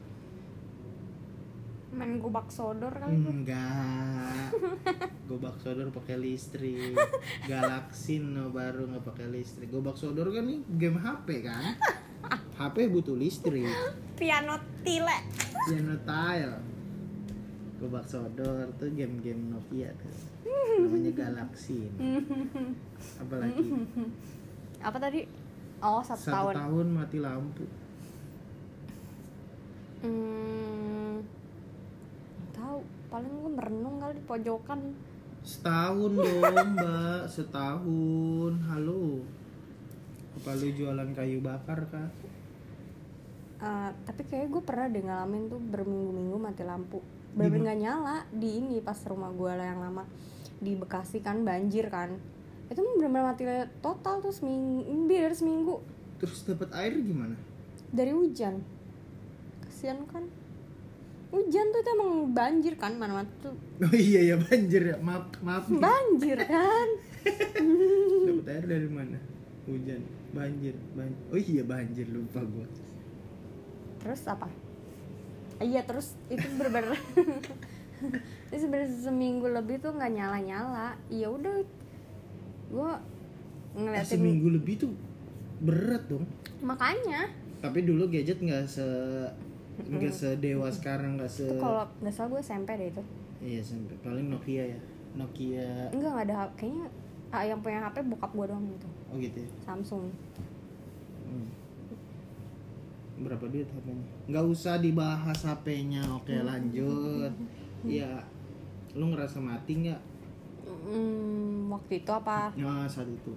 Main gobak sodor kali gue. Enggak. Gobak sodor pakai listrik. Galaksin baru nggak pakai listrik. Gobak sodor kan nih game HP kan. HP butuh listrik. Piano tile. Piano tile. Gobak sodor tuh game-game Nokia tuh. Namanya Galaksin. Apalagi? Apa tadi? Oh, 1 tahun. 1 tahun mati lampu. Tahu, paling gue merenung kali di pojokan. Setahun dong, Mbak. Setahun. Halo. Apa lu jualan kayu bakar kah? Tapi kayak gue pernah deh ngalamin tuh berminggu-minggu mati lampu. Bener-bener nggak nyala di ini pas rumah gue lah yang lama di Bekasi kan banjir kan. Itu bener-bener mati total tuh seminggu. Terus dapat air gimana? Dari hujan. Kasian kan. Hujan tuh emang banjir kan mana-mana tuh. Oh iya ya banjir ya. Maaf. Banjir kan. Dapat air dari mana? Hujan. Banjir. Oh iya banjir, lupa gua. Terus apa? Iya terus itu bener-bener itu sebenarnya seminggu lebih tuh nggak nyala. Iya udah, gue ngeliatin. Seminggu lebih tuh berat dong. Makanya. Tapi dulu gadget nggak sedewa sekarang, nggak se. Itu kalau nggak salah gue SMP deh itu. Iya SMP. Paling Nokia ya. Nokia. Enggak, nggak ada, kayaknya yang punya HP bokap gue doang gitu. Oh gitu ya. Samsung. Berapa duit HP-nya? Nggak usah dibahas HP-nya. Oke lanjut. Ya, lu ngerasa mati nggak? Waktu itu apa? Nah saat itu.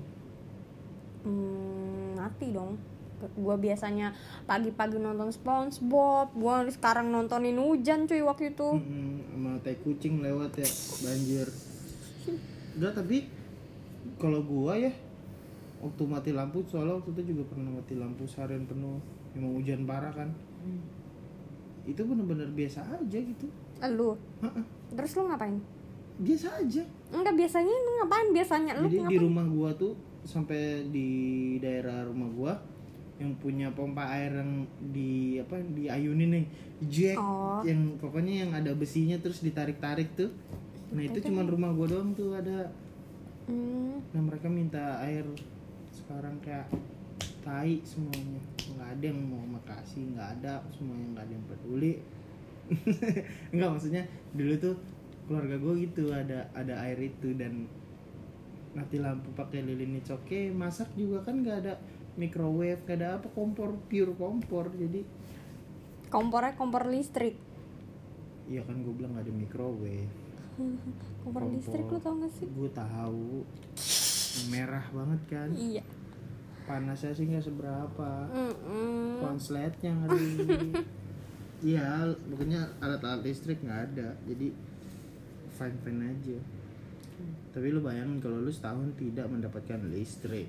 Mati dong. Gue biasanya pagi-pagi nonton SpongeBob, gue sekarang nontonin hujan cuy waktu itu. Sama tai kucing lewat ya, banjir. Enggak, tapi kalau gua ya waktu mati lampu, soalnya waktu itu juga pernah mati lampu seharian penuh, emang hujan parah kan. Itu benar-benar biasa aja gitu. Lu? Terus lu ngapain? Biasa aja. Enggak, biasanya lu ngapain? Biasanya lu Jadi di ngapain? rumah gua tuh sampai di daerah rumah gua yang punya pompa air yang diayunin nih, jack, Oh. yang pokoknya yang ada besinya terus ditarik-tarik tuh. Nah itu cuma rumah gua doang tuh ada. Nah mereka minta air sekarang kayak tai semuanya, nggak ada yang mau makasih, nggak ada, semuanya nggak ada yang peduli. Nggak, maksudnya dulu tuh keluarga gue gitu ada air itu, dan mati lampu pakai lilin it's okay, masak juga kan nggak ada microwave, nggak ada apa, kompor, pure kompor. Jadi Kompornya kompor listrik. iya kan gue bilang nggak ada microwave. Kompor listrik lu tau gak sih? Gue tahu, merah banget kan, Iya. panasnya sih nggak seberapa, konsletnya ngeri. Iya, pokoknya alat-alat listrik nggak ada, jadi fine aja. Tapi lu bayangin kalau lu setahun tidak mendapatkan listrik.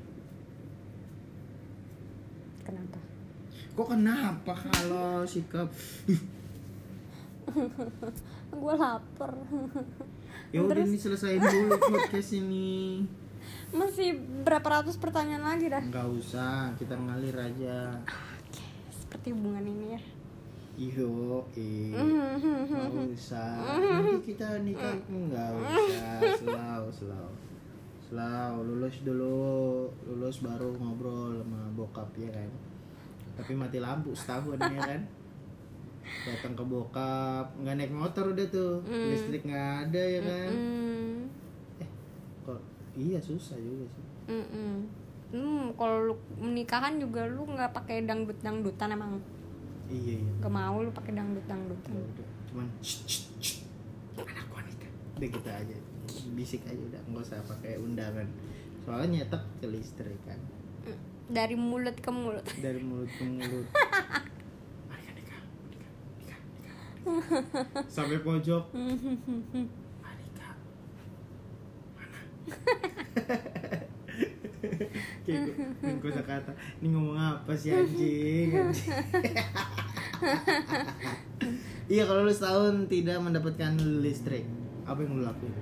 Kenapa? Kok kenapa kalau sikap Gue lapar. ya udah ini selesaiin dulu podcast ini. Masih berapa ratus pertanyaan lagi dah? Nggak usah, kita ngalir aja. Seperti hubungan ini ya. Nggak usah. Nanti kita nikah. Nggak usah. Slow. Lulus baru ngobrol sama bokap ya kan. Tapi mati lampu setahun ya kan. Datang ke bokap, nggak naik motor udah tuh, listrik nggak ada ya kan. Kok iya susah juga sih. Kalau lu menikahan juga lu nggak pakai dangdutan emang? Iya. Gak mau lu pakai dangdutan. Ya udah, cuman anak wanita. Udah kita aja, bisik aja udah, nggak usah pakai undangan. Soalnya nyetak ke listrik kan. Dari mulut ke mulut. Dari mulut ke mulut. Mari kan nikah. Sampai pojok. Mari kak. Mana? Kayak gue kata, ini ngomong apa sih anjing? Iya, kalau lu setahun tidak mendapatkan listrik, apa yang lu lakuin?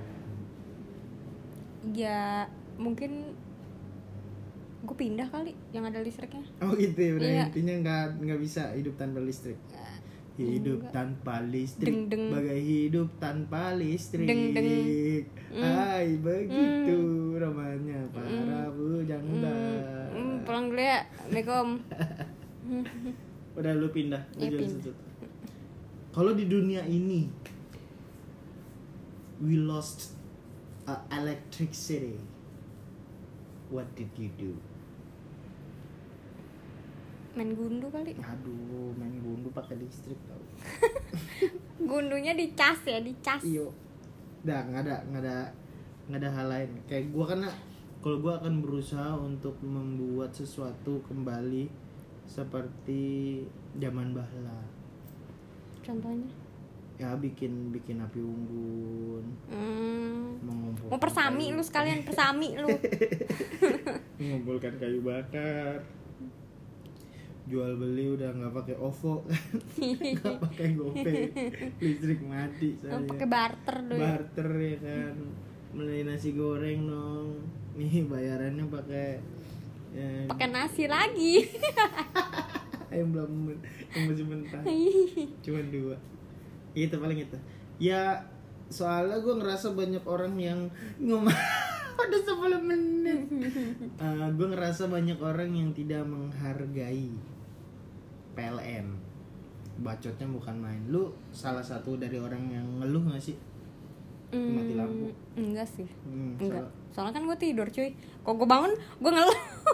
Ya mungkin gue pindah kali yang ada listriknya. Oh gitu ya, berarti Iya. intinya nggak bisa hidup tanpa listrik. Hidup tanpa listrik, Deng. bagai hidup tanpa listrik. Deng. Hai, begitu namanya para bujangda. Pulang dulu ya. Assalamualaikum. Udah lu pindah, lu Iya, jual pindah. situ. Kalau di dunia ini we lost electricity, what did you do? Main gundu kali. Aduh, main gundu pakai listrik tau. Gundunya dicas ya, dicas. Iyo. Dah, nggak ada hal lain. Kayak gua kan, kalau gua akan berusaha untuk membuat sesuatu kembali seperti zaman bahla. Contohnya? Ya bikin api unggun, mengumpulkan Mau persami kayu. lu sekalian, persami lu. Mengumpulkan kayu bakar. Jual beli udah nggak pakai OVO, nggak pakai GoPay, listrik mati saya. Pakai barter dulu. Barter ya kan, beli nasi goreng dong, nih bayarannya pakai Pakai nasi lagi. ayam belum, yang masih mentah, cuman 2. Itu paling itu. Ya soalnya gue ngerasa banyak orang yang ngomong udah 10 menit. Gue ngerasa banyak orang yang tidak menghargai PLN. Bacotnya bukan main. Lu salah satu dari orang yang ngeluh gak sih? Mati lampu. Enggak sih. Enggak. Salah. Soalnya kan gue tidur cuy. Kok gue bangun, gue ngeluh.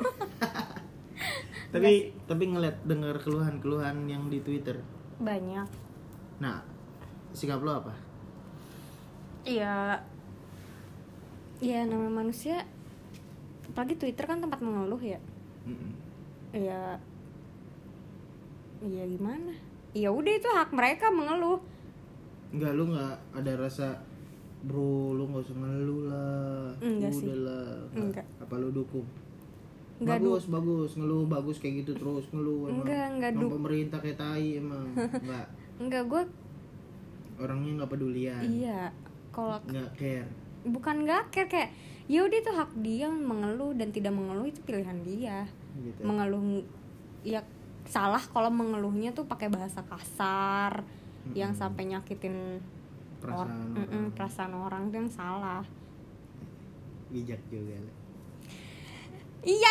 Tapi ngeliat dengar keluhan-keluhan yang di Twitter. Banyak. Nah, sikap lo apa? Iya. Ya namanya manusia. Apalagi Twitter kan tempat mengeluh ya. Iya. Iya gimana? Ya udah itu hak mereka mengeluh. Enggak, lu nggak ada rasa bro, lu nggak usah ngeluh lah. Enggak sih. Udahlah. Enggak. Apa lu dukung? Enggak bagus ngeluh bagus kayak gitu terus ngeluh emang. Enggak Emang pemerintah kayak tai emang. Enggak. Enggak, gue orangnya nggak pedulian, Iya, kalau nggak care. bukan nggak care, kayak ya udah itu hak dia mengeluh dan tidak mengeluh itu pilihan dia. Gitu. Mengeluh ya salah kalau mengeluhnya tuh pakai bahasa kasar yang sampai nyakitin perasaan orang tuh yang salah. Bijak juga. Iya.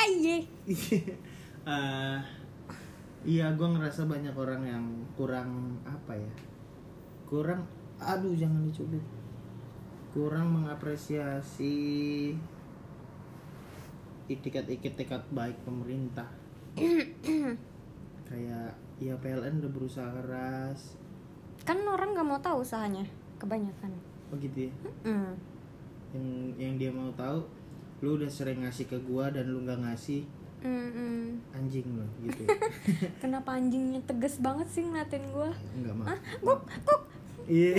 Iya, gue ngerasa banyak orang yang kurang apa ya? Jangan dicubit. Kurang mengapresiasi itikat baik pemerintah. Kayak ya PLN udah berusaha keras. Kan orang nggak mau tahu usahanya kebanyakan. Oh gitu ya. Mm. Yang dia mau tahu, lu udah sering ngasih ke gua dan lu nggak ngasih, anjing lo gitu. Kenapa anjingnya tegas banget sih ngeliatin gua? Enggak mau. Kuk. Iya.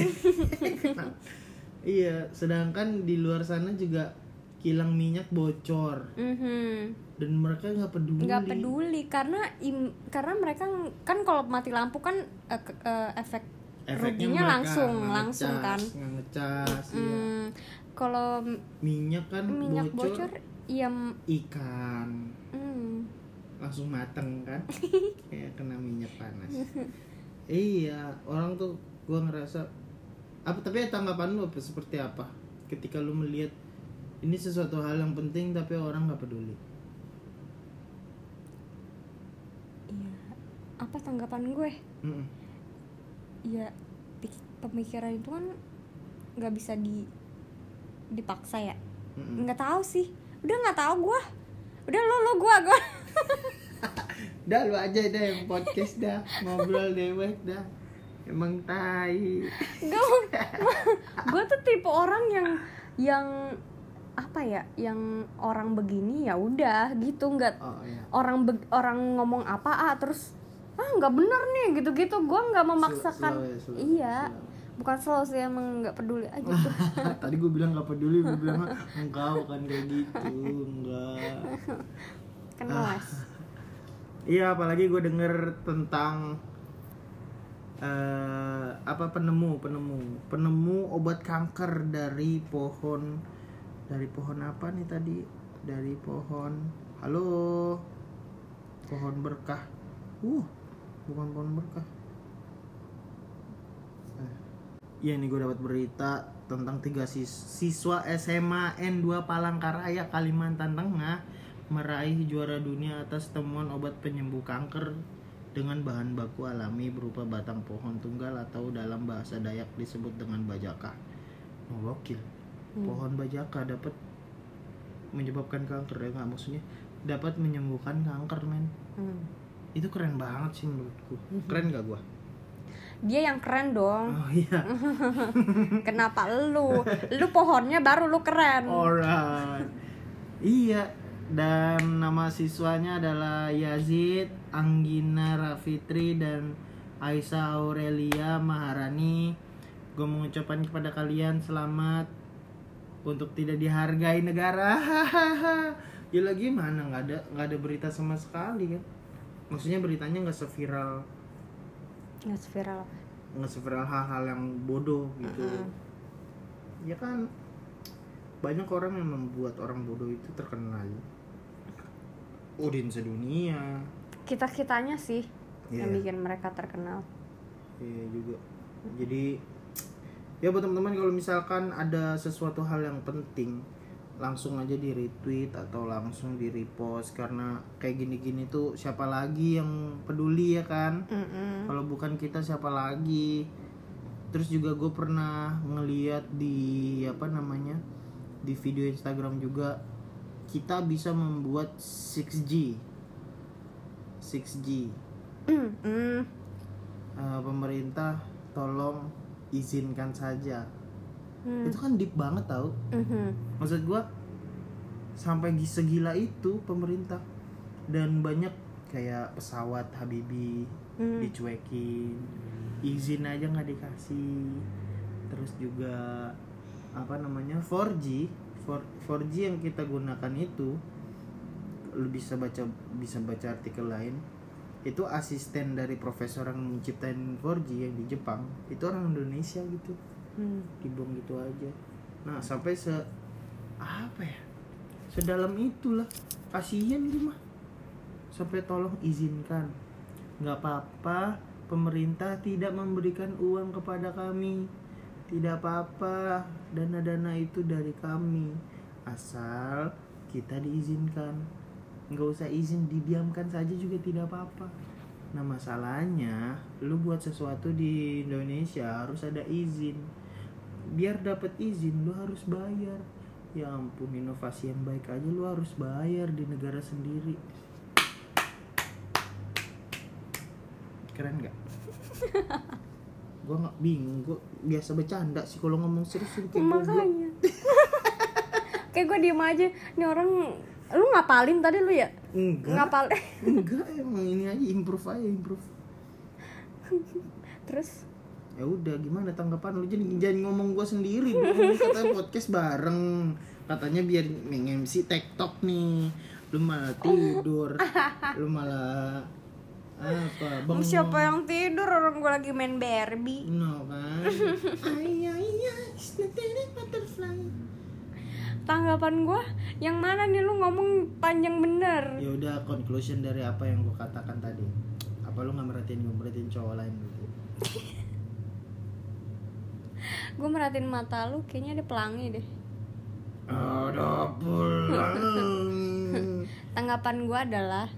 Iya, sedangkan di luar sana juga kilang minyak bocor dan mereka nggak peduli. Karena mereka kan kalau mati lampu kan Efeknya ruginya mereka langsung kan. ngecas ya. Kalau Minyak kan bocor ya ikan langsung mateng kan. Kayak kena minyak panas. Iya, orang tuh gua ngerasa tapi tanggapan lu seperti apa ketika lu melihat ini sesuatu hal yang penting tapi orang nggak peduli? iya, apa tanggapan gue? Ya pemikiran itu kan nggak bisa dipaksa ya. Nggak tahu sih, udah nggak tahu gue. Udah lo gue Dah lu aja dah yang podcast dah, ngobrol dewek dah. Emang tai. Gue tuh tipe orang yang apa ya, yang orang begini ya udah gitu, nggak orang ngomong apa terus nggak bener nih gitu gue nggak memaksakan. Iya, bukan slow sih, emang nggak peduli aja gitu. Tadi gue bilang nggak peduli, gue bilang enggak, bukan kayak gitu, enggak. Kan les. Iya, apalagi gue denger tentang penemu obat kanker dari pohon apa nih tadi? Dari pohon berkah. Bukan pohon berkah. Iya nih, gue dapat berita tentang 3 siswa SMA N2 Palangkaraya, Kalimantan Tengah meraih juara dunia atas temuan obat penyembuh kanker dengan bahan baku alami berupa batang pohon tunggal atau dalam bahasa Dayak disebut dengan bajaka. Gokil. Pohon bajaka dapat menyebabkan kanker ya, nggak, maksudnya dapat menyembuhkan kanker, men. Itu keren banget sih menurutku. Keren gak gua? Dia yang keren dong. Oh iya. Kenapa lu pohonnya baru lu keren. Alright. Iya. Dan nama siswanya adalah Yazid Anggina Rafitri dan Aisyah Aurelia Maharani. Gue mengucapkan kepada kalian selamat untuk tidak dihargai negara. Ya lagi mana, nggak ada berita sama sekali kan. Maksudnya beritanya nggak seviral hal-hal yang bodoh gitu. Ya kan banyak orang yang membuat orang bodoh itu terkenal. Udin sedunia. Kitanya sih yang bikin mereka terkenal. Iya juga. Jadi ya buat teman-teman, kalau misalkan ada sesuatu hal yang penting, langsung aja di retweet atau langsung di repost, karena kayak gini-gini tuh siapa lagi yang peduli ya kan? Kalau bukan kita siapa lagi? Terus juga gue pernah ngeliat di di video Instagram juga, kita bisa membuat 6G. Pemerintah tolong izinkan saja. Itu kan deep banget tau. Maksud gue sampai segila itu pemerintah, dan banyak kayak pesawat Habibie dicuekin, izin aja nggak dikasih. Terus juga 4G yang kita gunakan itu, lu bisa baca artikel lain, itu asisten dari profesor yang menciptain 4G yang di Jepang, itu orang Indonesia gitu. Dibom gitu aja. Nah sampai sedalam itulah, kasihan gue mah. Sampai tolong izinkan, nggak apa-apa pemerintah tidak memberikan uang kepada kami, tidak apa-apa, dana-dana itu dari kami, asal kita diizinkan. Nggak usah izin, didiamkan saja juga tidak apa-apa. Nah masalahnya lu buat sesuatu di Indonesia harus ada izin. Biar dapat izin lu harus bayar. Ya ampun, inovasi yang baik aja lu harus bayar di negara sendiri. Keren gak? Gue nggak bingung, gue biasa bercanda sih kalau ngomong serius kayak makanya kayak gue diem aja. Ini orang, lu ngapalin tadi lu ya? Enggak emang ini aja improve. Terus Ya udah, gimana tanggapan lu? Jangan ngomong gue sendiri dong. Katanya podcast bareng, katanya biar nge-MC TikTok nih, lu malah tidur, lu malah apa bang? siapa yang tidur, orang gue lagi main Barbie. No kan? Butterfly. Tanggapan gue yang mana nih, lu ngomong panjang bener. Ya udah, conclusion dari apa yang gue katakan tadi. Apa lu nggak merhatiin cowok lain gitu? Gue merhatiin mata lu, kayaknya ada pelangi deh. Ada pelangi. Tanggapan gue adalah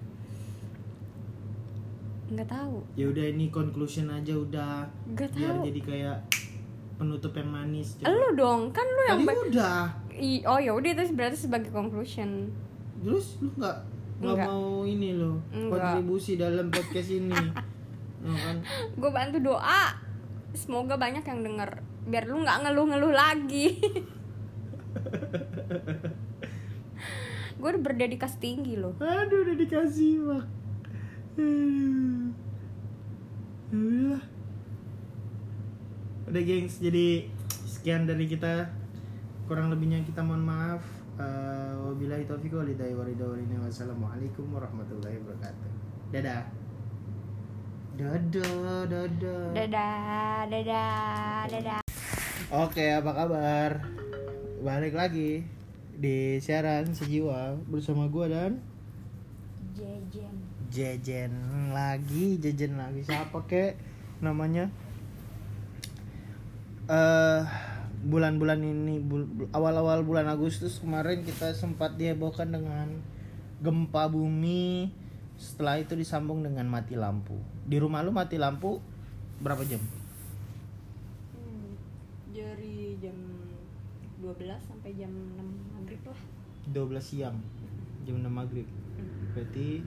nggak tahu. Ya udah, ini conclusion aja udah. Nggak Biar tahu. jadi kayak penutup yang manis. Coba. Lu dong, kan lu yang Tadi udah. Oh ya udah, itu berarti sebagai conclusion. Terus lu nggak Enggak. mau ini lo Enggak. kontribusi dalam podcast ini? No, kan? Gue bantu doa, semoga banyak yang denger, biar lu nggak ngeluh-ngeluh lagi. Gue udah berdedikasi tinggi loh. Aduh, udah dikasih mak. Udah. Udah gengs, jadi sekian dari kita. Kurang lebihnya kita mohon maaf. Wabillahi taufiq wal hidayah. Wassalamualaikum warahmatullahi wabarakatuh. Dadah. Dadah. Oke, apa kabar? Balik lagi di siaran sejiwa bersama gua dan Jejen lagi. Siapa kek namanya? Bulan-bulan ini, awal-awal bulan Agustus kemarin kita sempat dihebohkan dengan gempa bumi. Setelah itu disambung dengan mati lampu. Di rumah lu mati lampu berapa jam? Dari jam 12 sampai jam 6 maghrib lah. 12 siang, jam 6 maghrib. Berarti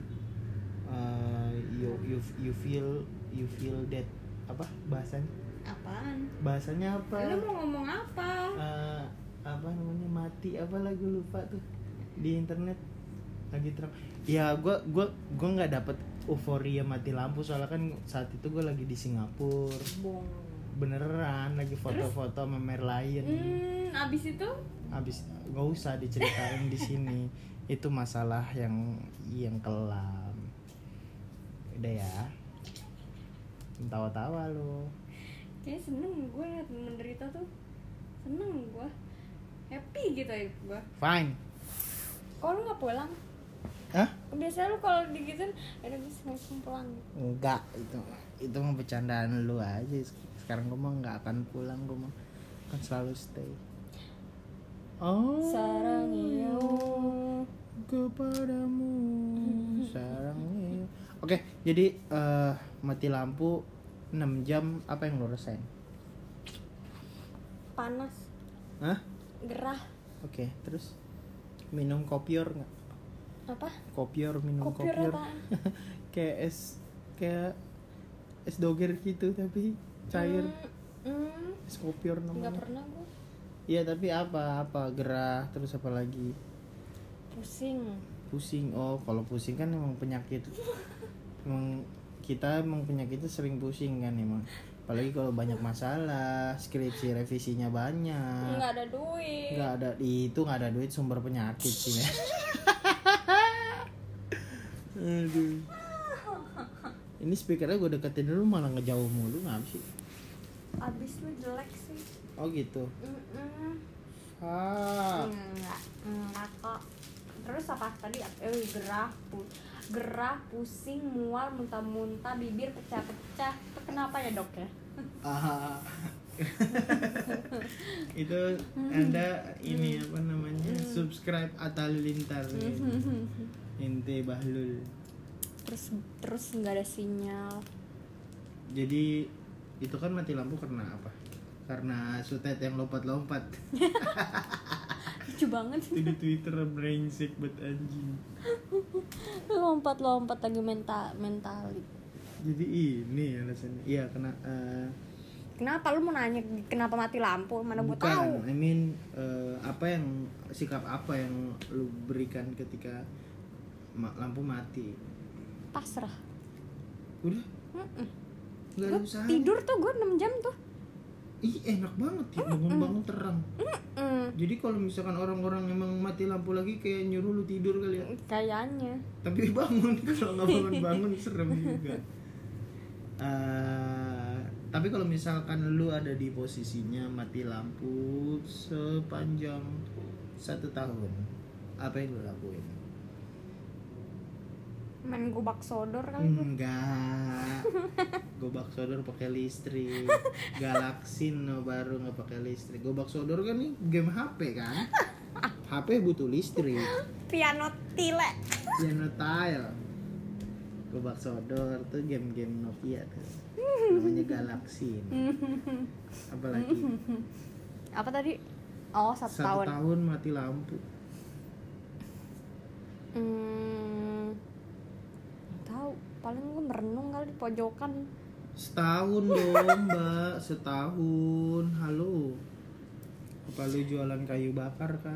you feel that, apa bahasanya? Apaan? Bahasanya apa? Lu mau ngomong apa? Apa namanya, mati apa lagu lupa tuh di internet lagi terang. Ya gue nggak dapet euforia mati lampu soalnya kan saat itu gue lagi di Singapura. Beneran lagi foto-foto sama Merlion. Abis itu? Abis nggak usah diceritain di sini. Itu masalah yang kelam. Udah ya. Tawa-tawa lo. Kayaknya seneng gue liat menderita tuh. Seneng gue, happy gitu ya gue. Fine. Kok lu nggak pulang? Hah? Biasanya lu kalau digituin ada bisa langsung pulang. Enggak, itu mah bercandaan lu aja. Sekarang gue mah nggak akan pulang, gue mah akan selalu stay. Sarangnya kepadamu, sarangnya. Oke, jadi mati lampu 6 jam, apa yang lo rasain? panas, Hah? gerah. Oke, terus minum kopior nggak? Apa? Minum Kopior kopior. apaan? kayak es doger gitu tapi cair. Es kopior Nggak namanya. pernah gue. Iya, tapi apa gerah, terus apa lagi? Pusing. Oh, kalau pusing kan emang penyakit. Kita penyakitnya sering pusing kan emang. Apalagi kalau banyak masalah, skripsi revisinya banyak. Nggak ada duit. Nggak ada duit sumber penyakit sih. Aduh. Ini speakernya gue deketin dulu malah ngejauh mulu, ngapa sih? Abis lu jelek sih. Oh gitu. Mm-mm. Enggak kok. Terus apa tadi? Gerah, pusing, mual, muntah-muntah, bibir pecah-pecah. Itu kenapa ya, Dok ya? Ah. Itu Anda ini apa namanya? Subscribe Atta Halilintar. Ente Bahlul. Terus nggak ada sinyal. Jadi itu kan mati lampu karena apa? Karena Sutet yang lompat-lompat. Lucu banget sih. Itu di Twitter brengsek bet anjing. Lompat-lompat lagi mentali. Jadi ini alasannya. Iya, Kenapa lu mau nanya kenapa mati lampu? Mana gue tahu. bukan, I mean sikap apa yang lu berikan ketika lampu mati? Pasrah. Udah? Nggak ada Gue usaha. tidur tuh gue 6 jam tuh. Ih, enak banget ya bangun-bangun terang. Jadi kalau misalkan orang-orang emang mati lampu lagi kayak nyuruh lu tidur kali ya. Kayaknya. Tapi bangun, kalau nggak bangun-bangun serem juga. Tapi kalau misalkan lu ada di posisinya mati lampu sepanjang 1 tahun, apa yang lu lakuin? Main gobak sodor kali gue. Enggak. Gobak sodor pakai listrik. Galaksin no baru nggak pakai listrik. Gobak sodor kan nih game HP kan? HP butuh listrik. Piano tile. Piano tile. Gobak sodor tuh game-game Nokia tuh. Namanya Galaksin. Apalagi? Apa tadi? Oh, 1 1 tahun. tahun mati lampu. Tahu, paling gue merenung kali di pojokan. Setahun dong mbak, setahun. Halo. Apa lu jualan kayu bakar kah?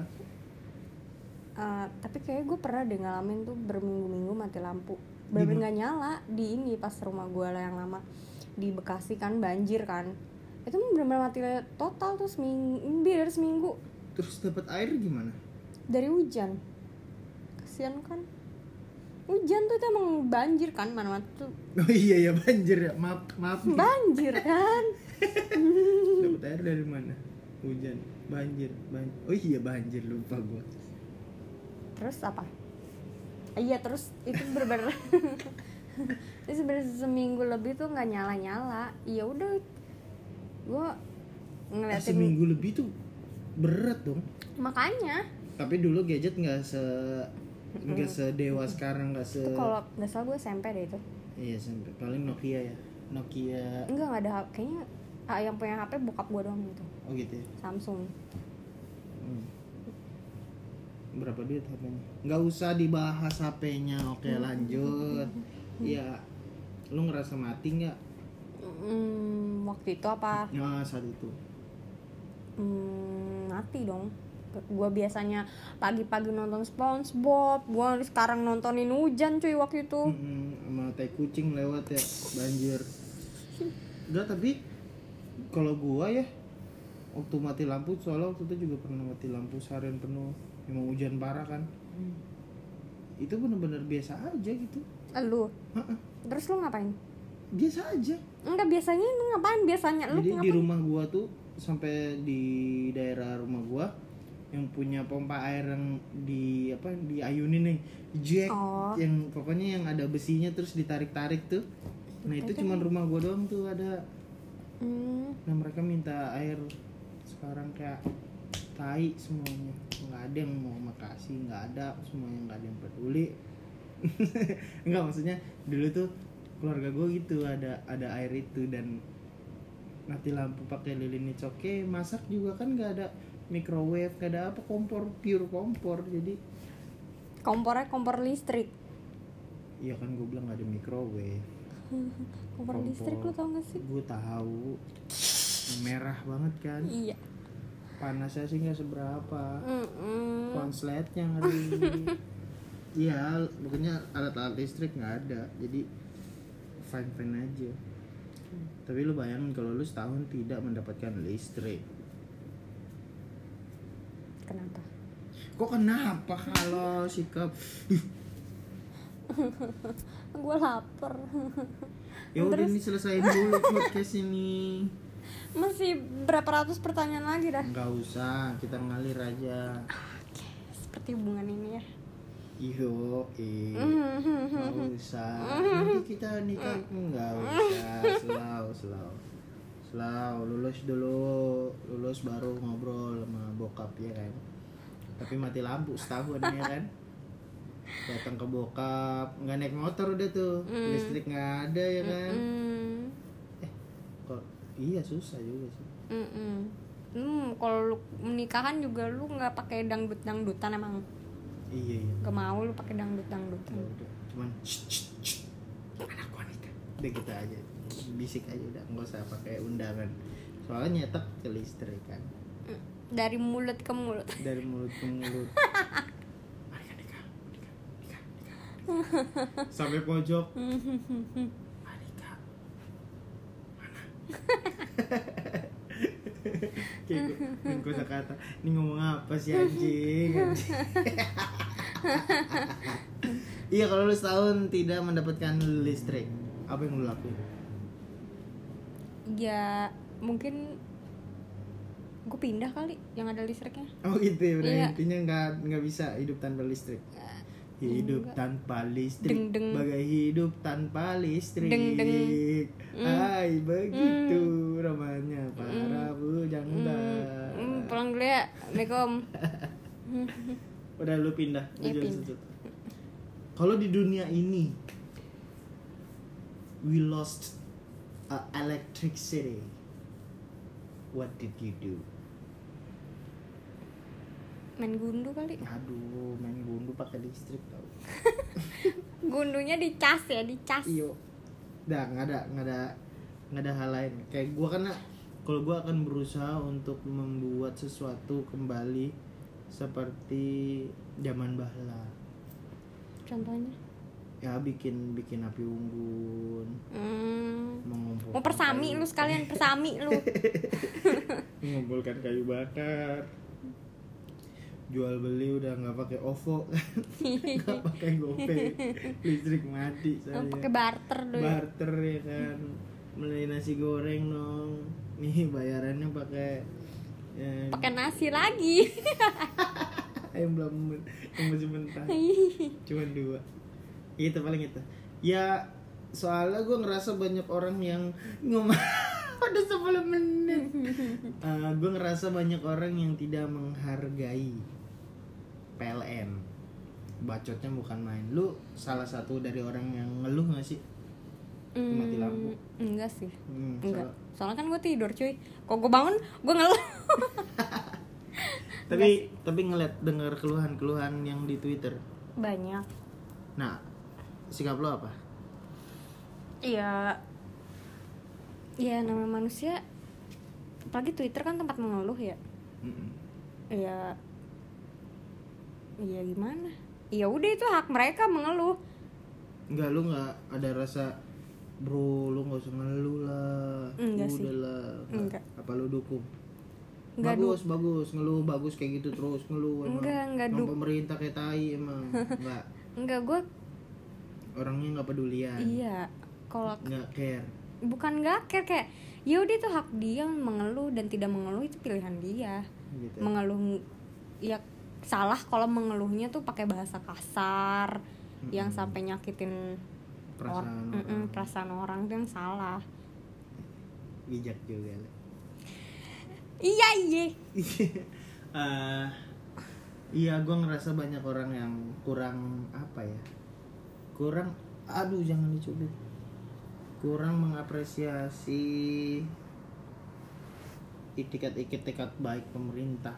Tapi kayak gue pernah deh ngalamin tuh berminggu-minggu mati lampu. Bener-bener nggak nyala di ini pas rumah gue lah yang lama di Bekasi kan banjir kan. Itu bener-bener mati total tuh seminggu. Terus dapat air gimana? Dari hujan. Kasian kan. Hujan tuh itu emang banjir kan mana-mana tuh. Oh iya ya banjir ya, maaf. Banjir kan. Dapat air dari mana? Hujan, banjir. Oh iya banjir, lupa gua. Terus apa? Iya terus itu bener-bener itu bener seminggu lebih tuh nggak nyala. Iya udah, gue ngeliatin. Seminggu lebih tuh berat dong. Makanya. Tapi dulu gadget nggak sedewa sekarang, nggak se. Itu kalau nggak salah gue SMP deh itu. Iya sampai paling Nokia ya. Enggak nggak ada kayaknya. Yang punya HP bokap gue doang gitu. Oh gitu ya. Samsung. Berapa duit HP-nya? Nggak usah dibahas HP-nya. Oke lanjut. Ya, lu ngerasa mati nggak? Waktu itu apa? Nah saat itu. Mati dong. Gue biasanya pagi-pagi nonton SpongeBob. Gue sekarang nontonin hujan cuy waktu itu. Sama tai kucing lewat ya, banjir. Udah tapi kalau gua ya waktu mati lampu, soalnya waktu itu juga pernah mati lampu seharian penuh. Emang hujan parah kan. Itu bener-bener biasa aja gitu. Lu? Terus lu ngapain? Biasa aja. Enggak, biasanya lu ngapain? Biasanya lu Jadi ngapain? di rumah gua tuh sampai di daerah rumah gua yang punya pompa air yang diayunin nih jack, yang pokoknya yang ada besinya terus ditarik-tarik tuh. Nah itu cuma rumah gua doang tuh ada. Nah mereka minta air sekarang kayak tai semuanya, nggak ada yang mau makasih, nggak ada, semuanya nggak ada yang peduli. Nggak, maksudnya dulu tuh keluarga gue gitu ada air itu dan mati lampu pakai lilin it's okay. Masak juga kan nggak ada microwave, nggak ada apa, pure kompor. Jadi kompornya kompor listrik. iya kan gue bilang nggak ada microwave. Kompor listrik lu tau gak sih? Gue tahu, merah banget kan. Iya. Panasnya sih nggak seberapa. Konsletnya ngeri. Iya, pokoknya alat-alat listrik nggak ada, jadi fine aja. Tapi lu bayangin kalau lu setahun tidak mendapatkan listrik. Kenapa? Kok kenapa kalau sikap Gue lapar. Ya udah ini selesaiin dulu podcast ini. Masih berapa ratus pertanyaan lagi dah? Nggak usah, kita ngalir aja. Seperti hubungan ini ya. Nggak usah. Nanti kita nikah. Nggak usah. Slow. Lulus baru ngobrol sama bokap ya kan. Tapi mati lampu setahun ya kan. Datang ke bokap, nggak naik motor udah tuh, listrik nggak ada ya kan. Kok iya susah juga sih. Kalau lu menikahan juga lu nggak pakai dangdutan emang? Iya. Gak mau lu pakai dangdutan. Ya udah, cuman anak wanita. Udah kita aja, bisik aja udah, nggak usah pakai undangan. Soalnya nyetak ke listrik kan. Dari mulut ke mulut. Dari mulut ke mulut. Nikah. Sampai pojok. Nikah. Mana? Kayak gue kata, ini ngomong apa sih anjing? Iya, kalau lu setahun tidak mendapatkan listrik, apa yang lu lakuin? Ya mungkin gue pindah kali yang ada listriknya. Oh gitu ya, udah Iya. intinya nggak bisa hidup tanpa listrik. Hidup tanpa listrik, Deng. bagai hidup tanpa listrik. Deng. Hai, begitu namanya para bujangga. Pulang dulu ya. Assalamualaikum. Udah lu pindah, lu Iya, jual pindah. sudut. Kalau di dunia ini we lost electricity, what did you do? Main gundu kali. Aduh, main gundu pakai listrik tau. Gundunya dicas ya, dicas. Iyo, udah nggak ada hal lain. Kayak gue kan, kalau gue akan berusaha untuk membuat sesuatu kembali seperti zaman bahla. Contohnya? Ya bikin api unggun, mengumpulkan Mau persami kayu. lu sekalian, persami lu. Mengumpulkan kayu bakar. Jual beli udah nggak pakai OVO, nggak pakai GoPay, listrik mati saya. Pakai barter dulu. Barter ya kan, beli nasi goreng dong, nih bayarannya pakai Pakai nasi lagi. yang masih mentah, cuma 2. Itu paling itu. Ya soalnya gue ngerasa banyak orang yang ngomong udah 10 menit. Gue ngerasa banyak orang yang tidak menghargai PLN. Bacotnya bukan main. Lu salah satu dari orang yang ngeluh gak sih? Mati lampu. Enggak sih. Enggak. Salah. Soalnya kan gue tidur cuy. Kok gue bangun, gue ngeluh. Tapi ngeliat dengar keluhan-keluhan yang di Twitter. Banyak. Nah, sikap lo apa? Iya. Ya namanya manusia. Apalagi Twitter kan tempat mengeluh ya. Iya. Iya gimana? Ya udah itu hak mereka mengeluh. Enggak, lu nggak ada rasa bro, lu nggak usah ngeluh lah. Enggak sih. Udahlah. Enggak. Apa lu dukung? Enggak bagus ngeluh bagus kayak gitu terus ngeluh emang. Enggak Emang pemerintah kayak tai emang. Enggak, gue Orangnya nggak pedulian. iya. Kalau Nggak care. bukan nggak care, kayak ya udah itu hak dia mengeluh dan tidak mengeluh, itu pilihan dia. Gitu. Mengeluh ya salah kalau mengeluhnya tuh pakai bahasa kasar yang sampai nyakitin perasaan orang tuh yang salah. Bijak juga lah. Iya. Iya, gue ngerasa banyak orang yang kurang apa ya? Jangan dicubit. Kurang mengapresiasi itikat baik pemerintah.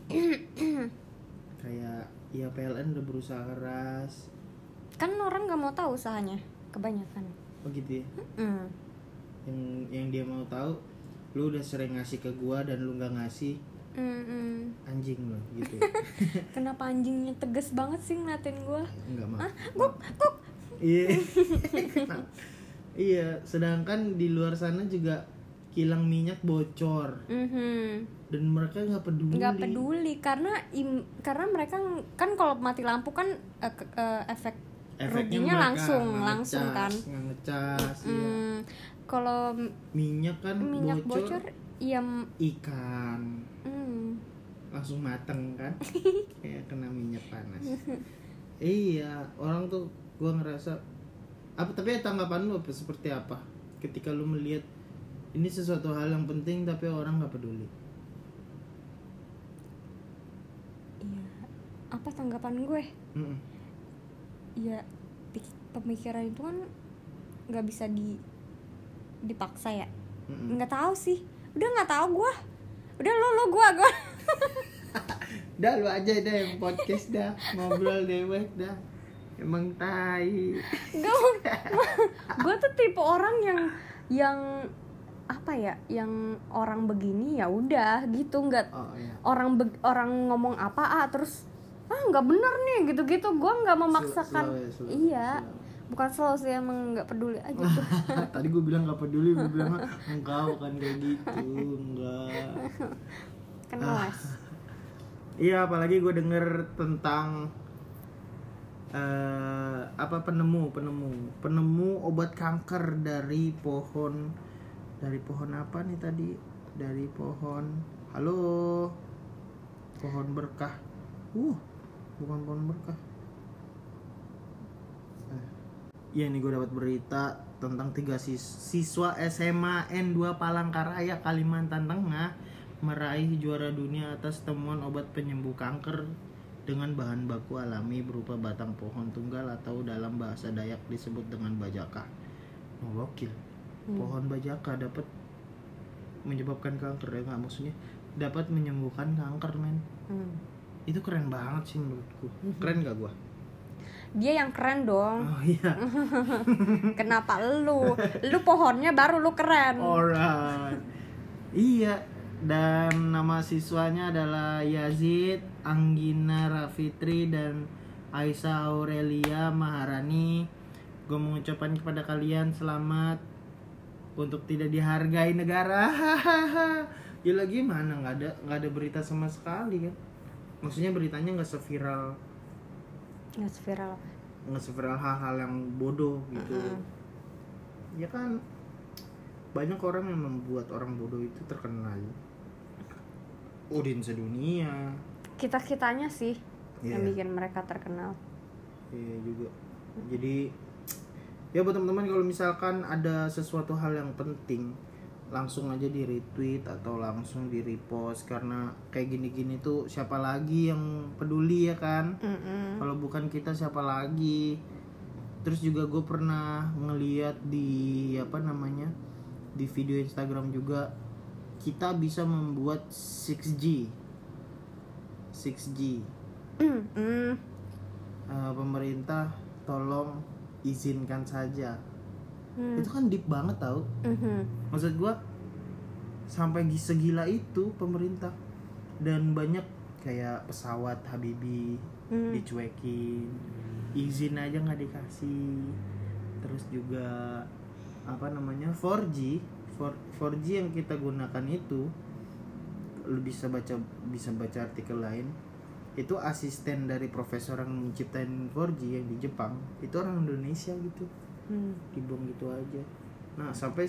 Kayak ya PLN udah berusaha keras. Kan orang nggak mau tahu usahanya kebanyakan. Oh gitu ya. Yang dia mau tahu, lu udah sering ngasih ke gua dan lu nggak ngasih, anjing lo gitu. Kenapa anjingnya tegas banget sih ngeliatin gue? Enggak mau. Kuk. Iya. Iya, sedangkan di luar sana juga kilang minyak bocor dan mereka nggak peduli Karena mereka kan kalau mati lampu kan efek ruginya langsung kan. Ngecas ya. Kalau Minyak kan bocor ya ikan langsung mateng kan. Kayak kena minyak panas. Iya, orang tuh gua ngerasa tapi tanggapan lu seperti apa ketika lu melihat ini sesuatu hal yang penting tapi orang nggak peduli? Iya, apa tanggapan gue? Ya pemikiran itu kan nggak bisa dipaksa ya. Nggak tahu sih, udah nggak tahu gue. Udah lo gue Dah lu aja dah yang podcast dah, ngobrol dewek dah. Emang tai. Gue tuh tipe orang yang apa ya, yang orang begini ya udah gitu, nggak iya. orang ngomong apa terus nggak bener nih gitu gue nggak memaksakan. Iya, bukan selalu sih, emang nggak peduli aja tuh. Tadi gue bilang nggak peduli, gue bilang engkau kan kayak gitu, enggak. Kan Mas. Iya, apalagi gue denger tentang penemu obat kanker dari pohon apa nih tadi? Dari pohon berkah. Bukan pohon berkah. Iya, nih gue dapat berita tentang 3 siswa SMA N2 Palangkaraya, Kalimantan Tengah meraih juara dunia atas temuan obat penyembuh kanker dengan bahan baku alami berupa batang pohon tunggal atau dalam bahasa Dayak disebut dengan bajaka. Gokil. Pohon bajaka dapat menyebabkan kanker ya, nggak, maksudnya dapat menyembuhkan kanker, men. Itu keren banget sih menurutku. Keren gak gua? Dia yang keren dong. Oh iya. Kenapa lu pohonnya baru lu keren. Alright. Iya. Dan nama siswanya adalah Yazid Anggina Rafitri dan Aisyah Aurelia Maharani. Gue mengucapkan kepada kalian selamat untuk tidak dihargai negara. Ya lagi mana, nggak ada berita sama sekali kan. Maksudnya beritanya nggak seviral hal-hal yang bodoh gitu. Ya kan banyak orang yang membuat orang bodoh itu terkenal. Udin sedunia. Kitanya sih yang bikin mereka terkenal. Iya juga. Jadi ya buat teman-teman, kalau misalkan ada sesuatu hal yang penting, langsung aja di retweet atau langsung di repost, karena kayak gini-gini tuh siapa lagi yang peduli ya kan? Kalau bukan kita siapa lagi? Terus juga gue pernah ngeliat di di video Instagram juga, kita bisa membuat 6G. Pemerintah tolong izinkan saja. Itu kan deep banget tau. Maksud gue sampai segila itu pemerintah. Dan banyak kayak pesawat Habibie dicuekin, izin aja nggak dikasih. Terus juga 4G yang kita gunakan itu, lu bisa baca artikel lain, itu asisten dari profesor yang menciptain 4G yang di Jepang, itu orang Indonesia gitu. Dibuang gitu aja. Nah, sampai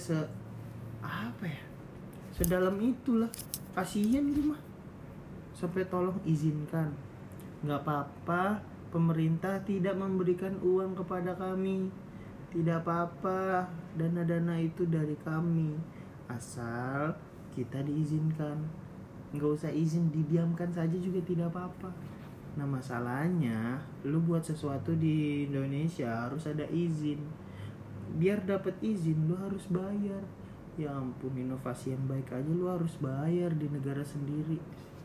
sedalam itulah, kasihan gitu mah. Sampai tolong izinkan. Nggak apa-apa pemerintah tidak memberikan uang kepada kami. Tidak apa-apa, dana-dana itu dari kami, asal kita diizinkan. Nggak usah izin, didiamkan saja juga tidak apa-apa. Nah masalahnya, lu buat sesuatu di Indonesia harus ada izin. Biar dapat izin lu harus bayar. Ya ampun, inovasi yang baik aja lu harus bayar di negara sendiri.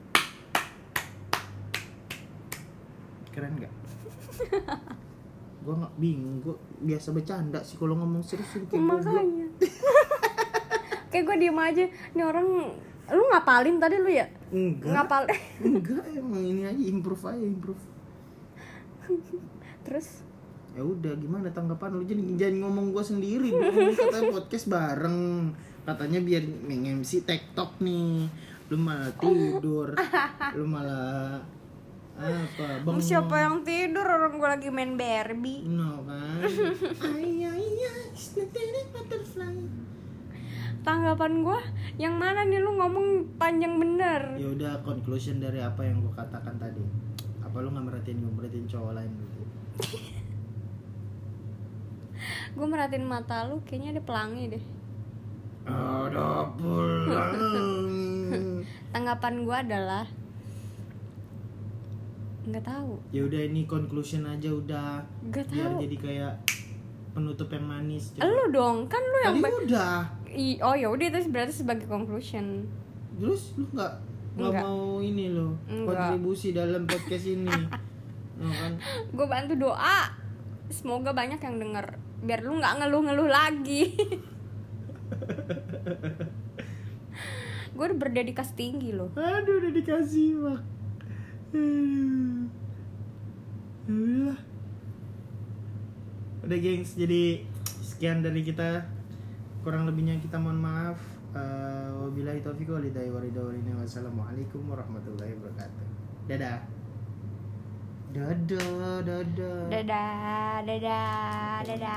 Keren nggak? Gue nggak bingung, gue biasa bercanda sih kalau ngomong serius kayak makanya. Kayak gue diem aja. Ini orang, lu ngapalin tadi lu ya? Enggak. Enggak, emang ini aja improve. Terus? Ya udah, gimana tanggapan lu? Jangan ngomong gue sendiri. Lu katanya podcast bareng, katanya biar nge-MC TikTok nih. Lu malah tidur, lu malah Apa? Bang, siapa yang tidur, orang gue lagi main Barbie. No kan? It's not a butterfly. Tanggapan gue yang mana nih, lu ngomong panjang bener. Ya udah, conclusion dari apa yang gue katakan tadi. Apa lu nggak merhatiin cowok lain dulu? Gue merhatiin mata lu, kayaknya ada pelangi deh. Ada pulang. Tanggapan gue adalah nggak tahu. Ya udah, ini conclusion aja udah. Nggak Biar tahu. jadi kayak penutup yang manis. Lu dong, kan lu yang Tadi udah. Oh ya udah, itu berarti sebagai conclusion. Terus lu nggak Enggak. mau ini lo Enggak. kontribusi dalam podcast ini? No, kan? Gue bantu doa, semoga banyak yang denger, biar lu nggak ngeluh-ngeluh lagi. Gue udah berdedikasi tinggi loh. Aduh, udah dikasih mah. Udah. Udah gengs, jadi sekian dari kita. Kurang lebihnya kita mohon maaf. Wabillahi taufiq wal hidayah. Wassalamualaikum warahmatullahi wabarakatuh. Dadah. Dadah. Dadah, dadah, dadah.